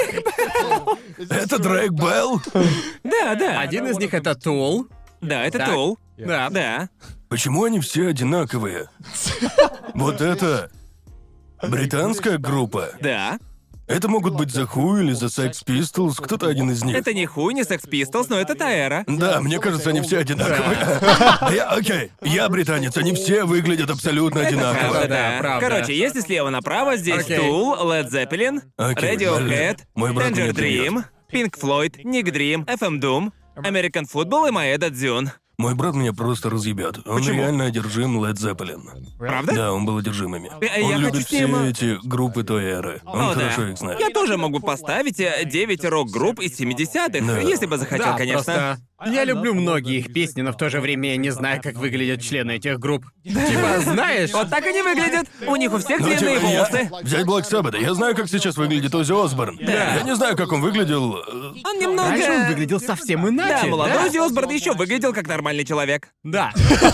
Это Дрейк Белл? Да. Один из них — это Tool. Да, это Так. Тул. Да. Да. Почему они все одинаковые? Вот это... Британская группа. Да. Это могут быть The Who или The Sex Pistols, кто-то один из них. Это не Хуй, не Sex Pistols, но это Таэра. Да, мне кажется, они все одинаковые. Окей, я британец, они все выглядят абсолютно одинаково. Правда, да, правда. Короче, если слева направо, здесь Окей. Tool, Led Zeppelin, Окей, Radiohead, блин. Мой брат Danger меня прибьет. Dream, Pink Floyd, Nick Dream, FM Doom, American Football и Maeda Дзюн. Мой брат меня просто разъебет. Он Почему? реально одержим Led Zeppelin. Правда? Да, он был одержимым ими. Я Он хочу любит с ним- все эти группы той эры. Он О, хорошо да. их знает. Я тоже могу поставить 9 рок-групп из 70-х, Да. если бы захотел, Да, конечно. просто я люблю многие их песни, но в то же время я не знаю, как выглядят члены этих групп. Типа, знаешь... Вот так они выглядят. У них у всех Ну, длинные типа, я- волосы. Взять Black Sabbath. Я знаю, как сейчас выглядит Оззи Осборн. Да. Я не знаю, как он выглядел. Он немного... Раньше он выглядел совсем иначе. Да, молодой Оззи Осборн еще выглядел как нормальный человек. Да.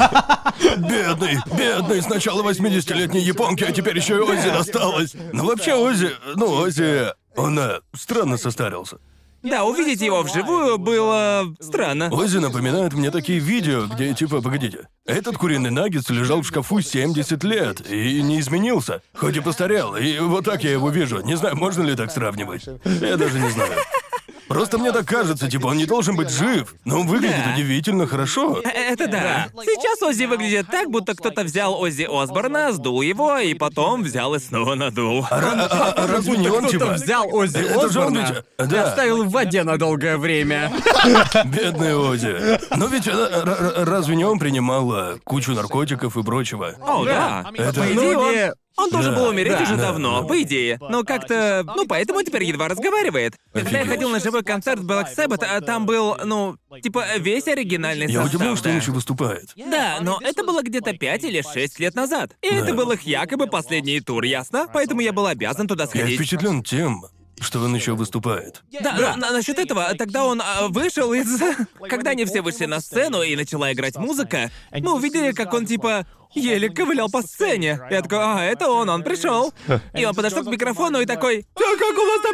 Бедный, с начала 80-летней японки, а теперь еще и Оззи досталось. Ну вообще Оззи, он странно состарился. Да, увидеть его вживую было странно. Оззи напоминает мне такие видео, где типа, погодите, этот куриный наггетс лежал в шкафу 70 лет и не изменился, хоть и постарел, и вот так я его вижу. Не знаю, можно ли так сравнивать. Я даже не знаю. Просто мне так кажется, типа, он не должен быть жив, но он выглядит Да. удивительно хорошо. Это да. Сейчас Оззи выглядит так, будто кто-то взял Оззи Осборна, сдул его, и потом взял и снова надул. Разве не он, Кто-то типа... взял Оззи Это же он Осборна ведь- и да. оставил в воде на долгое время. Бедный Оззи. Но ведь разве не он принимал кучу наркотиков и прочего? О, да. Это- По идее, Многие- он должен Да, был умереть да, уже да, давно, да. по идее. Но как-то... Ну, поэтому теперь едва разговаривает. Когда я Офигеть. ходил на живой концерт Black Sabbath, а там был, ну, типа, весь оригинальный Я состав. удивлен, что да. он еще выступает. Да, но это было где-то 5 или 6 лет назад. И это был их якобы последний тур, ясно? Поэтому я был обязан туда Я сходить. впечатлен тем, что он еще выступает. Да, насчет этого, тогда он вышел из... Когда они все вышли на сцену и начала играть музыка, мы увидели, как он типа еле ковылял по сцене. Я такой, это он пришел. И он подошел к микрофону и такой, как у вас там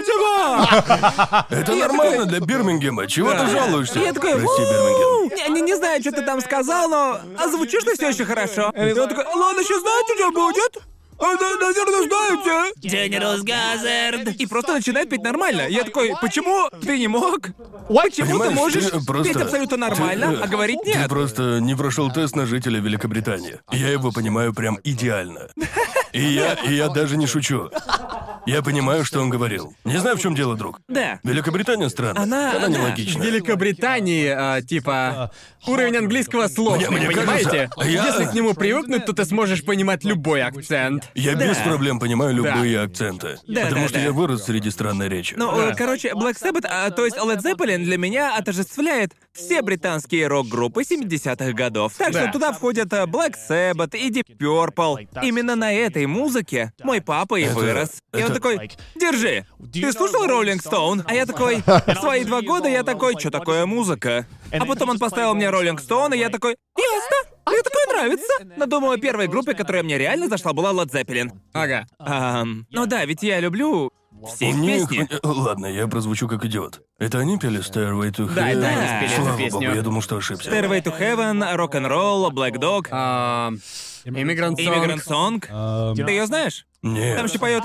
дела? Это нормально для Бирмингема. Чего ты жалуешься? И я такой, Прости, Бирмингем. не знаю, что ты там сказал, но звучишь ты все еще хорошо. И он такой, ладно, еще знаете, что будет? Наверное, знаете. Generous Газард. И просто начинает петь нормально. Я такой, почему ты не мог? Почему ты Понимаешь, можешь ты просто- петь абсолютно нормально, ты, а говорить Ты нет? просто не прошел тест на жителя Великобритании. Я его понимаю прям идеально. И я даже не шучу. Я понимаю, что он говорил. Не знаю, в чем дело, друг. Да. Великобритания страна. Она- да. В нелогична. Великобритании, типа, уровень английского сложный, Мне понимаете? кажется, я- Если к нему привыкнуть, то ты сможешь понимать любой акцент. Я без проблем понимаю любые акценты. Да, потому да, что да. я вырос среди странной речи. Ну, короче, Black Sabbath, то есть Led Zeppelin для меня отождествляет все британские рок-группы 70-х годов. Так что Да. туда входят Black Sabbath и Deep Purple. Именно на этой музыке мой папа и вырос. И он это- такой, держи, ты слушал Rolling Stone? А я такой, в свои 2 года я такой, что такое музыка? А потом он поставил мне Rolling Stone, и я такой, ясно. Мне такое нравится. Но думаю, первой группой, которая мне реально зашла, была Led Zeppelin. Ага. Ну да, ведь я люблю все У их них... песни. Ладно, я прозвучу как идиот. Это они пели Stairway to Heaven? Да, это они спели эту Слава песню. богу, я думал, что ошибся. Stairway to Heaven, Rock'n'Roll, Black Dog, Immigrant Immigrant Song. Song. Ты ее знаешь? Нет. Там еще поет.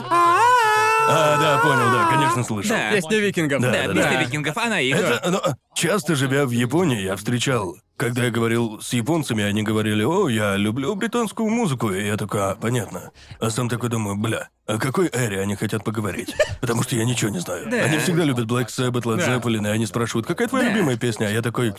Да, понял, да, конечно, слышал. Да. Песня викингов. Да, Да, да, песня да. викингов, она их. Часто живя в Японии, я встречал, когда я говорил с японцами, они говорили, о, я люблю британскую музыку, и я такой, понятно. А сам такой думаю, бля, о какой эре они хотят поговорить? Потому что я ничего не знаю. Да. Они всегда любят Black Sabbath, Led Да. Zeppelin, и они спрашивают, какая твоя Да. любимая песня? А я такой...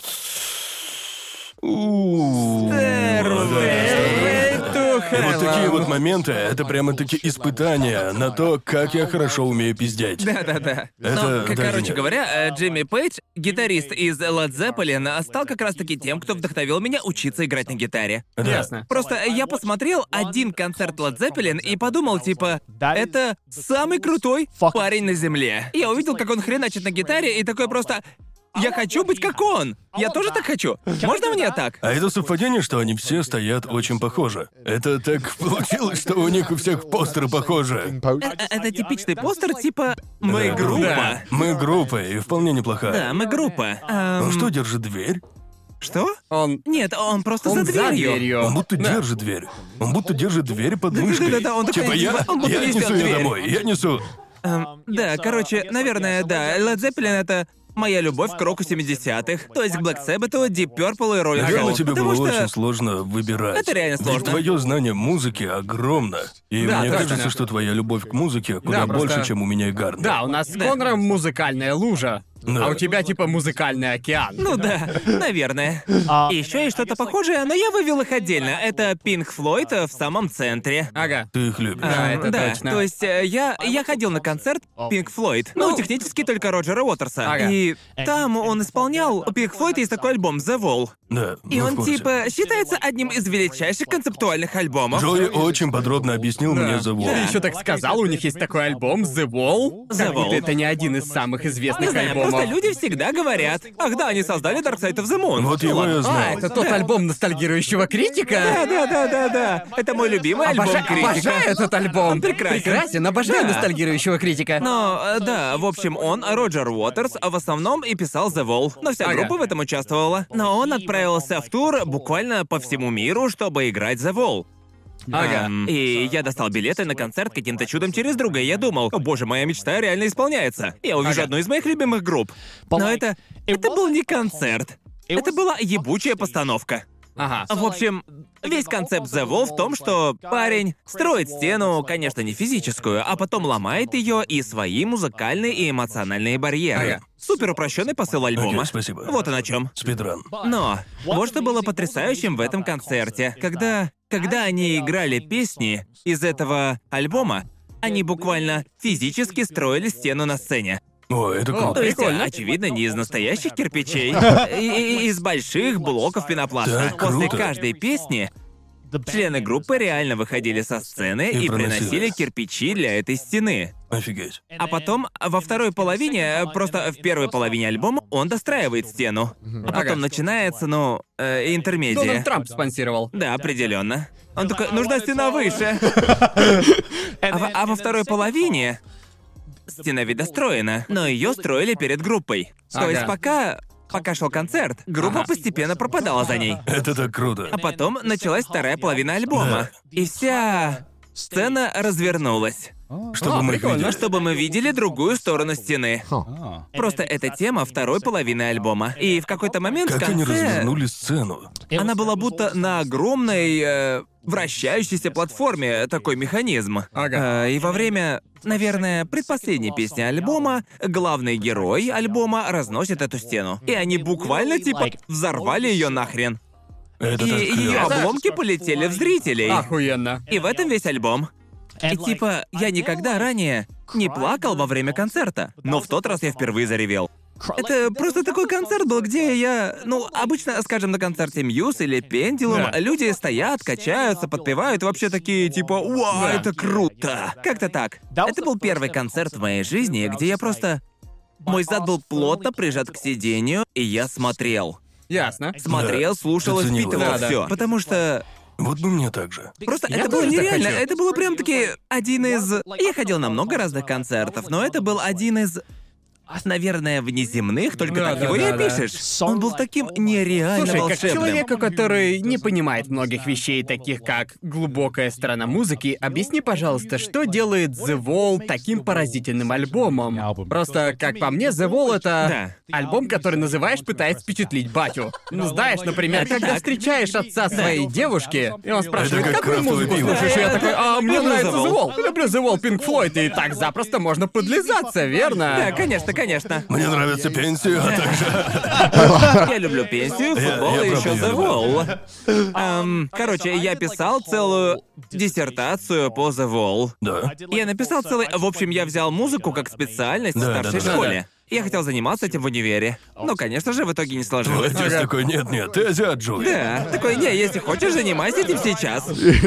Stairway to И вот такие Heaven. вот моменты, это прямо-таки испытания на то, как я хорошо умею пиздеть. Да-да-да. Это Но, даже короче нет. говоря, Джимми Пейдж, гитарист из Led Zeppelin, стал как раз-таки тем, кто вдохновил меня учиться играть на гитаре. Да. Ясно. Просто я посмотрел один концерт Led Zeppelin и подумал, типа, это самый крутой парень на земле. Я увидел, как он хреначит на гитаре, и такой просто... Я хочу быть как он! Я тоже так хочу! Можно мне так? А это совпадение, что они все стоят очень похоже. Это так получилось, что у них у всех постеры похожи. Это типичный постер, типа «Мы Да. группа». Да. Мы группа, и вполне неплохая. Да, мы группа. Он что, держит дверь? Что? Он... Нет, он просто Он за дверью. Он будто держит дверь. Он будто держит дверь под мышкой. Да-да-да, он такой, Типа я, типа, он будто я несёт несу ее дверь. домой, я несу. Да, короче, наверное, да. Led Zeppelin — это моя любовь к року 70-х. То есть к Black Sabbath, Deep Purple и Rolling Наверное, Stone. тебе Потому было что... очень сложно выбирать. Это реально Ведь сложно. твое знание музыки огромно. И Да, мне точно. кажется, что твоя любовь к музыке куда Да, больше, просто- чем у меня и Гарна. Да, у нас с Конором музыкальная лужа. Да. А у тебя типа музыкальный океан. Ну да, наверное. И еще есть что-то похожее, но я вывел их отдельно. Это Pink Floyd в самом центре. Ага. Ты их любишь. Да, это да, точно. то есть я ходил на концерт Pink Floyd. Ну, технически только Роджера Уотерса. Ага. И там он исполнял... У Pink Floyd есть такой альбом The Wall. Да, И мы в он курсе. типа считается одним из величайших концептуальных альбомов. Джои очень подробно объяснил мне The Wall. Ты еще так сказал, у них есть такой альбом The Wall. The Как будто Wall. это не один из самых известных Не знаю, альбомов Просто люди всегда говорят: ах да, они создали Dark Side of the Moon. Вот его я знал. Это тот альбом ностальгирующего критика? Да. Это мой любимый альбом критика. Обожаю этот альбом. Он прекрасен. Обожаю Да. ностальгирующего критика. Но, да, в общем, он, Роджер Уотерс, в основном и писал The Wall. Но вся группа в этом участвовала. Но он отправился в тур буквально по всему миру, чтобы играть The Wall. Ага. И я достал билеты на концерт каким-то чудом через друга, и я думал: о боже, моя мечта реально исполняется. Я увижу одну из моих любимых групп. Но это был не концерт. Это была ебучая постановка. Ага. В общем, весь концепт The Wall в том, что парень строит стену, конечно, не физическую, а потом ломает ее и свои музыкальные и эмоциональные барьеры. Ага. Супер упрощенный посыл альбома. Окей, спасибо. Вот он о чем. Спидран. Но вот что было потрясающим в этом концерте, когда они играли песни из этого альбома, они буквально физически строили стену на сцене. О, это О, круто. То есть, Прикольно. очевидно, не из настоящих кирпичей, и из больших блоков пенопласта. Так После круто. каждой песни члены группы реально выходили со сцены И и приносили проносились. кирпичи для этой стены. Офигеть. А потом, во второй половине, просто в первой половине альбома, он достраивает стену. А потом Ага. начинается, интермедия. Дональд Трамп спонсировал. Да, определенно. Он такой: нужна стена выше. А во второй половине стена ведь достроена, но ее строили перед группой. То Ага. есть пока шел концерт, группа постепенно пропадала за ней. Это так круто. А потом началась вторая половина альбома. И вся сцена развернулась, Чтобы мы их прикольно. видели. чтобы мы видели другую сторону стены. Просто это тема второй половины альбома. И в какой-то момент в Как они конце развернули сцену? она была будто на огромной вращающейся платформе, такой механизм. Ага. И во время, наверное, предпоследней песни альбома главный герой альбома разносит эту стену. И они буквально типа взорвали ее нахрен. Это И так ее клёво. обломки полетели в зрителей. Охуенно. И в этом весь альбом. И типа, я никогда ранее не плакал во время концерта, но в тот раз я впервые заревел. Это просто такой концерт был, где я... обычно, скажем, на концерте Мьюз или Пендилум Да. люди стоят, качаются, подпевают, вообще такие типа: «Вау, Да. это круто!» Как-то так. Это был первый концерт в моей жизни, где я просто... Мой зад был плотно прижат к сиденью, и я смотрел. Ясно. Смотрел, слушал и ты ценил впитывал это. Да, да. все. Потому что... Вот бы мне так же. Просто Я это было тоже так нереально. хочу. Это было прям-таки один из... Я ходил на много разных концертов, но это был один из... Наверное, внеземных, только Да, так да, его и да, да. опишешь. Он был таким нереально Слушай, как волшебным. человеку, который не понимает многих вещей, таких как глубокая сторона музыки, объясни, пожалуйста, что делает The Wall таким поразительным альбомом? Просто, как по мне, The Wall — это альбом, который называешь, пытаясь впечатлить батю. Ну, знаешь, например, когда встречаешь отца своей девушки, и он спрашивает: Это как какую крафтовое музыку пиво. слушаешь? И я такой: мне Люблю нравится The The Wall. Wall. Люблю The Wall, Pink Floyd, и так запросто можно подлизаться, верно? Да, конечно, конечно. Мне нравится пенсия, а также... Я люблю пенсию, Я футбол и правда еще её The Wall. Короче, я писал целую диссертацию по The Wall. Да. Я написал целый... В общем, я взял музыку как специальность в Да, старшей да, да. школе. Я хотел заниматься этим в универе. Но, конечно же, в итоге не Твой сложилось. отец такой: нет, ты азиат, Джули. Да, такой: не, если хочешь, занимайся этим сейчас.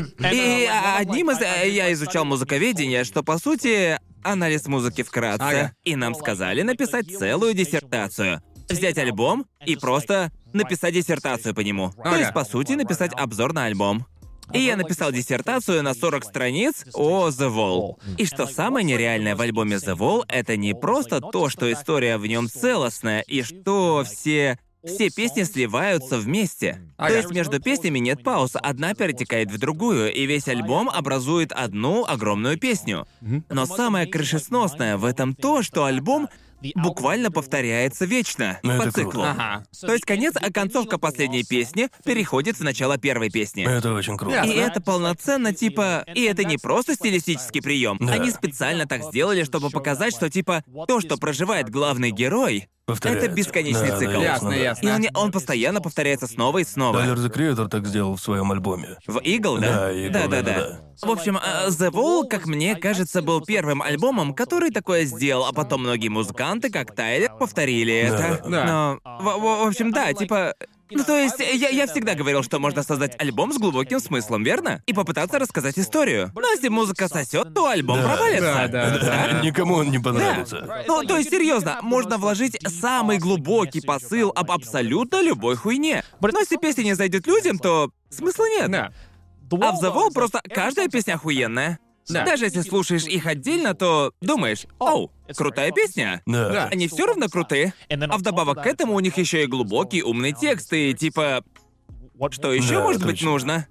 И одним из... Я изучал музыковедение, что, по сути, анализ музыки вкратце. Ага. И нам сказали написать целую диссертацию. Взять альбом и просто написать диссертацию по нему. То Ага. есть, по сути, написать обзор на альбом. И я написал диссертацию на 40 страниц о The Wall. И что самое нереальное в альбоме The Wall, это не просто то, что история в нем целостная, и что все песни сливаются вместе. Ага. То есть между песнями нет пауз, одна перетекает в другую, и весь альбом образует одну огромную песню. Но самое крышесносное в этом то, что альбом буквально повторяется вечно, Ну, по это циклу. круто. Ага. То есть концовка последней песни переходит в начало первой песни. Это очень круто. Ясно. И это полноценно, типа... И это не просто стилистический прием. Да. Они специально так сделали, чтобы показать, что, типа, то, что проживает главный герой, Повторяется. это бесконечный Да, да, цикл. Ясно, да. ясно. И он постоянно повторяется снова и снова. Тайлер the Creator так сделал в своем альбоме. В Eagle, да? Да, Eagle, да-да-да. В общем, The Wall, как мне кажется, был первым альбомом, который такое сделал, а потом многие музыканты, как Тайлер, повторили это. Да. Но, в общем, да, типа, Ну, то есть, я всегда говорил, что можно создать альбом с глубоким смыслом, верно? И попытаться рассказать историю. Но если музыка сосет, то альбом провалится. Да. Никому он не понравится. Ну, то есть, серьезно, можно вложить самый глубокий посыл об абсолютно любой хуйне. Но если песня не зайдет людям, то смысла нет. Да. А в The Wall просто каждая песня охуенная. Да. Даже если слушаешь их отдельно, то думаешь, оу, крутая песня. Да. Они все равно крутые. А вдобавок к этому у них еще и глубокий умный текст, и типа... Что еще Да, может быть точно. нужно?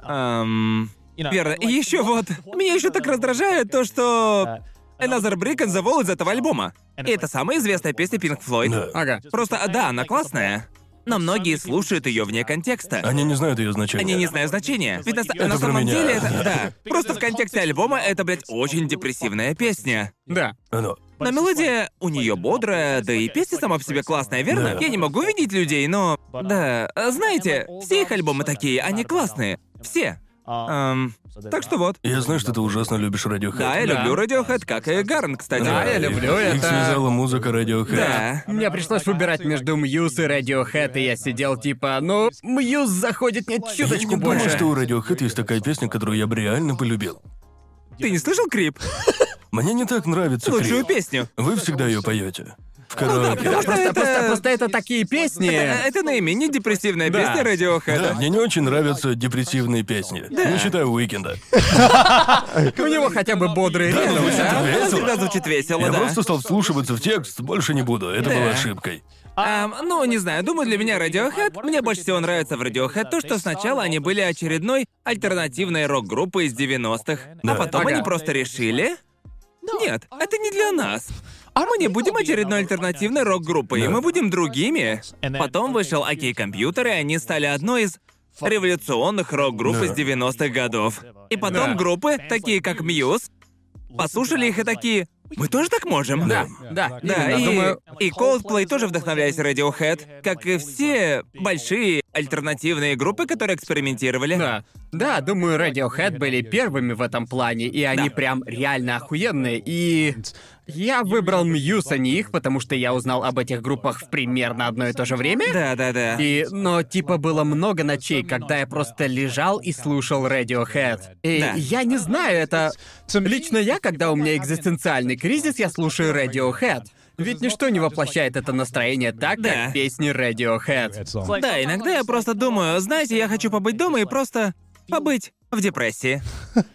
Верно. И еще вот. Меня еще так раздражает то, что Another Brick in the Wall из этого альбома. И это самая известная песня Pink Floyd. Да. Ага. Просто, да, она классная. Но многие слушают ее вне контекста. Они не знают ее значения. Они не знают значения. Ведь на про самом меня. деле это... Да. Просто в контексте альбома это, блядь, очень депрессивная песня. Да. Оно. Но мелодия у нее бодрая, да и песня сама по себе классная, верно? Да. Я не могу видеть людей, но... Да, знаете, все их альбомы такие, они классные. Все. Так что вот. Я знаю, что ты ужасно любишь Radiohead. Да, я люблю Radiohead, как и Гарн, кстати. Да, я люблю их это. связала музыка Radiohead. Да. Мне пришлось выбирать между Мьюз и Radiohead, и я сидел типа, ну, Мьюз заходит мне Я чуточку не думаю, больше. что у Radiohead есть такая песня, которую я бы реально полюбил. Ты не слышал Крип? Мне не так нравится Лучшую Creep. песню. Вы всегда ее поете. В караоке. потому что Просто это такие песни. Это наименее депрессивная Да. песня Radiohead. Да, мне не очень нравятся депрессивные песни. Не считаю Уикенда. У него хотя бы бодрые Да, ритмы, звучит да? Она весело. всегда звучит весело, Я да. просто стал вслушиваться в текст, больше не буду. Это Да. была ошибкой. Ну, не знаю, думаю, для меня Radiohead... Мне больше всего нравится в Radiohead то, что сначала они были очередной альтернативной рок-группой из 90-х, Да. а потом Ага. они просто решили... Нет, это не для нас. Мы не будем очередной альтернативной рок-группой, Да. мы будем другими. Потом вышел Окей Компьютер, и они стали одной из революционных рок-групп Да. из 90-х годов. И потом Да. группы, такие как Muse, послушали их и такие... Мы тоже так можем. Да, да, Да, именно, и, думаю... и Coldplay тоже вдохновляясь Radiohead, как и все большие альтернативные группы, которые экспериментировали. Да. Да, думаю, Radiohead были первыми в этом плане, и они Да. прям реально охуенные. И я выбрал Мьюз, а не их, потому что я узнал об этих группах в примерно одно и то же время. Да. Но типа было много ночей, когда я просто лежал и слушал Radiohead. И Да. я не знаю, это... Лично я, когда у меня экзистенциальный кризис, я слушаю Radiohead. Ведь ничто не воплощает это настроение так, Да. как песни Radiohead. Да, иногда я просто думаю, знаете, я хочу побыть дома и просто побыть в депрессии.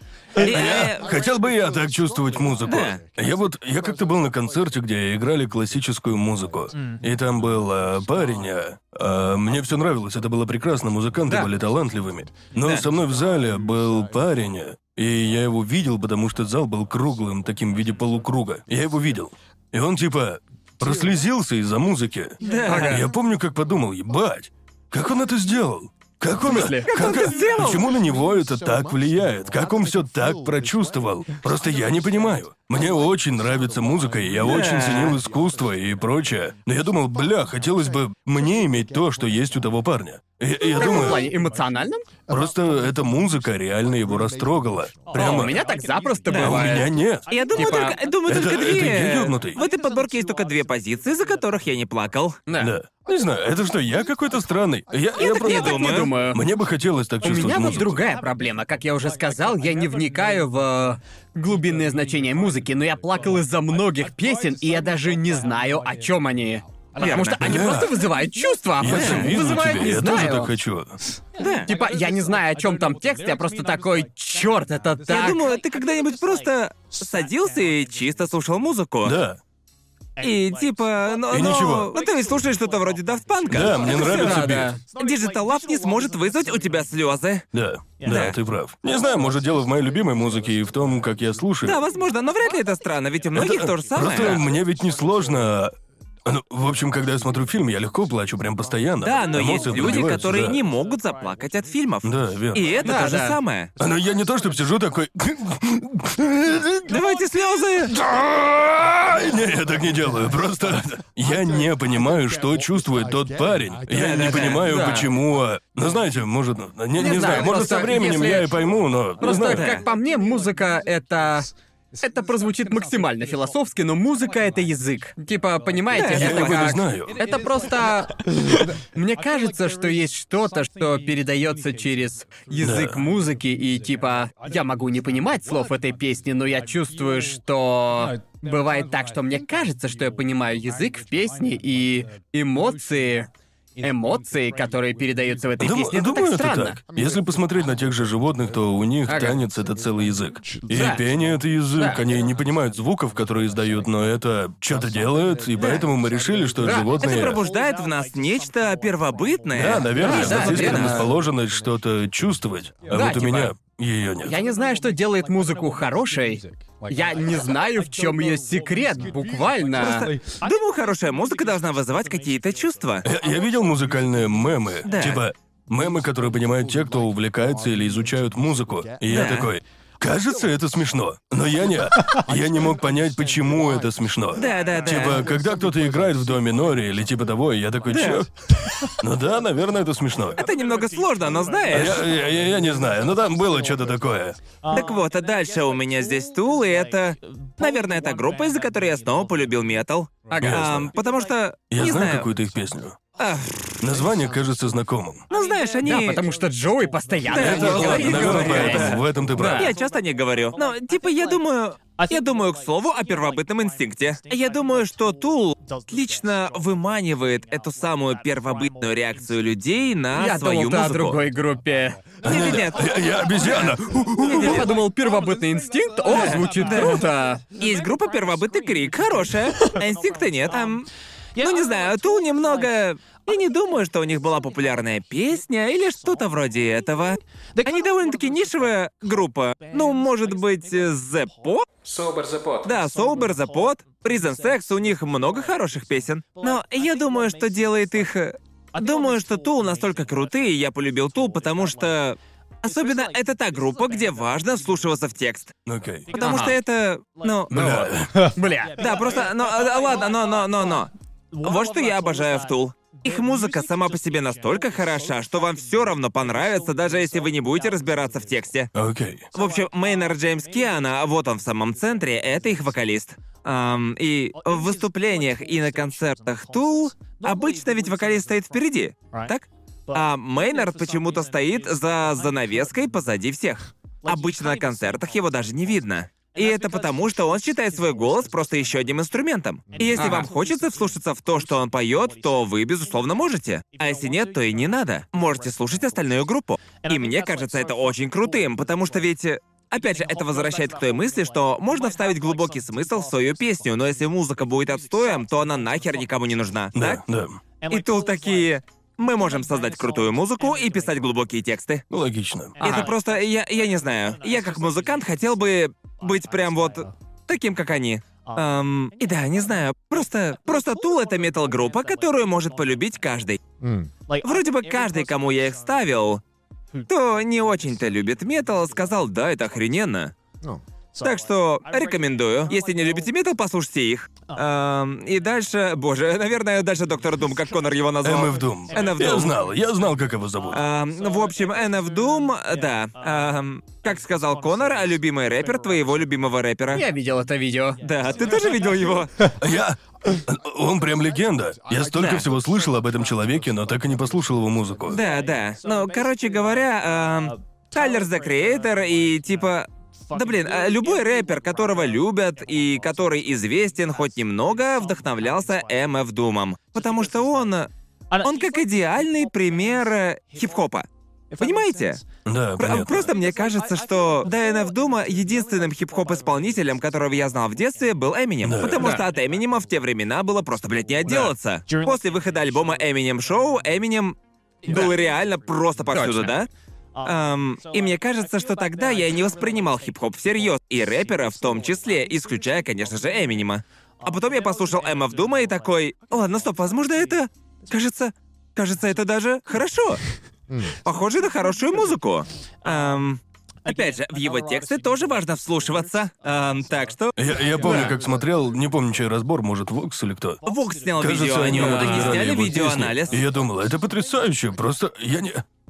Хотел бы я так чувствовать музыку. Да. Я как-то был на концерте, где играли классическую музыку. И там был парень. Мне все нравилось, это было прекрасно, музыканты Да. были талантливыми. Но Да. со мной в зале был парень, и я его видел, потому что зал был круглым, таким в виде полукруга. Я его видел. И он типа прослезился из-за музыки. Да. Я помню, как подумал, ебать, как он это сделал? Как он... он это сделал? Почему на него это так влияет? Как он все так прочувствовал? Просто я не понимаю. Мне очень нравится музыка, и я очень ценил искусство и прочее. Но я думал, бля, хотелось бы мне иметь то, что есть у того парня. И я В думаю, плане эмоциональном? просто эта музыка реально его растрогала. Прямо... У меня так запросто А у бывает. меня нет. Я думаю, Типа, думаю, это- только это две. я ёбнутый. В этой подборке есть только две позиции, за которых я не плакал. Да. Не знаю, это что, я какой-то странный? Я так не просто... думаю. думаю. Мне бы хотелось так У чувствовать меня вот музыку. другая проблема. Как я уже сказал, я не вникаю в глубинное значение музыки, но я плакал из-за многих песен, и я даже не знаю, о чем они. Потому что они Да. просто вызывают чувства, а Я почему завидую вызывают, тебе, не я тоже знаю. так хочу. Да. Типа, я не знаю, о чем там текст, я просто такой, черт, это так. Я думаю, ты когда-нибудь просто садился и чисто слушал музыку. Да. И типа, И ничего. Ну ты слушаешь что-то вроде Daft Punk. Да, мне нравится да, бит. Digital Love не сможет вызвать у тебя слезы. Да, Да. да, ты прав. Не знаю, может, дело в моей любимой музыке и в том, как я слушаю. Да, возможно, но вряд ли это странно, ведь у многих то же самое. Просто мне ведь не сложно. Ну, в общем, когда я смотрю фильм, я легко плачу, прям постоянно. Да, но есть Эмоции люди, проливаются, которые да. не могут заплакать от фильмов. Да, верно. И это Да, то же да. самое. Но я не то, чтобы сижу такой... Давайте слезы! Не, я так не делаю. Просто я не понимаю, что чувствует тот парень. Я не Да-да-да. понимаю, Да. почему... Ну, знаете, может... Не знаю, знаю, может, просто со временем если- я и пойму, но... Не Просто, знаю. как по мне, музыка — это Это прозвучит максимально философски, но музыка — это язык. Типа, понимаете, Я это его не как... знаю. Это просто... Мне кажется, что есть что-то, что передается через язык Да. музыки, и типа... Я могу не понимать слов этой песни, но я чувствую, что... Бывает так, что мне кажется, что я понимаю язык в песне, и эмоции... Эмоции, которые передаются в этой песне, это Думаю, так это странно. так. Если посмотреть на тех же животных, то у них Ага. танец — это целый язык. И Да. пение — это язык. Да. Они не понимают звуков, которые издают, но это что-то делает, и поэтому мы решили, что Да. животные... Это пробуждает в нас нечто первобытное. Да, наверное, Да, у нас есть верно. предрасположенность что-то чувствовать. А Да, вот у типа- меня ее нет. Я не знаю, что делает музыку хорошей. Я не знаю, в чем ее секрет, буквально. Думаю, хорошая музыка должна вызывать какие-то чувства. Я видел музыкальные мемы. Да. Типа, мемы, которые понимают те, кто увлекается или изучают музыку. И я Да. такой... Кажется, это смешно. Но я не мог понять, почему это смешно. Да. Типа, когда кто-то играет в до миноре или типа того, я такой, чё? Ну да, наверное, это смешно. Это немного сложно, но знаешь. Я не знаю, но там было что-то такое. Так вот, а дальше у меня здесь Тул, и это... Наверное, это группа, из-за которой я снова полюбил метал. Ясно. Потому что... Я не знаю знаю. какую-то их песню. Ах, Название кажется знакомым. ну знаешь, они... Да, потому что Джоуи постоянно Да, о них это- говорит. Наверное, говорит. поэтому. В этом ты прав. Я часто не говорю. Но, типа, я думаю, к слову, о первобытном инстинкте. Я думаю, что Тул отлично выманивает эту самую первобытную реакцию людей на Я свою думал, ты о музыку. другой группе. Нет. Я обезьяна! Я подумал, первобытный инстинкт? О, звучит круто. Есть группа «Первобытный крик», хорошая, а инстинкта нет. Ну, не знаю, Тул немного... Я не думаю, что у них была популярная песня или что-то вроде этого. Они довольно-таки нишевая группа. Ну, может быть, The Pot? Sober the Pot. Да, Sober the Pot, Prison Sex, у них много хороших песен. Но я думаю, что делает их... Думаю, что Тул настолько крутые, я полюбил Тул, потому что... Особенно это та группа, где важно вслушиваться в текст. Окей. Потому что это... Ну... Бля. Да, просто... Ладно, но... Вот что я обожаю в Тул. Их музыка сама по себе настолько хороша, что вам все равно понравится, даже если вы не будете разбираться в тексте. Окей. В общем, Мейнард Джеймс Киана, вот он в самом центре, это их вокалист. И в выступлениях и на концертах Тул обычно ведь вокалист стоит впереди, так? А Мейнард почему-то стоит за занавеской позади всех. Обычно на концертах его даже не видно. И это потому, что он считает свой голос просто еще одним инструментом. И если вам хочется вслушаться в то, что он поет, то вы, безусловно, можете. А если нет, то и не надо. Можете слушать остальную группу. И мне кажется это очень крутым, потому что ведь... Опять же, это возвращает к той мысли, что можно вставить глубокий смысл в свою песню, но если музыка будет отстоем, то она нахер никому не нужна, так? Да. И Тул такие... Мы можем создать крутую музыку и писать глубокие тексты. Логично. Это просто... Я не знаю. Я как музыкант хотел бы быть прям вот таким, как они. И да, не знаю. Просто Тул — это метал-группа, которую может полюбить каждый. Вроде бы каждый, кому я их ставил, кто не очень-то любит метал, сказал, да, это охрененно. Так что рекомендую. Если не любите метал, послушайте их. И дальше... Боже, наверное, дальше Доктор Дум, как Конор его назвал. MF Doom. NF Doom. Я знал, как его зовут. В общем, NF Doom, да. Как сказал Конор, любимый рэпер твоего любимого рэпера. Я видел это видео. Да, ты тоже видел его? Он прям легенда. Я столько Да. всего слышал об этом человеке, но так и не послушал его музыку. Да. Ну, короче говоря, Тайлер the Creator и типа... Да блин, любой рэпер, которого любят и который известен хоть немного, вдохновлялся MF Doom'ом. Потому что он как идеальный пример хип-хопа. Понимаете? Да, понятно. Просто мне кажется, что до NF Doom'а единственным хип-хоп-исполнителем, которого я знал в детстве, был Эминем. Да. Потому что от Эминема в те времена было просто, блядь, не отделаться. После выхода альбома Eminem Show, Эминем был реально просто повсюду, Точно. да? И мне кажется, что тогда я не воспринимал хип-хоп всерьез, и рэпера в том числе, исключая, конечно же, Эминема. А потом я послушал MF Doom'а и такой, ладно, стоп, возможно, это... Кажется, это даже хорошо. Похоже на хорошую музыку. Опять же, в его тексты тоже важно вслушиваться. Так что... Я помню, Да. как смотрел, не помню, чей разбор, может, Вокс или кто. Вокс снял Кажется, видео о они нем. оба Они разбирали сняли его видеоанализ. песни. И я думал, это потрясающе, просто я не...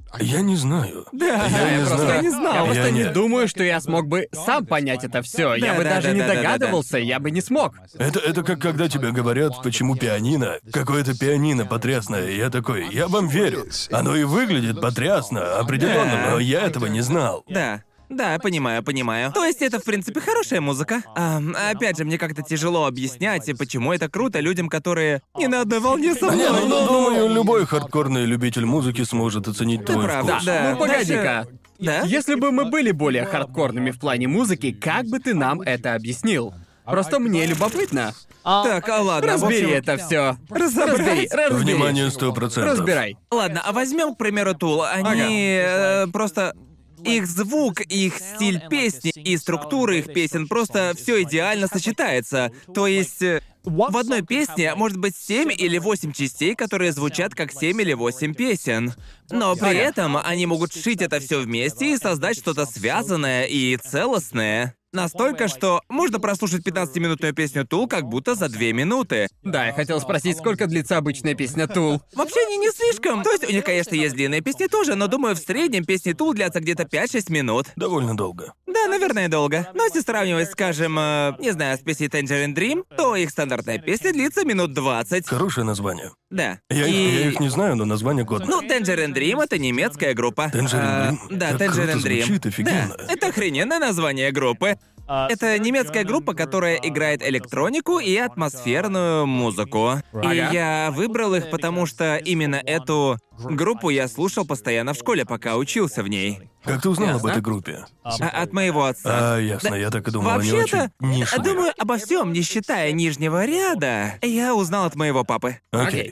Я не знаю. Да, Я не Просто знаю. не знал. Я просто Я не не. думаю, что я смог бы сам понять это все. Я бы да, даже да, не да, да, да. догадывался, я бы не смог. Это как когда тебе говорят, почему пианино, какое-то пианино потрясное. И я такой, я вам верю. Оно и выглядит потрясно, определенно, Да. но я этого не знал. Да. Да, понимаю. То есть это, в принципе, хорошая музыка. Опять же, мне как-то тяжело объяснять, почему это круто людям, которые не на одной волне со мной. Не, думаю, любой хардкорный любитель музыки сможет оценить твой правда, вкус. да. Ну, погоди-ка. Да? Если бы мы были более хардкорными в плане музыки, как бы ты нам это объяснил? Просто мне любопытно. Так, ладно. в Разбери общем, это все. Разобрать. Разбери. Внимание, 100%. Разбирай. Ладно, а возьмем, к примеру, Тул. Они просто. Их звук, их стиль песни и структура их песен просто все идеально сочетается. То есть в одной песне может быть 7 или 8 частей, которые звучат как 7 или 8 песен. Но при этом они могут сшить это все вместе и создать что-то связанное и целостное. Настолько, что можно прослушать 15-минутную песню Тул как будто за 2 минуты. Да, я хотел спросить, сколько длится обычная песня Тул? Вообще они не слишком. То есть у них, конечно, есть длинные песни тоже, но думаю, в среднем песни Тул длятся где-то 5-6 минут. Довольно долго. Да, наверное, долго. Но если сравнивать, скажем, не знаю, с песней Tangerine Dream, то их стандартная песня длится минут 20. Хорошее название. Да. Я их не знаю, но название годное. Ну, Tangerine Dream — это немецкая группа. Tangerine Dream? Да, Как Tangerine круто Dream. звучит, офигенно. Да, это охрененное название группы. Это немецкая группа, которая играет электронику и атмосферную музыку. И я выбрал их, потому что именно эту группу я слушал постоянно в школе, пока учился в ней. Как ты узнал об Ясно. этой группе? От моего отца. Ясно, я так и думал, они Вообще-то, очень нишевые. думаю, обо всем, не считая нижнего ряда, я узнал от моего папы. Окей.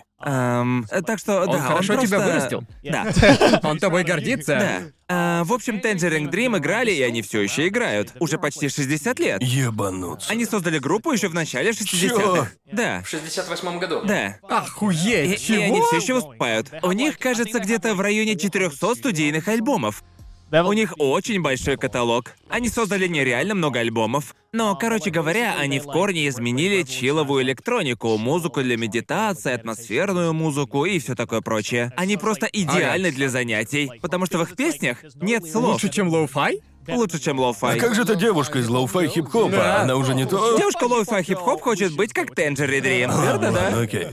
Так что, Он да, хорошо он тебя просто- вырастил? Да. Он тобой гордится? Да. В общем, Tangerine Dream играли, и они все еще играют. Уже почти 60 лет. Ебануться. Они создали группу еще в начале 60-х. Да. В 68-м году. Да. Охуеть, И они чего? все еще выступают. У них, кажется, где-то в районе 400 студийных альбомов. У них очень большой каталог. Они создали нереально много альбомов. Но, короче говоря, они в корне изменили чилловую электронику, музыку для медитации, атмосферную музыку и все такое прочее. Они просто идеальны для занятий, потому что в их песнях нет слов. Лучше, чем лоу-фай? Лучше, чем А лоу-фай. как же эта девушка из лоу-фай хип-хопа? Да. Она уже не то... Девушка лоу-фай хип-хоп хочет быть как Tangerine Dream, верно, да? Ладно, окей.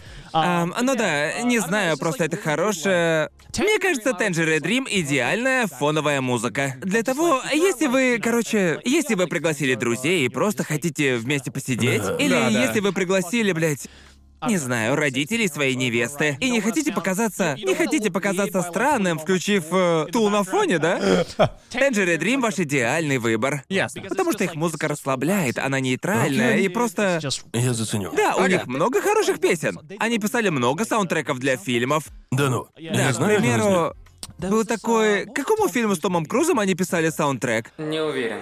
Ну да, не знаю, просто это хорошая... Мне кажется, Tangerine Dream — идеальная фоновая музыка. Для того, если вы, если вы пригласили друзей и просто хотите вместе посидеть, Да. или Да. если вы пригласили, блядь, не знаю, родителей своей невесты, и не хотите показаться странным, включив Тул на фоне, да? Tangerine Dream — ваш идеальный выбор. Ясно. Потому что их музыка расслабляет, она нейтральная и просто... Я заценю. Да, у них много хороших песен. Они писали много саундтреков для фильмов. Да ну. Да, Я к знаю один из них. примеру, был такой... К какому фильму с Томом Крузом они писали саундтрек? Не уверен.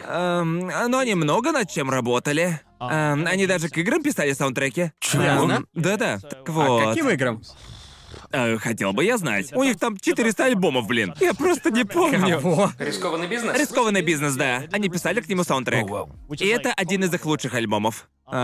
Но они много над чем работали. Они даже к играм писали саундтреки. Чего? Ясно. Да-да, так А вот. каким играм? Хотел бы я знать. У них там 400 альбомов, блин. Я просто не помню. Кого? Рискованный бизнес? Рискованный бизнес, да. Они писали к нему саундтрек. О, вау. И это один из их лучших альбомов.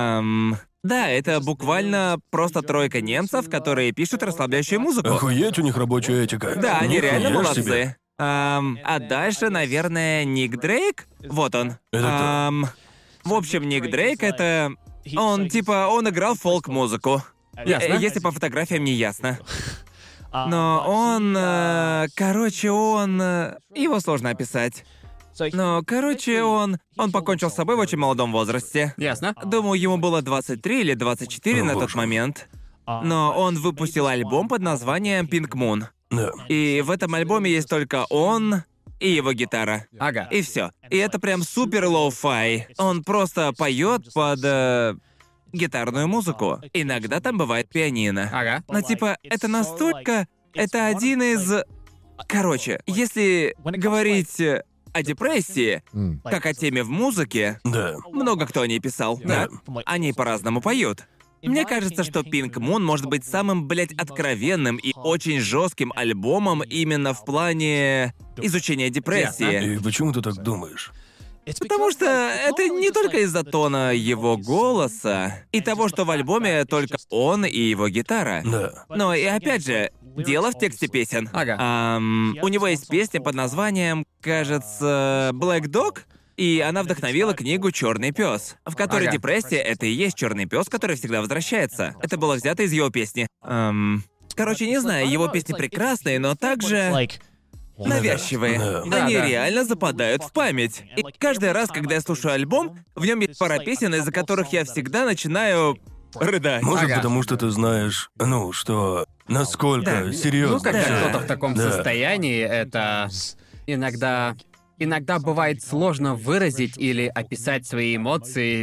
Да, это буквально просто тройка немцев, которые пишут расслабляющую музыку. Охуеть, у них рабочая этика. Да, они Нихуя реально ж молодцы. себе. А дальше, наверное, Ник Дрейк. Вот он. Это В общем, Ник Дрейк — это... Он играл фолк-музыку. Ясно. Если по фотографиям не ясно. Но он... Его сложно описать. Но, он покончил с собой в очень молодом возрасте. Ясно. Думаю, ему было 23 или 24 О, на тот боже. момент. Но он выпустил альбом под названием Pink Moon. Да. И в этом альбоме есть только он и его гитара. Ага. И все. И это прям супер лоу-фай. Он просто поет под гитарную музыку. Иногда там бывает пианино. Ага. Но это настолько... Это один из... Короче, если говорить о депрессии, как о теме в музыке, Да. много кто о ней писал, да? Они по-разному поют. Мне кажется, что Pink Moon может быть самым, откровенным и очень жестким альбомом именно в плане изучения депрессии. И почему ты так думаешь? Потому что это не только из-за тона его голоса и того, что в альбоме только он и его гитара. Да. Но и опять же, дело в тексте песен. Ага. У него есть песня под названием, кажется, Black Dog, и она вдохновила книгу «Черный пес», в которой Ага. депрессия — это и есть черный пес, который всегда возвращается. Это было взято из его песни. Короче, не знаю, его песни прекрасные, но также навязчивые. Да. Они Да. реально западают в память. И каждый раз, когда я слушаю альбом, в нем есть пара песен, из-за которых я всегда начинаю рыдать. Может, Ага. потому что ты знаешь, что насколько Да. серьезно. Ну, когда Да. кто-то в таком Да. состоянии, это иногда бывает сложно выразить или описать свои эмоции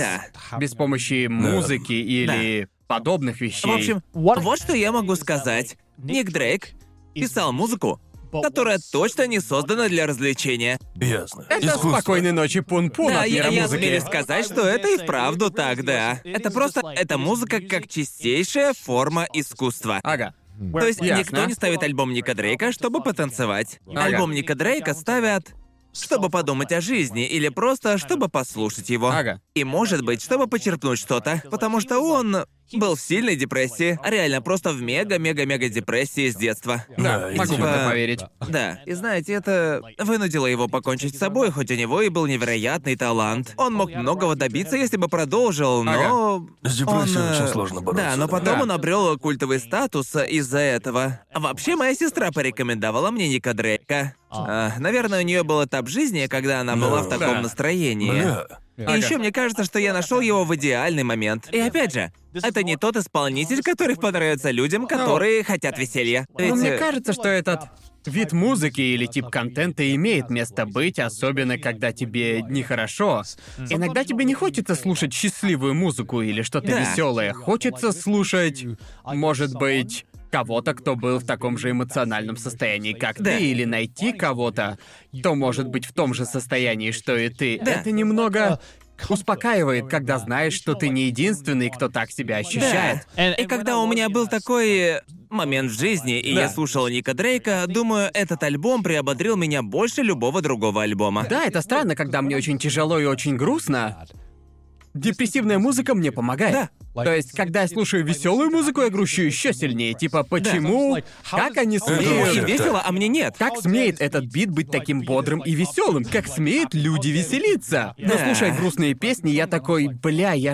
без помощи музыки или подобных вещей. В общем, вот что я могу сказать. Ник Дрейк писал музыку, которая точно не создана для развлечения. Ясно. это Искусство. спокойной ночи пун-пун Да, от мира я музыки. смею сказать, что это и вправду так, да. Это музыка как чистейшая форма искусства. Ага. То есть Ясно. никто не ставит альбом Ника Дрейка, чтобы потанцевать. Ага. Альбом Ника Дрейка ставят, чтобы подумать о жизни, или просто чтобы послушать его. Ага. И, может быть, чтобы почерпнуть что-то, потому что он был в сильной депрессии, реально просто в мега-мега-мега депрессии с детства. Да, Да, могу в типа- это поверить. Да, и знаете, это вынудило его покончить с собой, хоть у него и был невероятный талант. Он мог многого добиться, если бы продолжил, но... С депрессией он, очень сложно бороться. Да, но потом Да. он обрел культовый статус из-за этого. Вообще, моя сестра порекомендовала мне Ника Дрейка. Наверное, у нее был этап жизни, когда она была в таком Да. настроении. Бля. И еще мне кажется, что я нашел его в идеальный момент. И опять же, это не тот исполнитель, который понравится людям, которые хотят веселья. Но Ведь, мне кажется, что этот вид музыки или тип контента имеет место быть, особенно когда тебе нехорошо. Иногда тебе не хочется слушать счастливую музыку или что-то Да. веселое. Хочется слушать, может быть, кого-то, кто был в таком же эмоциональном состоянии, как Да. ты, или найти кого-то, кто может быть в том же состоянии, что и ты. Да. Это немного успокаивает, когда знаешь, что ты не единственный, кто так себя ощущает. И когда у меня был такой момент в жизни, и Да. я слушал Ника Дрейка, думаю, этот альбом приободрил меня больше любого другого альбома. Да, это странно, когда мне очень тяжело и очень грустно. Депрессивная музыка мне помогает. Да. То есть, когда я слушаю веселую музыку, я грущу еще сильнее. Типа, почему? Как они Ему смеют? и весело, а мне нет. Как смеет этот бит быть таким бодрым и веселым? Как смеют люди веселиться? Но Да. слушая грустные песни, я такой, бля, я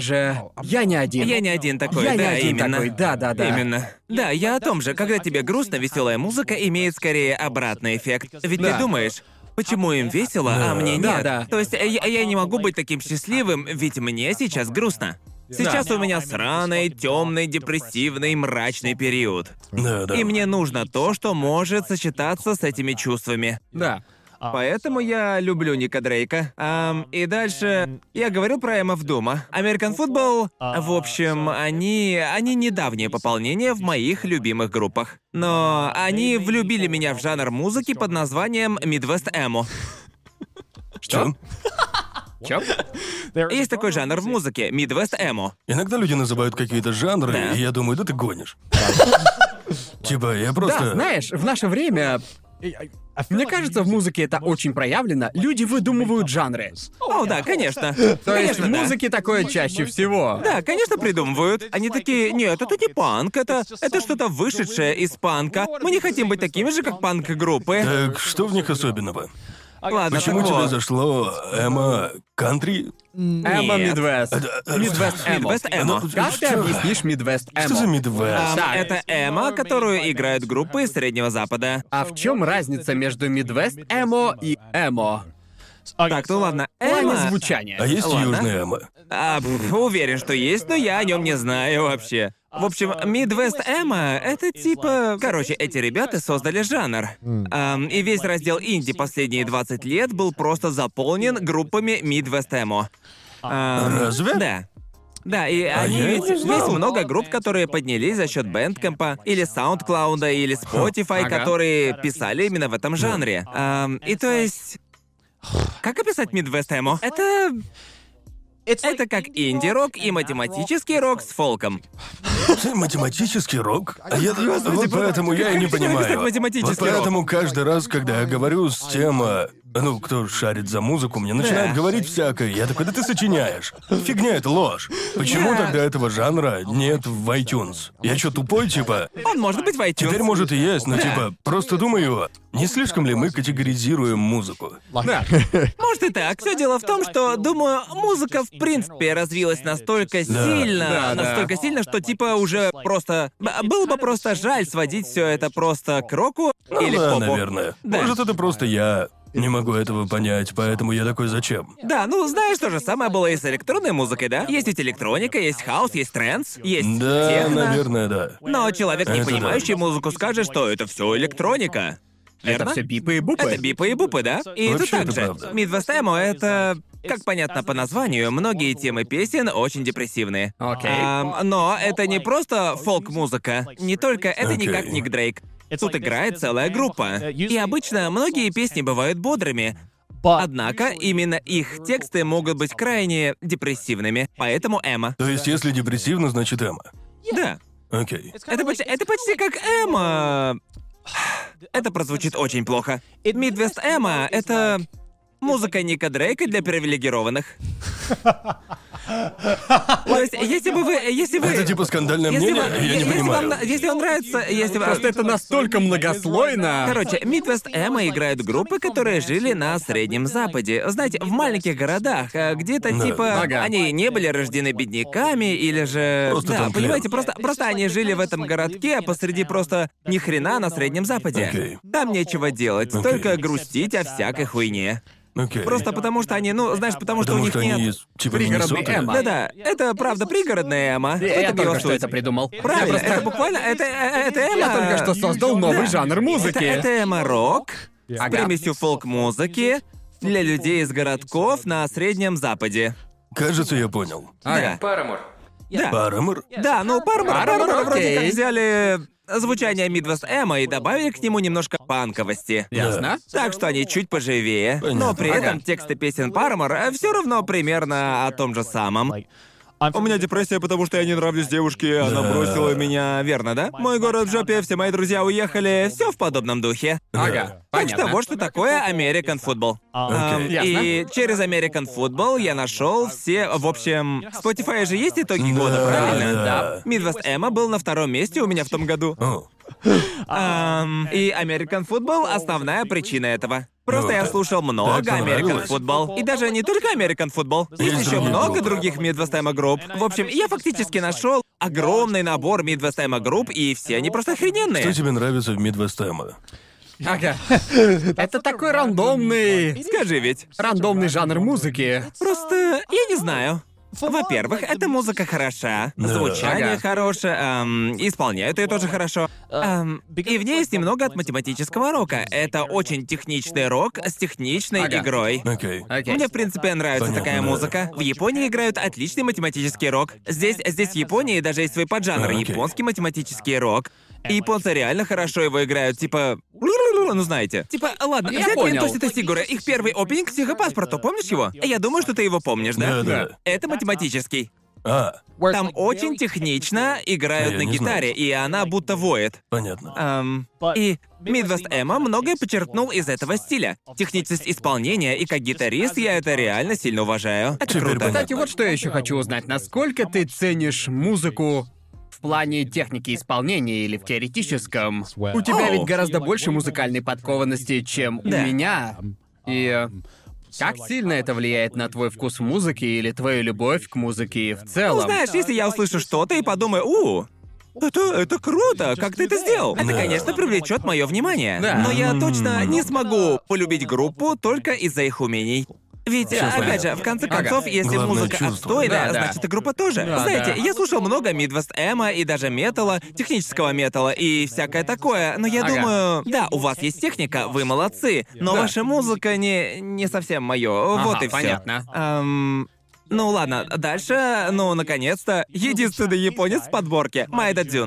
не один. Я не один такой, Я не да, один именно. такой, да-да-да. Именно. Да, я о том же, когда тебе грустно, веселая музыка имеет скорее обратный эффект. Ведь Да. ты думаешь, почему им весело, а мне Да, нет? да. То есть я не могу быть таким счастливым, ведь мне сейчас грустно. Сейчас у меня сраный, темный, депрессивный, мрачный период. Да. И мне нужно то, что может сочетаться с этими чувствами. Да. Поэтому я люблю Ника Дрейка. И дальше я говорил про MF Doom. American Football, в общем, они недавнее пополнение в моих любимых группах. Но они влюбили меня в жанр музыки под названием Midwest Emo. Что? Чё? Есть такой жанр в музыке — Midwest Emo. Иногда люди называют какие-то жанры, Да. и я думаю, да ты гонишь. Типа, я просто... Да, знаешь, в наше время, мне кажется, в музыке это очень проявлено. Люди выдумывают жанры. О, да, конечно. То есть Конечно, в да. музыке такое чаще всего. Да, конечно, придумывают. Они такие, нет, это не панк, это что-то вышедшее из панка. Мы не хотим быть такими же, как панк-группы. Так что в них особенного? Ладно, Почему так тебе вот. зашло кантри? Эмо Нет. Мидвест. Мидвест Эмо. Midwest Emo. Как ты Что? объяснишь Мидвест Что за Эмо? мидвест? Так. Это эмо, которую играют группы из Среднего Запада. А в чем разница между Мидвест Эмо и Эмо? Так, ну ладно, В плане эмо... звучания. А есть Ладно. южный эмо? Уверен, что есть, но я о нем не знаю вообще. В общем, Midwest Emo — это типа... Короче, эти ребята создали жанр. И весь раздел инди последние 20 лет был просто заполнен группами Midwest Emo. Разве? Да. Да, и я они не ведь... знал. Есть много групп, которые поднялись за счет Бэндкэмпа, или Саундклауда, или Spotify, Ага. которые писали именно в этом жанре. И то есть... Как описать Midwest Emo? Это как инди-рок и математический рок с фолком. Математический рок? Вот поэтому я и не как еще написать понимаю. математический Вот поэтому каждый раз, когда я говорю с тем ну, кто шарит за музыку, мне начинают говорить всякое. Я такой, да ты сочиняешь. Фигня, это ложь. Почему тогда этого жанра нет в iTunes? Я что, тупой, типа? Он может быть в iTunes. Теперь может и есть, но типа, просто думаю, не слишком ли мы категоризируем музыку? Да. Может и так. Все дело в том, что, думаю, музыка в принципе развилась настолько сильно, настолько сильно, что типа уже просто... Было бы просто жаль сводить все это просто к року или к Да, попу. наверное. Да. Может, это просто я не могу этого понять, поэтому я такой, зачем? Да, ну знаешь, то же самое было и с электронной музыкой, да? Есть ведь электроника, есть хаус, есть трэнс, есть Да, техно. наверное, да. Но человек, не Это понимающий музыку, скажет, что это все электроника. Это Верно? все бипы и бупы. Это бипы и бупы, да? И тут Вообще, это также. правда. Midwest Emo — это... Как понятно по названию, многие темы песен очень депрессивные. Окей. Но это не просто фолк-музыка. Не только это Окей. никак не Дрейк. Тут играет целая группа. И обычно многие песни бывают бодрыми. Однако именно их тексты могут быть крайне депрессивными. Поэтому эмо. То есть, если депрессивно, значит эмо. Да. Окей. Это почти как эмо. Это прозвучит очень плохо. Midwest Emo — это музыка Ника Дрейка для привилегированных. То есть, если вы... Это типа скандальное Если мнение? вам- Я не если понимаю. если вам нравится... Если вам... Просто это настолько многослойно. Короче, Midwest Emo играют группы, которые жили на Среднем Западе. Знаете, в маленьких городах, где-то Да. типа Ага. они не были рождены бедняками или же... Просто да, там тлен. понимаете, просто они жили в этом городке, посреди просто ни хрена на Среднем Западе. Окей. Там нечего делать, Окей. только грустить о всякой хуйне. Окей. Просто потому что они, ну, знаешь, потому что у Потому них что они нет... из типа Пригородный Миннесоты. эмо. Да-да, это правда пригородная эмо. В Я этом его только что суть. это придумал. Правильно, Я просто- это буквально... Это эмо... Я только что создал новый Да. жанр музыки. Это эмо-рок с Ага. примесью фолк-музыки для людей из городков на Среднем Западе. Кажется, я понял. Ага. Парамор. Да. Парамор? Да, ну Парамор Paramore, вроде как окей. взяли звучание Midwest Emo и добавили к нему немножко панковости. Ясно? Так что они чуть поживее. Понятно. Но при этом Ага. тексты песен Paramore все равно примерно о том же самом. У меня депрессия, потому что я не нравлюсь девушке, она Да. бросила меня, верно, да? Мой город в жопе, все мои друзья уехали, все в подобном духе. Ага. Так что Понятно. вот что такое American Football. Окей. И через American Football я нашел все, в общем, в Spotify же есть итоги года, Да, правильно? да. Midwest Emo был на втором месте у меня в том году. О, И American Football — основная причина этого. Просто я так- слушал много так American понравилось? Football. И даже не только American Football. Есть Есть еще другие много группы. других Midwest Emo групп. В общем, я фактически нашел огромный набор Midwest Emo групп, и все они просто охрененные. что тебе нравится в Midwest Emo? Ага. Это такой рандомный... Скажи ведь. Рандомный жанр музыки. Просто я не знаю. Во-первых, эта музыка хороша, Да. звучание Ага. хорошее, исполняют ее тоже хорошо. И в ней есть немного от математического рока. Это очень техничный рок с техничной Ага. игрой. Окей. Окей. Мне, в принципе, нравится Понятно, такая да. музыка. В Японии играют отличный математический рок. Здесь в Японии даже есть свой поджанр — Окей. японский математический рок. И японцы реально хорошо его играют, типа... Ну, знаете. Типа, ладно, Я взять понял. Винтосита Сигура, их первый опенинг «Психопаспорту», помнишь его? Я думаю, что ты его помнишь, да? Да-да. Это математический. А, Там очень технично играют Я на не гитаре, и она будто воет. понятно. И Midwest Emo многое подчеркнул из этого стиля. Техничность исполнения, и как гитарист я это реально сильно уважаю. Это Теперь круто. понятно. Кстати, вот что я еще хочу узнать. Насколько ты ценишь музыку в плане техники исполнения или в теоретическом? У тебя ведь гораздо больше музыкальной подкованности, чем Да. у меня. И как сильно это влияет на твой вкус в музыке или твою любовь к музыке в Ну, целом? знаешь, если я услышу что-то и подумаю, это круто, как ты это сделал? Это, Да. конечно, привлечет мое внимание. Да. Но я точно не смогу полюбить группу только из-за их умений. Ведь, опять же, в конце Ага. концов, если Главное музыка чувство. отстойная, Да, да. значит и группа тоже. Да, Знаете, да. я слушал много Midwest Emo и даже металла, технического металла и всякое такое, но я Ага. думаю, да, у вас есть техника, вы молодцы, но Да. ваша музыка не совсем мое. Вот и все. понятно. Ну ладно, дальше, ну наконец-то, единственный японец в подборке, Майда Дзюн.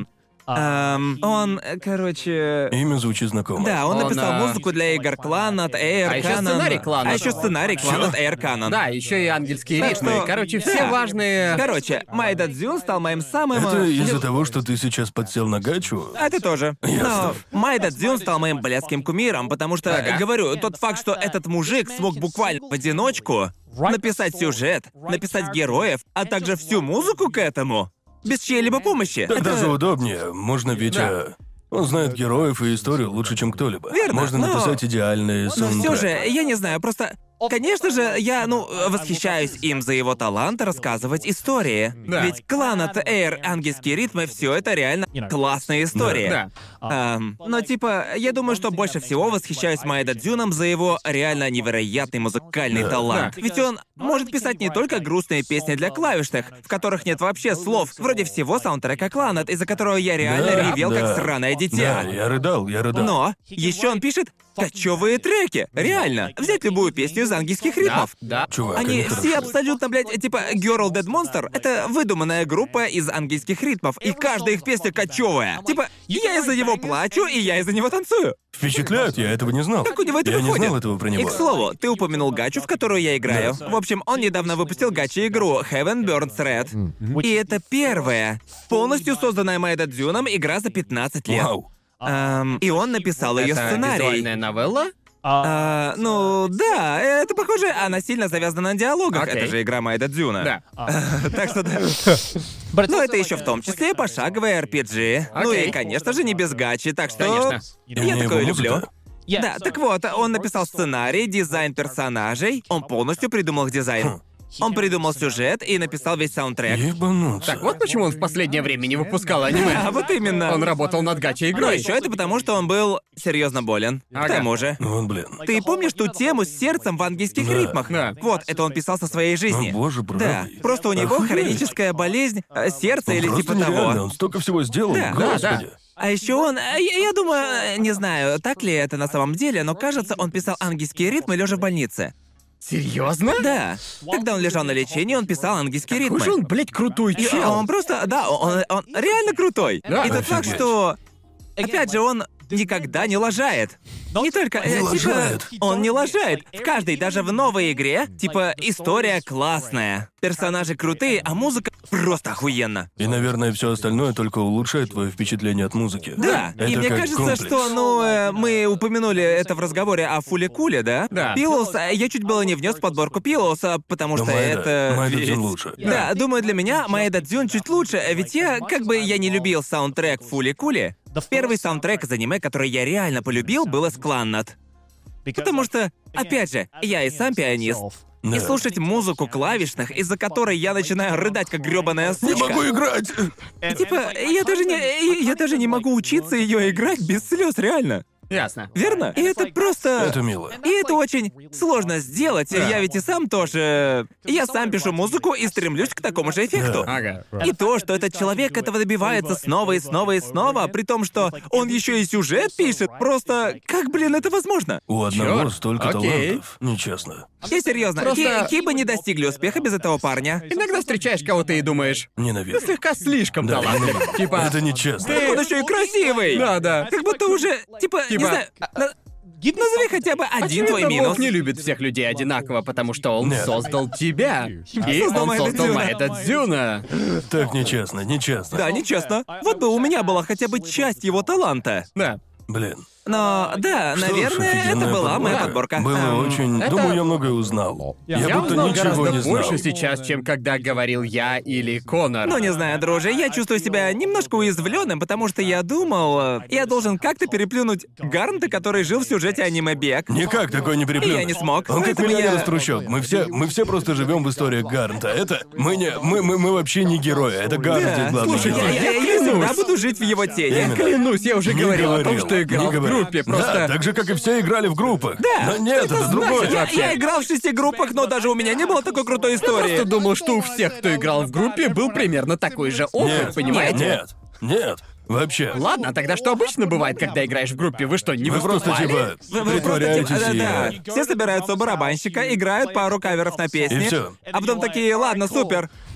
Он, короче... Имя звучит знакомо. Да, он Он, написал музыку для игр Clannad, Air, А ещё Canon. сценарий Clannad. А еще сценарий Clannad, Air, Canon. Да, еще и ангельские Так ритмы. что- Короче, все Да. важные... Короче, Майда Дзюн стал моим самым... Это из-за того, что ты сейчас подсел на гачу? Это тоже. Но Майда Дзюн стал моим блядским кумиром, потому что, Ага. говорю, тот факт, что этот мужик смог буквально в одиночку написать сюжет, написать героев, а также всю музыку к этому, без чьей-либо помощи. Так Это- даже удобнее. Можно ведь... Да. Он знает героев и историю лучше, чем кто-либо. Верно, Можно но- написать идеальный Но саундтрек. все же, я не знаю, просто... Конечно же, я, восхищаюсь им за его талант рассказывать истории. Да. Ведь Clannad, Air, ангельские ритмы, все это реально классные истории. Да. Но типа, я думаю, что больше всего восхищаюсь Майда Дзюном за его реально невероятный музыкальный Да. талант. Ведь он может писать не только грустные песни для клавишных, в которых нет вообще слов, вроде всего саундтрека Clannad, из-за которого я реально Да, ревел да. как сраное дитя. Да, я рыдал. Но еще он пишет кочевые треки. Реально. Взять любую песню из ангельских ритмов. Да. Чувак, Они это все хорошо. абсолютно, блядь, типа Girl Dead Monster — это выдуманная группа из ангельских ритмов, и каждая их песня кочевая. Типа, я из-за него плачу, и я из-за него танцую. Впечатляет, я этого не знал. Как у него это я выходит? не знал этого про И, него. к слову, ты упомянул гачу, в которую я играю. В общем, он недавно выпустил гача-игру Heaven Burns Red. И это первая, полностью созданная Майда Дзюном игра за 15 лет. Вау. И он написал ее Это сценарий. визуальная новелла? Ну да, это похоже, она сильно завязана на диалогах. Окей. Это же игра Майда Дзюна. Да. Так что да. Но это еще в том числе пошаговая RPG. Ну и, Окей. конечно же, не без гачи, так что... Конечно. Я Мне такое его люблю. музыка. Да, так вот, он написал сценарий, дизайн персонажей, он полностью придумал их дизайн. Он придумал сюжет и написал весь саундтрек. Ебануться. Так вот почему он в последнее время не выпускал аниме. А вот именно. Он работал над Но гача-игрой. еще это потому, что он был серьезно болен. К Ага. тому же. Вон, блин. Ты помнишь ту тему с сердцем в ангельских Да. ритмах? Да. Вот, это он писал со своей жизни. О, боже, правый. Да, просто у него Охуеть. хроническая болезнь сердца Он или просто типа нереально, того. он столько всего сделал, Да. господи. А еще он, я думаю, не знаю, так ли это на самом деле, но кажется, он писал ангельские ритмы лежа в больнице. Серьезно? Да. Когда он лежал на лечении, он писал ангельские ритмы. Какой же он, блядь, крутой И чел. он просто, да, он реально крутой. Да. И тот факт, Офигеть. что, опять же, он никогда не лажает. Не только... Не лажает. Он не лажает. В каждой, даже в новой игре, типа, история классная. Персонажи крутые, а музыка просто охуенна. И, наверное, все остальное только улучшает твое впечатление от музыки. Да, Это и мне как кажется, комплекс. что, мы упомянули это в разговоре о Фуле Куле, да? Да. Пилоус, я чуть было не внес в подборку Пилоуса, потому Но что это... Майда ведь- Дзюн лучше. Да, думаю, для меня Маэда Дзюн чуть лучше, ведь я, как бы я не любил саундтрек Фули Кули, первый саундтрек из аниме, который я реально полюбил, был из Clannad. Потому что, опять же, я и сам пианист. И Да. слушать музыку клавишных, из-за которой я начинаю рыдать как грёбаная Не сучка. могу играть! Типа, я даже не могу учиться ее играть без слез, реально. Ясно. Верно? И это просто... Это мило. И это очень сложно сделать. Да. Я ведь и сам тоже... Я сам пишу музыку и стремлюсь к такому же эффекту. Ага. И то, что этот человек этого добивается снова и снова и снова, при том, что он еще и сюжет пишет, просто как, блин, это возможно? У одного Чёрт, столько окей. талантов. Нечестно. Я серьезно, Просто- Кибы не достигли успеха без этого парня. Иногда встречаешь кого-то и думаешь, Ненавижу. ты слегка слишком Да, талантлив. ненавижу. Типа, Это нечестно. Он еще и красивый! да, да. Как будто уже, типа, не Типа, знаю, назови хотя бы один твой Очевидно, минус. Бог не любит всех людей одинаково, потому что он Нет. создал тебя. И Создал он Маэда создал Дзюна. Маэда Дзюна. Так нечестно, нечестно. Да, нечестно. Вот бы у меня была хотя бы часть его таланта. Да. Блин. Но, да, Что ж, наверное, это офигенная была моя подборка. подборка. Было очень... это- Думаю, я многое узнал. Я будто узнал ничего гораздо не знал. больше сейчас, чем когда говорил я или Конор. Ну, не знаю, друже, я чувствую себя немножко уязвленным, потому что я думал, я должен как-то переплюнуть Гарнта, который жил в сюжете аниме Бег. Никак такой не переплюнуть. И я не смог. Он как Поэтому миллионер я- из трущоб. Мы все просто живем в историях Гарнта. Это... Мы вообще не герои. Это Гарнт Да. здесь главный Слушай, герой. я всегда буду жить в его тени. Именно. Клянусь, я уже Не говорил о том, говорил, что играл не в говорил. группе, просто... Да, так же, как и все играли в группах. Да. Но нет, это другое. Я играл в 6 группах, но даже у меня не было такой крутой истории. Просто думал, что у всех, кто играл в группе, был примерно такой же опыт, Нет, понимаете? нет, вообще. Ладно, тогда что обычно бывает, когда играешь в группе? Вы что, не Вы просто выступали? типа Вы просто притворяетесь типа, и... да. Все собираются у барабанщика, играют пару каверов на песни. И всё. А потом такие, ладно, супер.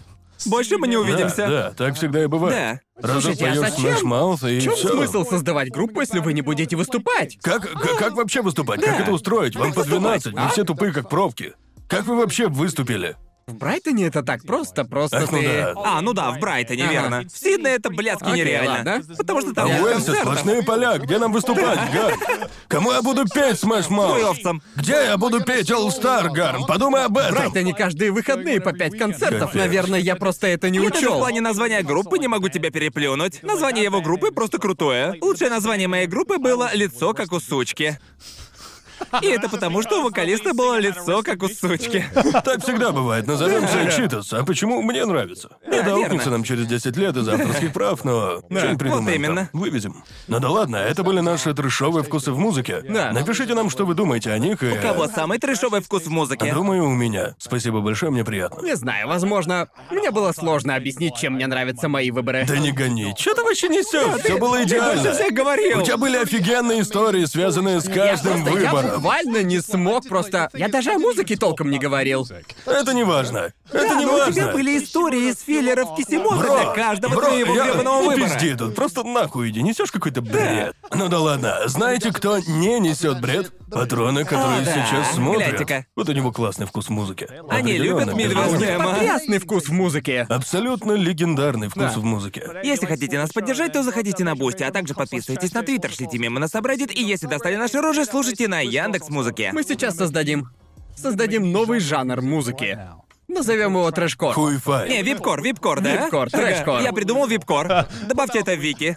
Больше мы не увидимся. Да, так всегда и бывает. Да. Разок Слушайте, а поешь зачем? Smash Mouth и В чем всё. смысл создавать группу, если вы не будете выступать? Как вообще выступать? Как это устроить? Вам по 12, вы все тупые как пробки. Как вы вообще выступили? В Брайтоне это так просто Ах, ну ты... да. Ну да, в Брайтоне, Ага. верно. В Сиднее это блядски Окей, нереально. ладно. Потому что А там в нет Уэльсе концертов. сплошные поля. Где нам выступать, Гарн? Кому я буду петь, Smash Mouth? Хуёвцам. Где я буду петь All Star, Гарн? Подумай об В этом. Брайтоне каждые выходные по 5 концертов. Капец. Наверное, я просто это не Я даже в учел. плане названия группы не могу тебя переплюнуть. Название его группы просто крутое. Лучшее название моей группы было «Лицо, как у сучки». И это потому, что у вокалиста было лицо, как у сучки. Так всегда бывает. Назовемся Читас. А почему мне нравится? Это верно. аукнется нам через 10 лет из авторских прав, но что-нибудь придумаем. вот именно. там. Вывезем. Ну да ладно, это были наши трэшовые вкусы в музыке. Да. Напишите нам, что вы думаете о них, и... У кого самый трэшовый вкус в музыке? Думаю, у меня. Спасибо большое, мне приятно. Не знаю, возможно, мне было сложно объяснить, чем мне нравятся мои выборы. Да не гони. Что ты вообще несешь? Все было Ты идеально. всех говорил. У тебя были офигенные истории, связанные с каждым Я выбором. буквально не смог просто... Я даже о музыке толком не говорил. Это не важно. Это не Но у важно. тебя были истории из филлеров Кисимона Бро, для каждого бро, твоего я- гребаного не выбора. пизди тут, просто нахуй иди, несешь какой-то бред. Ну да ладно, знаете, кто не несет бред? Патроны, которые О, да. сейчас смотрят. Гляньте-ка. Вот у него классный вкус в музыке. Они любят Определенно, Мидвест безусловно. Джема. Потрясный вкус в музыке. Абсолютно легендарный вкус Да. в музыке. Если хотите нас поддержать, то заходите на Бусти, а также подписывайтесь на Твиттер, шлите мемы на Subreddit, и если достали наши рожи, слушайте на Яндекс.Музыке. Мы сейчас создадим новый жанр музыки. Назовем его трэшкор. Хуйфай. Не, випкор, да? Випкор, Ага, трэшкор. Я придумал випкор. Добавьте это в Вики.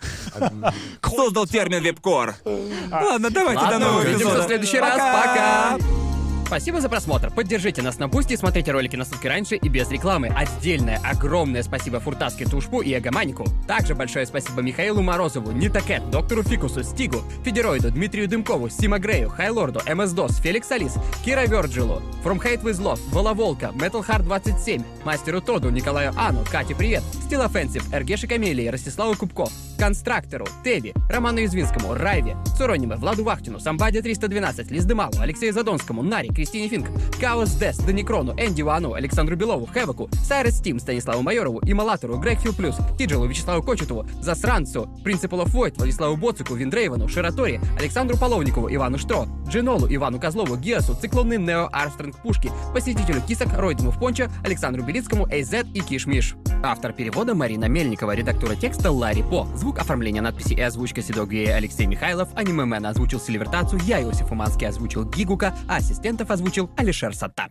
Создал термин випкор. Ладно, давайте до Ладно, нового увидимся эпизода. в следующий раз. Пока. Пока! Спасибо за просмотр. Поддержите нас на Бусти и смотрите ролики на ссылке раньше и без рекламы. Отдельное, огромное спасибо Фуртаске Тушпу и Эгоманику. Также большое спасибо Михаилу Морозову, Нитакет, Доктору Фикусу, Стигу, Федероиду, Дмитрию Дымкову, Сима Грею, Хайлорду, МС-Дос, Феликс Алис, Кира Вёрджилу, From Hate With Love, Воловолка, Metal Hard 27, Мастеру Тоду, Николаю Ану, Кате Привет, Стил Offensive, Эргеше Камелии, Ростиславу Кубко, Констрактору, Теви, Роману Извинскому, Райве, Цурониме, Владу Вахтину, Самбаде 312, Лиздымалу, Алексею Задонскому, Наре, Кристине Финк, Каос Дес, Даникрону, Энди Вану, Александру Белову, Хэвоку, Сайрес Тим, Станиславу Майорову, Ималатору, Грегфил Плюс, Тиджилу, Вячеславу Кочетову, Засранцу, Принципал оф Войт, Владиславу Боцику, Виндрейвану, Ширатори, Александру Половникову, Ивану Штро, Джинолу, Ивану Козлову, Гиасу, Циклонный Нео Армстронг Пушки, Посетителю Кисок, Ройдену в Пончо, Александру Белицкому, Эйзет и Киш-Миш. Автор перевода Марина Мельникова, редактора текста Ларри По, звук оформления надписи и озвучка Седогуи Алексей Михайлов, аниме-мен озвучил Сильвертацию, я, Иосиф Уманский, озвучил Гигука, а ассистентов озвучил Алишер Сатта.